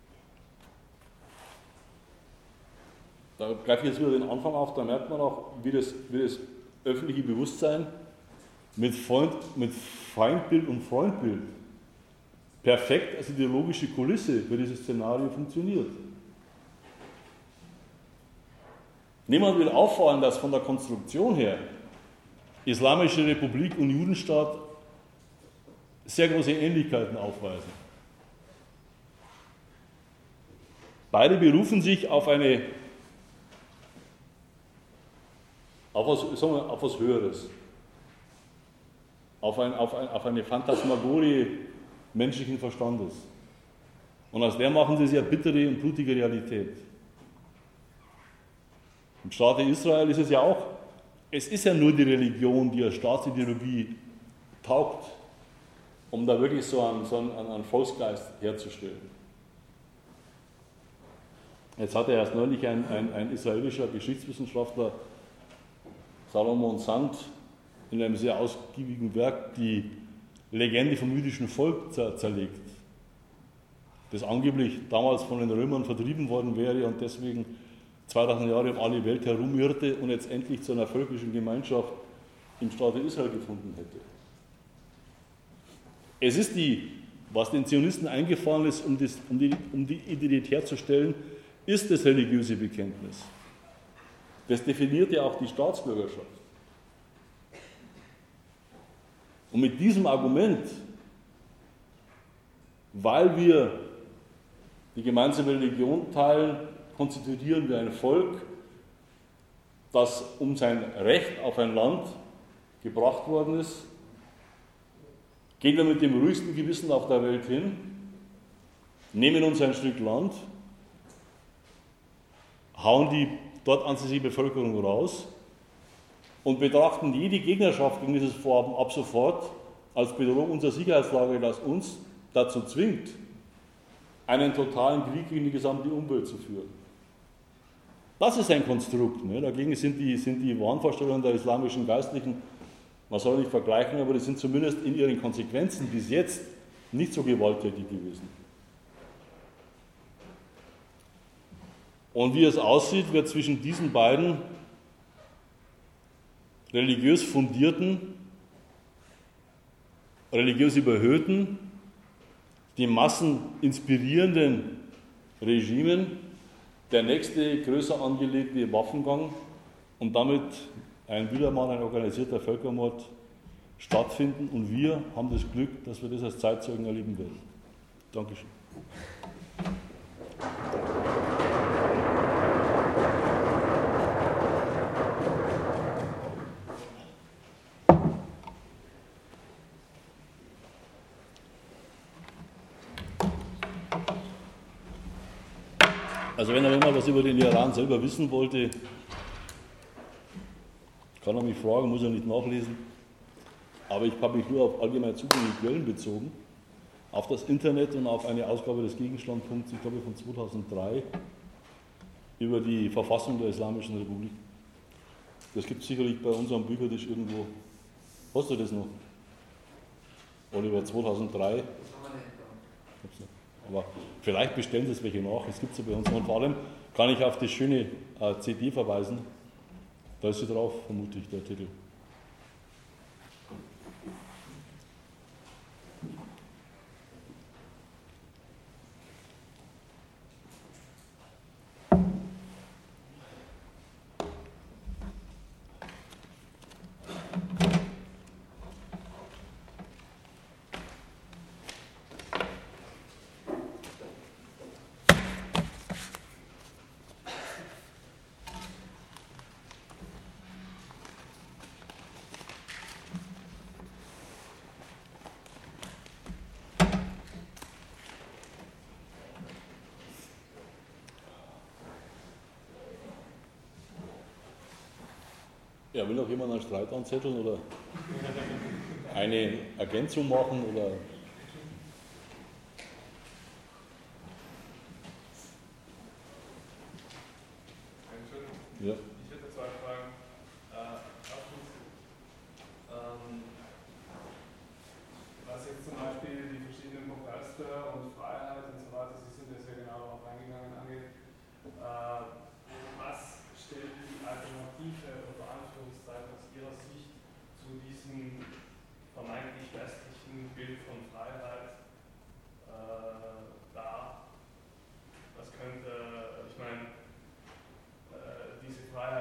Da greife ich jetzt wieder den Anfang auf, da merkt man auch, wie das, wie das öffentliche Bewusstsein mit, Freund, mit Feindbild und Freundbild perfekt als ideologische Kulisse für dieses Szenario funktioniert. Niemand will auffallen, dass von der Konstruktion her Islamische Republik und Judenstaat sehr große Ähnlichkeiten aufweisen. Beide berufen sich auf eine, auf was, sagen wir, auf was Höheres, auf, ein, auf, ein, auf eine Phantasmagorie menschlichen Verstandes. Und aus der machen sie sehr bittere und blutige Realität. Im Staate Israel ist es ja auch, es ist ja nur die Religion, die als Staatsideologie taugt, um da wirklich so einen, so einen, einen Volksgeist herzustellen. Jetzt hatte erst neulich ein, ein, ein israelischer Geschichtswissenschaftler, Salomon Sand, in einem sehr ausgiebigen Werk die Legende vom jüdischen Volk zer zerlegt, das angeblich damals von den Römern vertrieben worden wäre und deswegen zweitausend Jahre um alle Welt herumirrte und jetzt endlich zu einer völkischen Gemeinschaft im Staate Israel gefunden hätte. Es ist die, was den Zionisten eingefahren ist, um, das, um, die, um die Identität herzustellen, ist das religiöse Bekenntnis. Das definiert ja auch die Staatsbürgerschaft. Und mit diesem Argument, weil wir die gemeinsame Religion teilen, konstituieren wir ein Volk, das um sein Recht auf ein Land gebracht worden ist, gehen wir mit dem ruhigsten Gewissen auf der Welt hin, nehmen uns ein Stück Land, hauen die dort ansässige Bevölkerung raus und betrachten jede Gegnerschaft gegen dieses Vorhaben ab sofort als Bedrohung unserer Sicherheitslage, das uns dazu zwingt, einen totalen Krieg gegen die gesamte Umwelt zu führen. Das ist ein Konstrukt. Ne? Dagegen sind die, sind die Wahnvorstellungen der islamischen Geistlichen, man soll nicht vergleichen, aber die sind zumindest in ihren Konsequenzen bis jetzt nicht so gewalttätig gewesen. Und wie es aussieht, wird zwischen diesen beiden religiös fundierten, religiös überhöhten, die Massen inspirierenden Regimen der nächste größer angelegte Waffengang und damit ein wieder mal ein organisierter Völkermord stattfinden. Und wir haben das Glück, dass wir das als Zeitzeugen erleben werden. Dankeschön. Also wenn er immer was über den Iran selber wissen wollte, kann er mich fragen, muss er nicht nachlesen. Aber ich habe mich nur auf allgemein zugängliche Quellen bezogen, auf das Internet und auf eine Ausgabe des Gegenstandpunkts, ich glaube von zweitausenddrei, über die Verfassung der Islamischen Republik. Das gibt es sicherlich bei uns am Büchertisch irgendwo. Hast du das noch? Oliver, zweitausenddrei? Aber vielleicht bestellen Sie es welche nach, es gibt es ja bei uns. Und vor allem kann ich auf das schöne äh, C D verweisen. Da ist sie drauf, vermute ich, der Titel. Ja, will noch jemand einen Streit anzetteln oder eine Ergänzung machen? Oder? Ja. Ich hätte zwei Fragen. Äh, erstens, ähm, was jetzt zum Beispiel die verschiedenen Proteste und Freiheit und so weiter, Sie sind ja sehr genau darauf eingegangen, angeht, äh, was stellt die Alternative unter Anführungszeichen aus Ihrer Sicht zu diesem vermeintlich westlichen Bild von Freiheit äh, dar? Was könnte, ich meine, diese Freiheit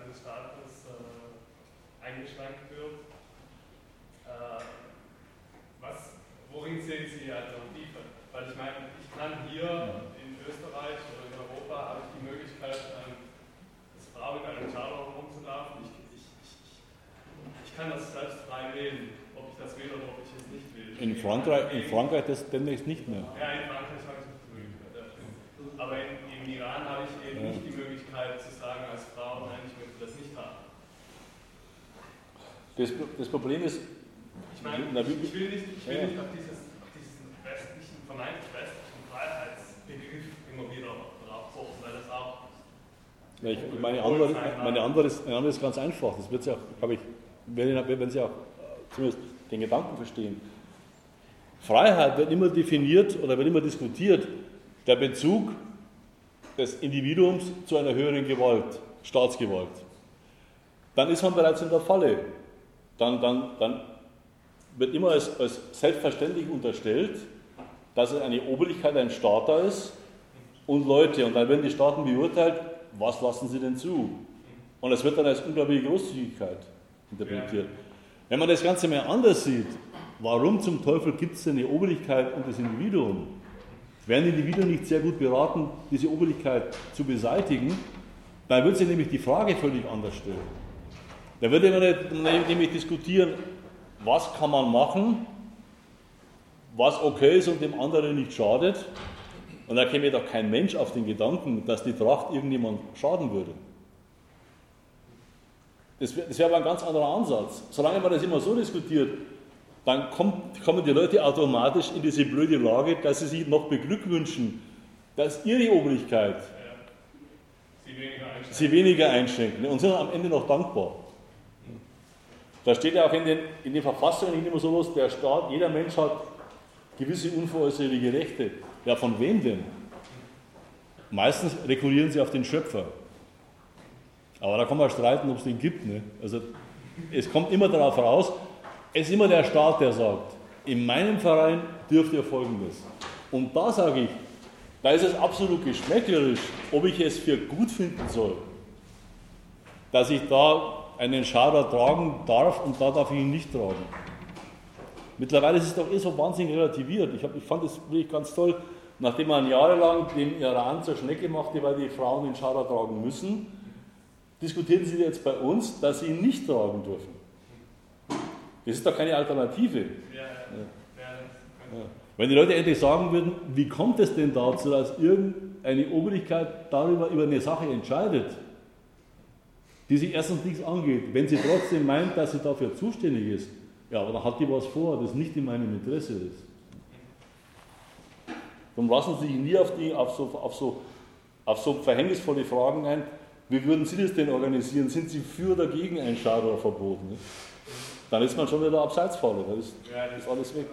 des Staates äh, eingeschränkt wird. Äh, was, worin sehen Sie die Alternative? Weil ich meine, ich kann hier in Österreich oder in Europa habe ich die Möglichkeit, ähm, als Frau mit einem Charter rumzulaufen. Ich, ich, ich, ich kann das selbst frei wählen, ob ich das will oder ob ich es nicht will. In Frankreich, in Frankreich das demnächst nicht mehr. Ja, in Frankreich habe ich nicht die Möglichkeit, das stimmt. Aber in, im Iran habe ich eben ja. nicht die Möglichkeit zu sagen als Frau, nein, ich möchte das nicht haben. Das, das Problem ist, ich meine, na, ich, ich will nicht, ich will ja. nicht auf, dieses, auf diesen westlichen, vermeintlich westlichen Freiheitsbegriff immer wieder drauf pochen, weil das auch. Ja, ich, meine, Antwort, meine Antwort ist, meine Antwort ist ganz einfach. Das wird Sie auch, glaube ich, wenn Sie auch zumindest den Gedanken verstehen. Freiheit wird immer definiert oder wird immer diskutiert, der Bezug des Individuums zu einer höheren Gewalt, Staatsgewalt. Dann ist man bereits in der Falle. Dann, dann, dann wird immer als, als selbstverständlich unterstellt, dass es eine Obrigkeit, ein Staat da ist und Leute. Und dann werden die Staaten beurteilt, was lassen sie denn zu? Und es wird dann als unglaubliche Großzügigkeit interpretiert. Wenn man das Ganze mal anders sieht, warum zum Teufel gibt es denn eine Obrigkeit und das Individuum? Wären die Individuen nicht sehr gut beraten, diese Obrigkeit zu beseitigen, dann würde sich nämlich die Frage völlig anders stellen. Da würde man nämlich diskutieren, was kann man machen, was okay ist und dem anderen nicht schadet. Und da käme doch kein Mensch auf den Gedanken, dass die Tracht irgendjemand schaden würde. Das wäre wär aber ein ganz anderer Ansatz. Solange man das immer so diskutiert, dann kommt, kommen die Leute automatisch in diese blöde Lage, dass sie sich noch beglückwünschen, dass ihre Obrigkeit ja, sie, weniger sie weniger einschränken und sind am Ende noch dankbar. Da steht ja auch in den, in den Verfassungen nicht immer so los, der Staat, jeder Mensch hat gewisse unveräußerliche Rechte. Ja, von wem denn? Meistens rekurrieren sie auf den Schöpfer. Aber da kann man streiten, ob es den gibt. Ne? Also es kommt immer darauf raus, es ist immer der Staat, der sagt, in meinem Verein dürft ihr Folgendes. Und da sage ich, da ist es absolut geschmäcklerisch, ob ich es für gut finden soll, dass ich da einen Schader tragen darf und da darf ich ihn nicht tragen. Mittlerweile ist es doch eh so wahnsinnig relativiert. Ich, hab, ich fand das wirklich ganz toll, nachdem man jahrelang den Iran zur Schnecke machte, weil die Frauen den Schader tragen müssen, diskutieren sie jetzt bei uns, dass sie ihn nicht tragen dürfen. Das ist doch keine Alternative. Ja, ja. Ja. Wenn die Leute endlich sagen würden, wie kommt es denn dazu, dass irgendeine Obrigkeit darüber über eine Sache entscheidet, die sich erstens nichts angeht, wenn sie trotzdem meint, dass sie dafür zuständig ist, ja, aber dann hat die was vor, das nicht in meinem Interesse ist. Darum lassen Sie sich nie auf, die, auf, so, auf, so, auf so verhängnisvolle Fragen ein. Wie würden Sie das denn organisieren? Sind Sie für oder gegen ein Schaderverbot? Ne? Dann ist man schon wieder Abseitsfalle, da ist, ist alles weg.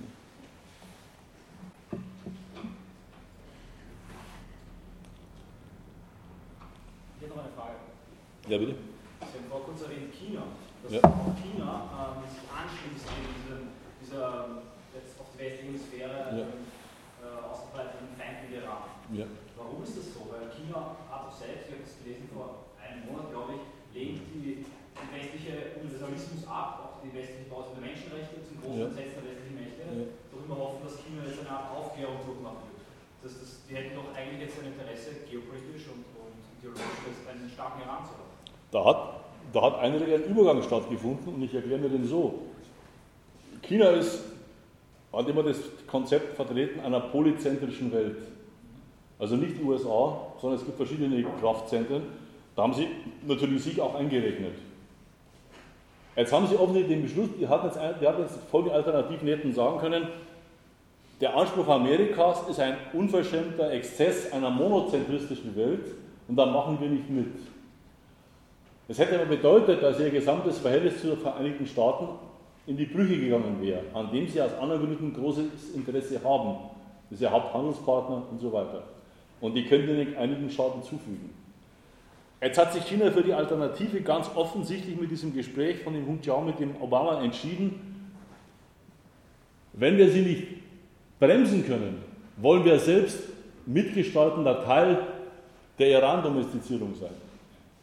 Ich habe noch eine Frage. Ja, bitte. Sie haben vor kurzem erwähnt China. Dass ja. auch China ähm, sich anschließt in diese, dieser jetzt auf die westliche Hemisphäre ja. äh, ausgebreiteten Feind wie Iran. Ja. Warum ist das so? Weil China hat auch selbst, ich habe es gelesen vor einem Monat, glaube ich, lehnt die, die westliche Universalismus ab, auch die westliche Basis der Menschenrechte zum großen ja. Setzen der westlichen Mächte, ja. doch immer hoffen, dass China jetzt eine Art Aufklärung durchmachen wird. Das, das, die hätten doch eigentlich jetzt ein Interesse, geopolitisch und, und ideologisch einen starken Iran zu haben. Da hat, da hat eindeutig ein Übergang stattgefunden und ich erkläre mir den so. China ist, hat immer das Konzept vertreten einer polyzentrischen Welt. Also nicht die U S A, sondern es gibt verschiedene Kraftzentren. Da haben sie natürlich sich auch eingerechnet. Jetzt haben sie offensichtlich den Beschluss, die hatten jetzt, die hatten jetzt folgende Alternativen, hätten sagen können, der Anspruch Amerikas ist ein unverschämter Exzess einer monozentristischen Welt und da machen wir nicht mit. Das hätte aber bedeutet, dass ihr gesamtes Verhältnis zu den Vereinigten Staaten in die Brüche gegangen wäre, an dem sie aus anderen Gründen großes Interesse haben. Das ist ihr Haupthandelspartner und so weiter. Und die können den einigen Staaten zufügen. Jetzt hat sich China für die Alternative ganz offensichtlich mit diesem Gespräch von dem Hu Jintao mit dem Obama entschieden. Wenn wir sie nicht bremsen können, wollen wir selbst mitgestaltender Teil der Iran-Domestizierung sein.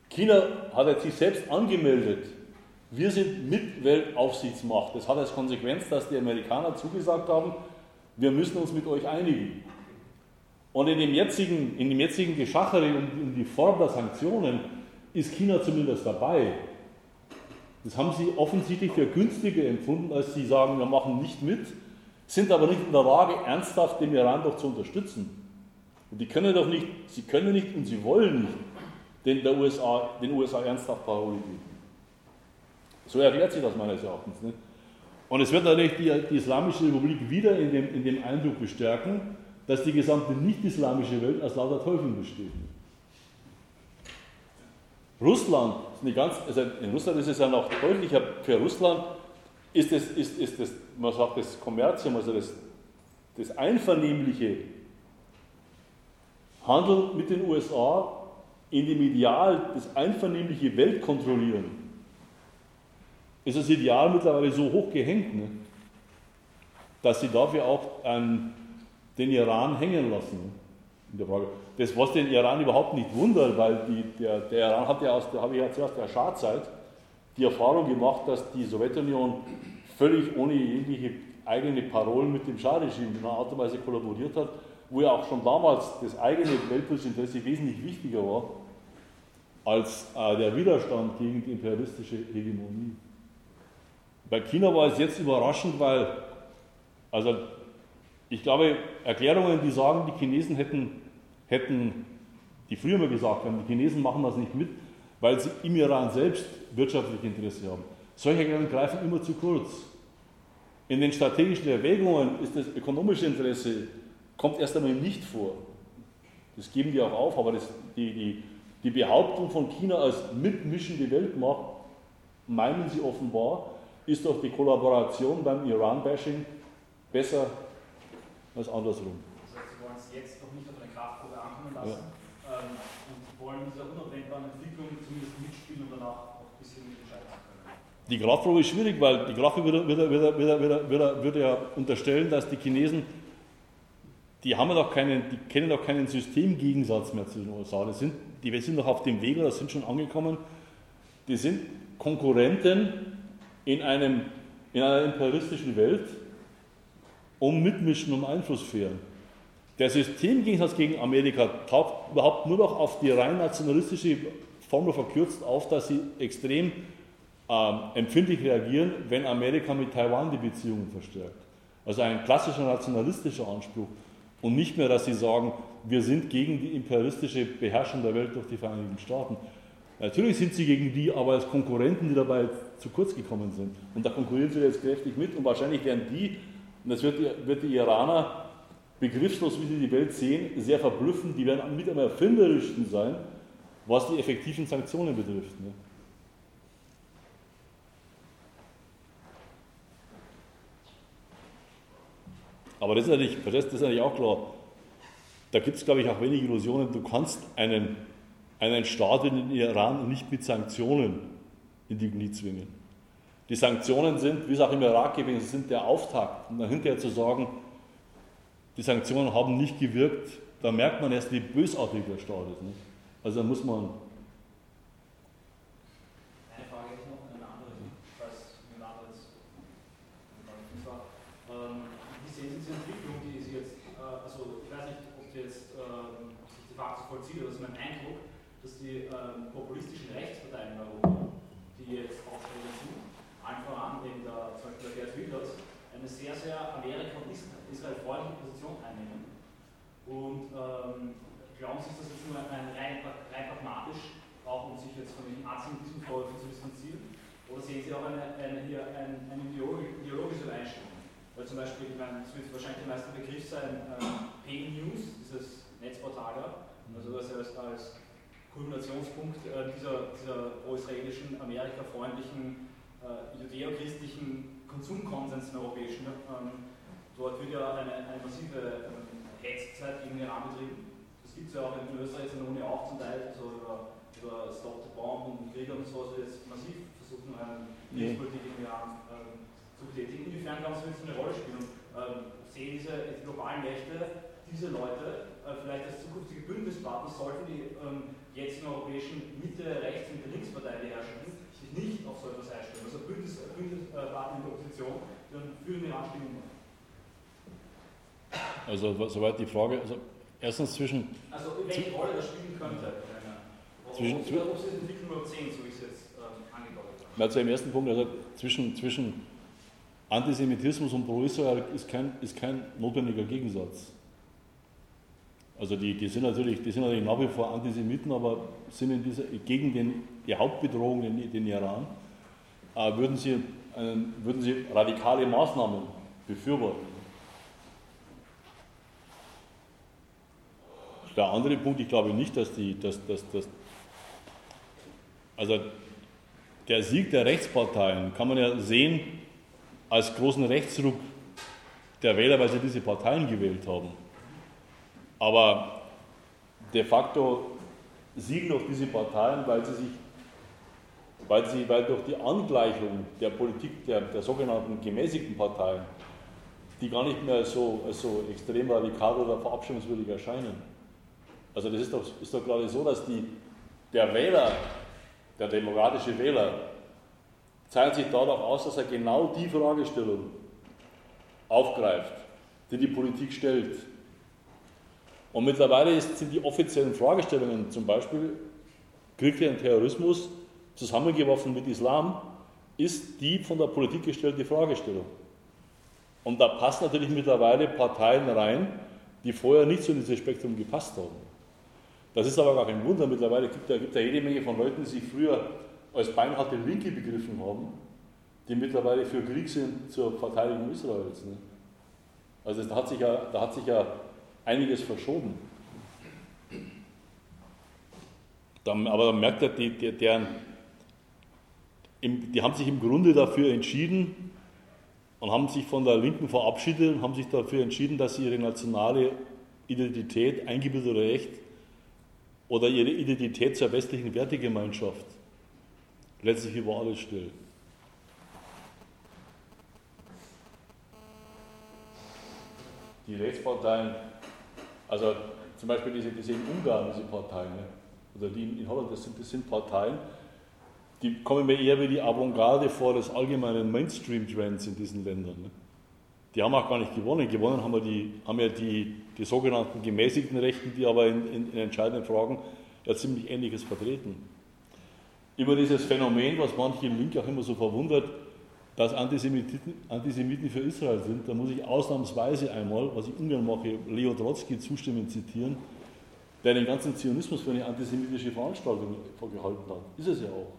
China hat jetzt sich selbst angemeldet. Wir sind Mitweltaufsichtsmacht. Das hat als Konsequenz, dass die Amerikaner zugesagt haben, wir müssen uns mit euch einigen. Und in dem jetzigen, in dem jetzigen Geschachere um, um die Form der Sanktionen ist China zumindest dabei. Das haben sie offensichtlich für günstiger empfunden, als sie sagen, wir machen nicht mit, sind aber nicht in der Lage, ernsthaft den Iran doch zu unterstützen. Und die können doch nicht, sie können nicht und sie wollen nicht den, der U S A, den U S A ernsthaft Paroli geben. So erklärt sich das meines Erachtens. Ne? Und es wird natürlich die, die Islamische Republik wieder in dem, in dem Eindruck bestärken, dass die gesamte nicht-islamische Welt aus lauter Teufeln besteht. Russland, ist eine ganz, also in Russland ist es ja noch deutlicher, für Russland ist es, ist, ist das, man sagt das Kommerzium, also das, das einvernehmliche Handeln mit den U S A in dem Ideal, das einvernehmliche Weltkontrollieren, ist das Ideal mittlerweile so hoch gehängt, ne, dass sie dafür auch ähm, den Iran hängen lassen. In der Frage. Das, was den Iran überhaupt nicht wundert, weil die, der, der Iran hat ja aus der, habe ich ja zuerst der Schah-Zeit die Erfahrung gemacht, dass die Sowjetunion völlig ohne jegliche eigene Parolen mit dem Schah-Regime in einer Art und Weise kollaboriert hat, wo ja auch schon damals das eigene weltpolitische Interesse wesentlich wichtiger war als äh, der Widerstand gegen die imperialistische Hegemonie. Bei China war es jetzt überraschend, weil, also ich glaube, Erklärungen, die sagen, die Chinesen hätten, hätten, die früher mal gesagt haben, die Chinesen machen das nicht mit, weil sie im Iran selbst wirtschaftliche Interesse haben. Solche Erklärungen greifen immer zu kurz. In den strategischen Erwägungen ist das ökonomische Interesse, kommt erst einmal nicht vor. Das geben die auch auf, aber das, die, die, die Behauptung von China als mitmischende Weltmacht, meinen sie offenbar, ist doch die Kollaboration beim Iran-Bashing besser als andersrum. Das heißt, Sie wollen es jetzt noch nicht auf eine Kraftprobe ankommen lassen, ja. ähm, und wollen in dieser unabwendbaren Entwicklung zumindest mitspielen und danach auch ein bisschen entscheiden können. Die Kraftprobe ist schwierig, weil die Kraftprobe würde, würde, würde, würde, würde, würde ja unterstellen, dass die Chinesen, die haben ja doch keinen, die kennen doch keinen Systemgegensatz mehr zu den U S A. Das sind, die sind doch auf dem Weg oder sind schon angekommen. Die sind Konkurrenten in, einem, in einer imperialistischen Welt, um mitmischen, um Einflussphären. Der Systemgegensatz gegen Amerika taucht überhaupt nur noch auf die rein nationalistische Formel verkürzt auf, dass sie extrem ähm, empfindlich reagieren, wenn Amerika mit Taiwan die Beziehungen verstärkt. Also ein klassischer nationalistischer Anspruch und nicht mehr, dass sie sagen, wir sind gegen die imperialistische Beherrschung der Welt durch die Vereinigten Staaten. Natürlich sind sie gegen die, aber als Konkurrenten, die dabei zu kurz gekommen sind. Und da konkurrieren sie jetzt kräftig mit und wahrscheinlich werden die, und das wird die, wird die Iraner, begriffslos wie sie die Welt sehen, sehr verblüffen, die werden mit am erfinderischsten sein, was die effektiven Sanktionen betrifft. Ne? Aber das ist, natürlich, das ist natürlich auch klar, da gibt es, glaube ich, auch wenig Illusionen, du kannst einen, einen Staat in den Iran nicht mit Sanktionen in die Knie zwingen. Die Sanktionen sind, wie es auch im Irak gewesen ist, sind der Auftakt. Und dann hinterher zu sagen, die Sanktionen haben nicht gewirkt, da merkt man erst, wie bösartig der Staat ist. Ne? Also da muss man... Eine Frage hätte ich noch, eine andere, falls mir ein anderes war. Ähm, wie sehen Sie diese Entwicklung, die Sie jetzt, äh, also ich weiß nicht, ob die jetzt ähm, sich de facto vollzieht, aber es ist mein Eindruck, dass die ähm, populistischen Rechtsparteien in Europa, die jetzt aufstellen sind, allen voran in der, zum Beispiel der Geert Wilders, eine sehr, sehr Amerika- und Israel-freundliche Position einnehmen. Und ähm, glauben Sie, dass das jetzt nur ein rein, rein pragmatisch, auch um sich jetzt von den Antisemitismusvorwürfen zu distanzieren? Oder sehen Sie auch eine, eine, hier ein, eine ideologische Einstellung? Weil zum Beispiel, ich meine, es wird wahrscheinlich der meiste Begriff sein, äh, P News, dieses Netzportal, also das als, als Kulminationspunkt äh, dieser, dieser pro-israelischen, amerikafreundlichen, äh, judäo-christlichen Konsumkonsens im europäischen. Ähm, dort wird ja eine, eine massive ähm, Hetzzeit gegen den Iran betrieben. Das gibt es ja auch in Österreich jetzt in der Uni auch zum Teil, so über, über Stop the Bomb und Krieger und so, also jetzt massiv versuchen, eine Kriegspolitik gegen den Iran ähm, zu betätigen. Inwiefern kann es jetzt eine Rolle spielen? Und, ähm, sehen diese globalen Mächte diese Leute äh, vielleicht als zukünftige Bündnispartner sollten die ähm, jetzigen europäischen Mitte-Rechts- und Linksparteien, die herrschen, sich nicht auf so etwas einstellen. Also Bündnis, Bündnispartner in der Opposition, die dann für den Iran stimmen. Also soweit die Frage, also erstens zwischen... Also welche Rolle das spielen könnte, zwischen, ob, ob, ob Sie das Entwicklung überhaupt sehen, so wie ich es jetzt ähm, angedeutet habe. Na, zu dem ersten Punkt, also zwischen, zwischen Antisemitismus und Pro-Israel ist kein, ist kein notwendiger Gegensatz. Also die, die, sind natürlich, die sind natürlich nach wie vor Antisemiten, aber sind in dieser, gegen den, die Hauptbedrohung, den, den Iran, äh, würden, sie, äh, würden sie radikale Maßnahmen befürworten. Der andere Punkt, ich glaube nicht, dass die, dass, dass, dass, also der Sieg der Rechtsparteien kann man ja sehen als großen Rechtsruck der Wähler, weil sie diese Parteien gewählt haben. Aber de facto siegen doch diese Parteien, weil sie sich, weil sie, weil durch die Angleichung der Politik der, der sogenannten gemäßigten Parteien, die gar nicht mehr so, so extrem radikal oder verabschiedungswürdig erscheinen. Also das ist doch, ist doch gerade so, dass die, der Wähler, der demokratische Wähler, zeichnet sich dadurch aus, dass er genau die Fragestellung aufgreift, die die Politik stellt. Und mittlerweile ist, sind die offiziellen Fragestellungen, zum Beispiel Krieg gegen Terrorismus, zusammengeworfen mit Islam, ist die von der Politik gestellte Fragestellung. Und da passen natürlich mittlerweile Parteien rein, die vorher nicht so in dieses Spektrum gepasst haben. Das ist aber gar kein Wunder. Mittlerweile gibt es ja jede Menge von Leuten, die sich früher als beinharte Linke begriffen haben, die mittlerweile für Krieg sind zur Verteidigung Israels. Ne? Also da hat sich ja, da hat sich ja einiges verschoben. Da, aber da merkt er, die, die, deren, im, die haben sich im Grunde dafür entschieden und haben sich von der Linken verabschiedet und haben sich dafür entschieden, dass sie ihre nationale Identität, eingebildete Recht, oder ihre Identität zur westlichen Wertegemeinschaft letztlich über alles stellen. Die Rechtsparteien, also zum Beispiel diese, diese in Ungarn, diese Parteien, ne? Oder die in Holland, das sind, das sind Parteien, die kommen mir eher wie die Avantgarde vor des allgemeinen Mainstream-Trends in diesen Ländern. Ne? Die haben auch gar nicht gewonnen. Gewonnen haben, wir die, haben ja die, die sogenannten gemäßigten Rechten, die aber in, in, in entscheidenden Fragen ja ziemlich Ähnliches vertreten. Über dieses Phänomen, was manche im Link auch immer so verwundert, dass Antisemiten, Antisemiten für Israel sind, da muss ich ausnahmsweise einmal, was ich ungern mache, Leo Trotzki zustimmend zitieren, der den ganzen Zionismus für eine antisemitische Veranstaltung vorgehalten hat. Ist es ja auch.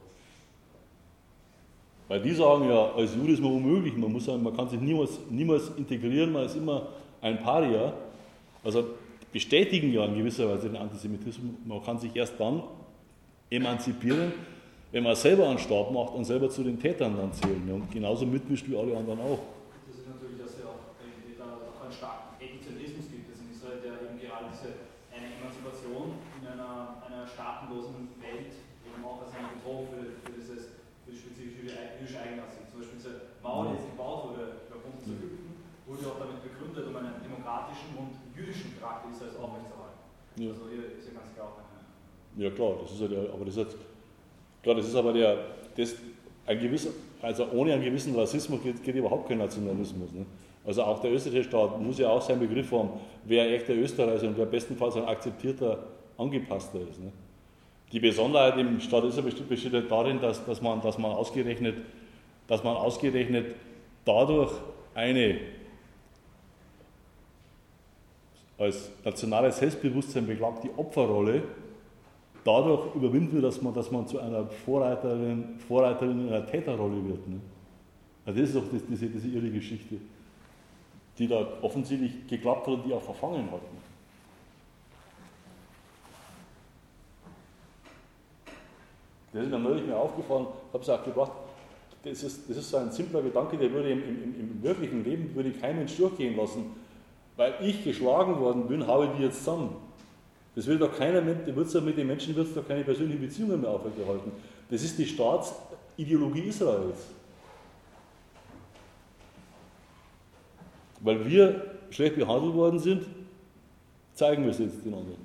Weil die sagen ja, als Jude ist man unmöglich, man, muss sagen, man kann sich niemals, niemals integrieren, man ist immer ein Paria. Also bestätigen ja in gewisser Weise den Antisemitismus, man kann sich erst dann emanzipieren, wenn man selber einen Stab macht und selber zu den Tätern dann zählen und genauso mitmischt wie alle anderen auch. Das ist natürlich, dass es ja auch, da auch einen starken Ethnizismus gibt, dass in Israel der eben gerade diese, eine Emanzipation in einer, einer staatenlosen Welt eben auch als eine Bedrohung für, für, dieses, für die spezifische jüdische Eigenart sieht. Zum Beispiel diese Mauer, die jetzt gebaut wurde, über Grund zu Ägypten, wurde auch damit begründet, um einen demokratischen und jüdischen Charakter Israels aufrechtzuerhalten. Ja. Also hier ist ja ganz klar auch eine... Ja klar, das ist ja der, aber das ist Klar, das ist aber der, das, ein gewisser, also ohne einen gewissen Rassismus geht, geht überhaupt kein Nationalismus. Ne? Also auch der österreichische Staat muss ja auch seinen Begriff haben, wer ein echter Österreicher und wer bestenfalls ein akzeptierter, angepasster ist. Ne? Die Besonderheit im Staat Israel besteht, besteht darin, dass, dass, man, dass, man ausgerechnet, dass man ausgerechnet dadurch eine als nationales Selbstbewusstsein beklagte Opferrolle dadurch überwinden wir, dass man, dass man zu einer Vorreiterin, Vorreiterin in einer Täterrolle wird. Ne? Also das ist doch das, diese, diese irre Geschichte, die da offensichtlich geklappt hat und die auch verfangen hat. Ne? Das ist mir neulich mir aufgefallen, ich habe es auch gebracht, das ist, das ist so ein simpler Gedanke, der würde im, im, im wirklichen Leben würde kein Mensch durchgehen lassen. Weil ich geschlagen worden bin, haue die jetzt zusammen. Das will doch keiner, mit den Menschen wird es doch keine persönlichen Beziehungen mehr aufrechterhalten. Das ist die Staatsideologie Israels. Weil wir schlecht behandelt worden sind zeigen wir es jetzt den anderen.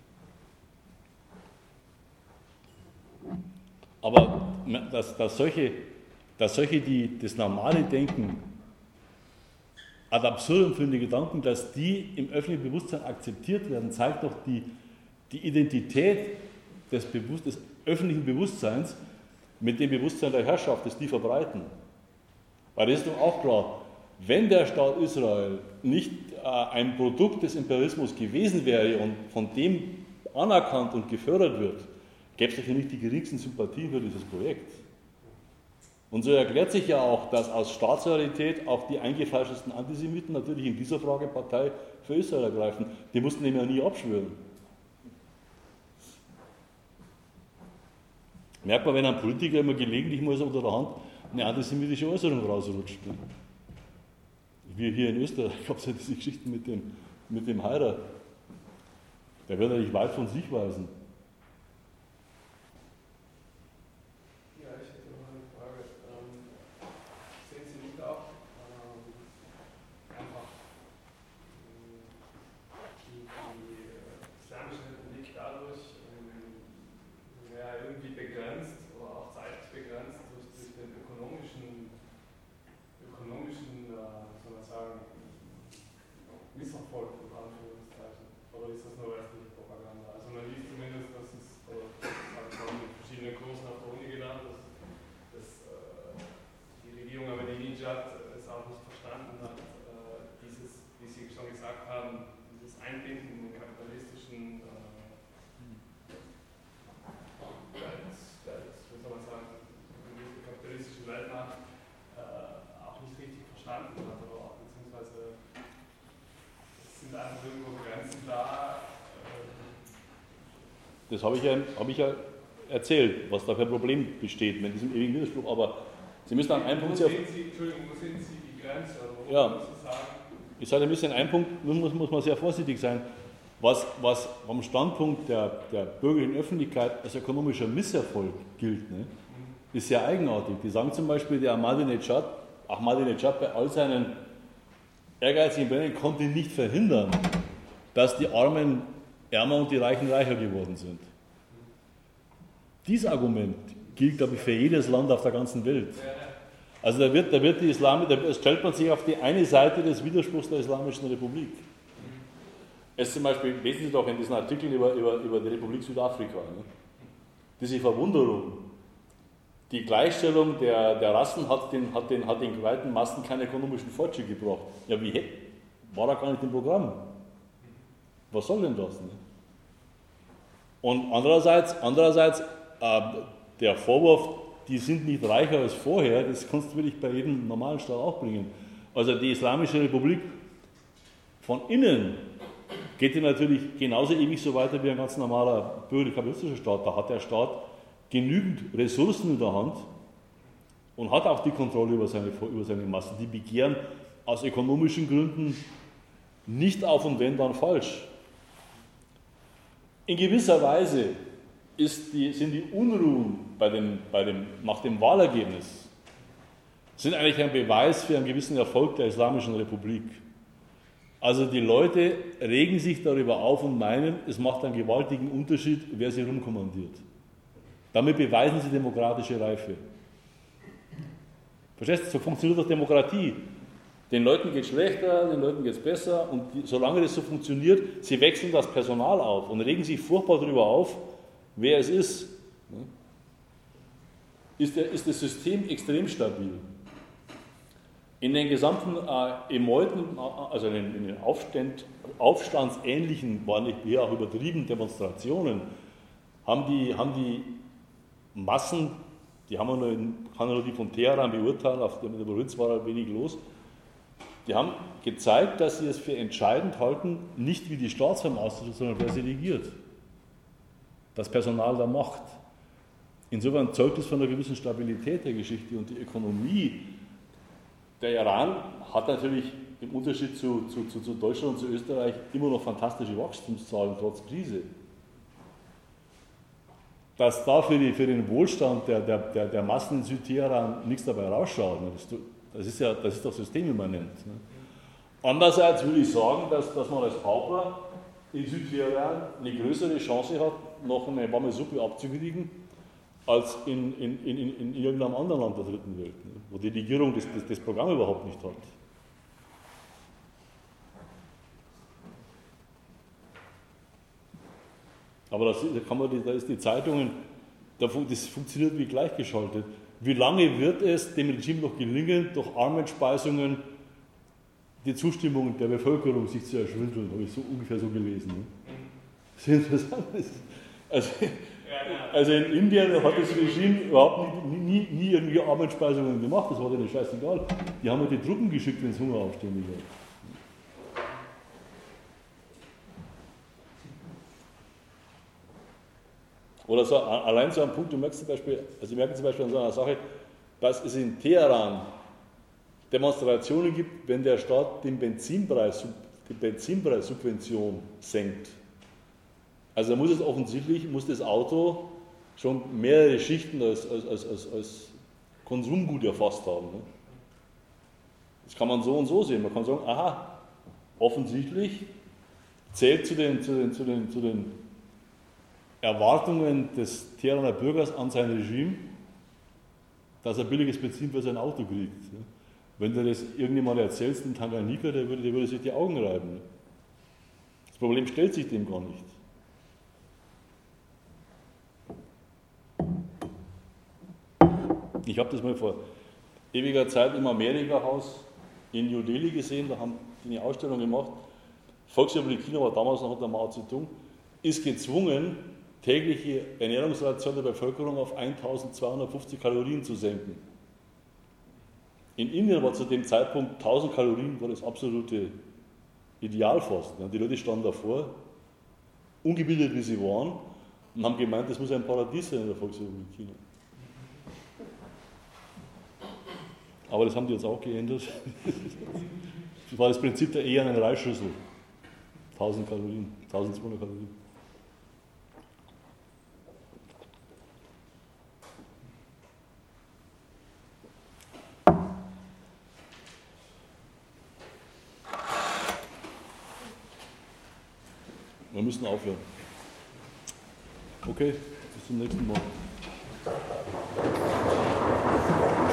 Aber dass, dass solche, dass solche die das normale Denken ad absurdum führende Gedanken, dass die im öffentlichen Bewusstsein akzeptiert werden, zeigt doch die, die Identität des, Bewusst, des öffentlichen Bewusstseins mit dem Bewusstsein der Herrschaft, das die verbreiten. Weil das ist doch auch klar, wenn der Staat Israel nicht äh, ein Produkt des Imperialismus gewesen wäre und von dem anerkannt und gefördert wird, gäbe es doch nicht die geringsten Sympathien für dieses Projekt. Und so erklärt sich ja auch, dass aus Staatsloyalität auch die eingefleischtesten Antisemiten natürlich in dieser Frage Partei für Israel ergreifen. Die mussten dem ja nie abschwören. Merkt man, wenn ein Politiker immer gelegentlich mal so unter der Hand eine antisemitische Äußerung rausrutscht. Wie hier in Österreich gab es ja diese Geschichten mit dem, mit dem Heirat. Der wird natürlich weit von sich weisen. Das habe ich, ja, habe ich ja erzählt, was da für ein Problem besteht mit diesem ewigen Widerspruch. Aber Sie müssen an einem Punkt... Wo sehen Sie, Entschuldigung, wo sehen Sie die Grenze? Oder ja, Sie sagen? Ich sage, ein bisschen ein Punkt, muss, muss man sehr vorsichtig sein. Was, was vom Standpunkt der, der bürgerlichen Öffentlichkeit als ökonomischer Misserfolg gilt, ne, ist sehr eigenartig. Die sagen zum Beispiel, der Ahmadinejad, Ahmadinejad bei all seinen ehrgeizigen Plänen konnte nicht verhindern, dass die Armen ärmer und die Reichen reicher geworden sind. Dieses Argument gilt, glaube ich, für jedes Land auf der ganzen Welt. Also da wird, da wird die Islam, da stellt man sich auf die eine Seite des Widerspruchs der Islamischen Republik. Es zum Beispiel, lesen Sie doch in diesen Artikeln über, über, über die Republik Südafrika, ne? Diese Verwunderung, die Gleichstellung der, der Rassen hat den, hat, den, hat den weiten Massen keinen ökonomischen Fortschritt gebracht. Ja, wie war da gar nicht im Programm? Was soll denn das? Ne? Und andererseits, andererseits äh, der Vorwurf, die sind nicht reicher als vorher, das kannst du wirklich bei jedem normalen Staat auch bringen. Also die Islamische Republik von innen geht die natürlich genauso ewig so weiter wie ein ganz normaler bürgerlich-kapitalistischer Staat. Da hat der Staat genügend Ressourcen in der Hand und hat auch die Kontrolle über seine, über seine Massen. Die begehren aus ökonomischen Gründen nicht auf und wenn dann falsch. In gewisser Weise ist die, sind die Unruhen bei dem, bei dem, nach dem Wahlergebnis sind eigentlich ein Beweis für einen gewissen Erfolg der Islamischen Republik. Also die Leute regen sich darüber auf und meinen, es macht einen gewaltigen Unterschied, wer sie rumkommandiert. Damit beweisen sie demokratische Reife. Verstehst du? So funktioniert doch Demokratie. Den Leuten geht es schlechter, den Leuten geht es besser und die, solange das so funktioniert, sie wechseln das Personal auf und regen sich furchtbar darüber auf, wer es ist. Ist, der, ist das System extrem stabil. In den gesamten äh, Emeuten, also in den, in den Aufstand, aufstandsähnlichen, waren nicht eher auch übertrieben Demonstrationen, haben die, haben die Massen, die haben wir nur, in, kann nur die von Teheran beurteilen, auf der Provinz war halt wenig los, die haben gezeigt, dass sie es für entscheidend halten, nicht wie die Staatsform auszuschauen, sondern wer sie regiert. Das Personal der Macht. Insofern zeugt es von einer gewissen Stabilität der Geschichte und die Ökonomie. Der Iran hat natürlich im Unterschied zu, zu, zu, zu Deutschland und zu Österreich immer noch fantastische Wachstumszahlen trotz Krise. Dass da für, die, für den Wohlstand der, der, der, der Massen in Südteheran nichts dabei rausschaut, das ist, ja, das ist doch systemimmanent. Andererseits würde ich sagen, dass, dass man als Kaufler in Südteheran eine größere Chance hat, noch eine warme Suppe abzukriegen, als in, in, in, in, in irgendeinem anderen Land der dritten Welt, ne? Wo die Regierung das, das, das Programm überhaupt nicht hat. Aber das, da, kann man, da ist die Zeitungen, das funktioniert wie gleichgeschaltet. Wie lange wird es dem Regime noch gelingen, durch Armenspeisungen die Zustimmung der Bevölkerung sich zu erschwindeln? Habe ich so ungefähr so gelesen. Ne? Sehr interessant. Also, also in Indien hat das Regime überhaupt nie, nie, nie irgendwie Armenspeisungen gemacht, das war denen scheißegal. Die haben ja die Truppen geschickt, wenn es Hungeraufstände gab. Oder so, allein so ein Punkt, du merkst zum Beispiel, also ich merke zum Beispiel an so einer Sache, dass es in Teheran Demonstrationen gibt, wenn der Staat den Benzinpreis, die Benzinpreissubvention senkt. Also da muss es offensichtlich, muss das Auto schon mehrere Schichten als, als, als, als, als Konsumgut erfasst haben. Ne? Das kann man so und so sehen. Man kann sagen, aha, offensichtlich zählt zu den, zu den, zu den, zu den Erwartungen des Teheraner Bürgers an sein Regime, dass er billiges Benzin für sein Auto kriegt. Wenn du das irgendjemand erzählst, in Tanganyika, der würde, der würde sich die Augen reiben. Das Problem stellt sich dem gar nicht. Ich habe das mal vor ewiger Zeit im Amerika-Haus in New Delhi gesehen, da haben die eine Ausstellung gemacht. Volksrepublik China war damals noch unter Mao Zedong, ist gezwungen, tägliche Ernährungsration der Bevölkerung auf eintausendzweihundertfünfzig Kalorien zu senken. In Indien war zu dem Zeitpunkt tausend Kalorien war das absolute Idealfasten. Die Leute standen davor, ungebildet wie sie waren, und haben gemeint, das muss ein Paradies sein in der Volksrepublik China. Aber das haben die jetzt auch geändert. Das war das Prinzip der ehernen Reisschüssel. tausend Kalorien, tausendzweihundert Kalorien. Wir müssen aufhören. Okay, bis zum nächsten Mal.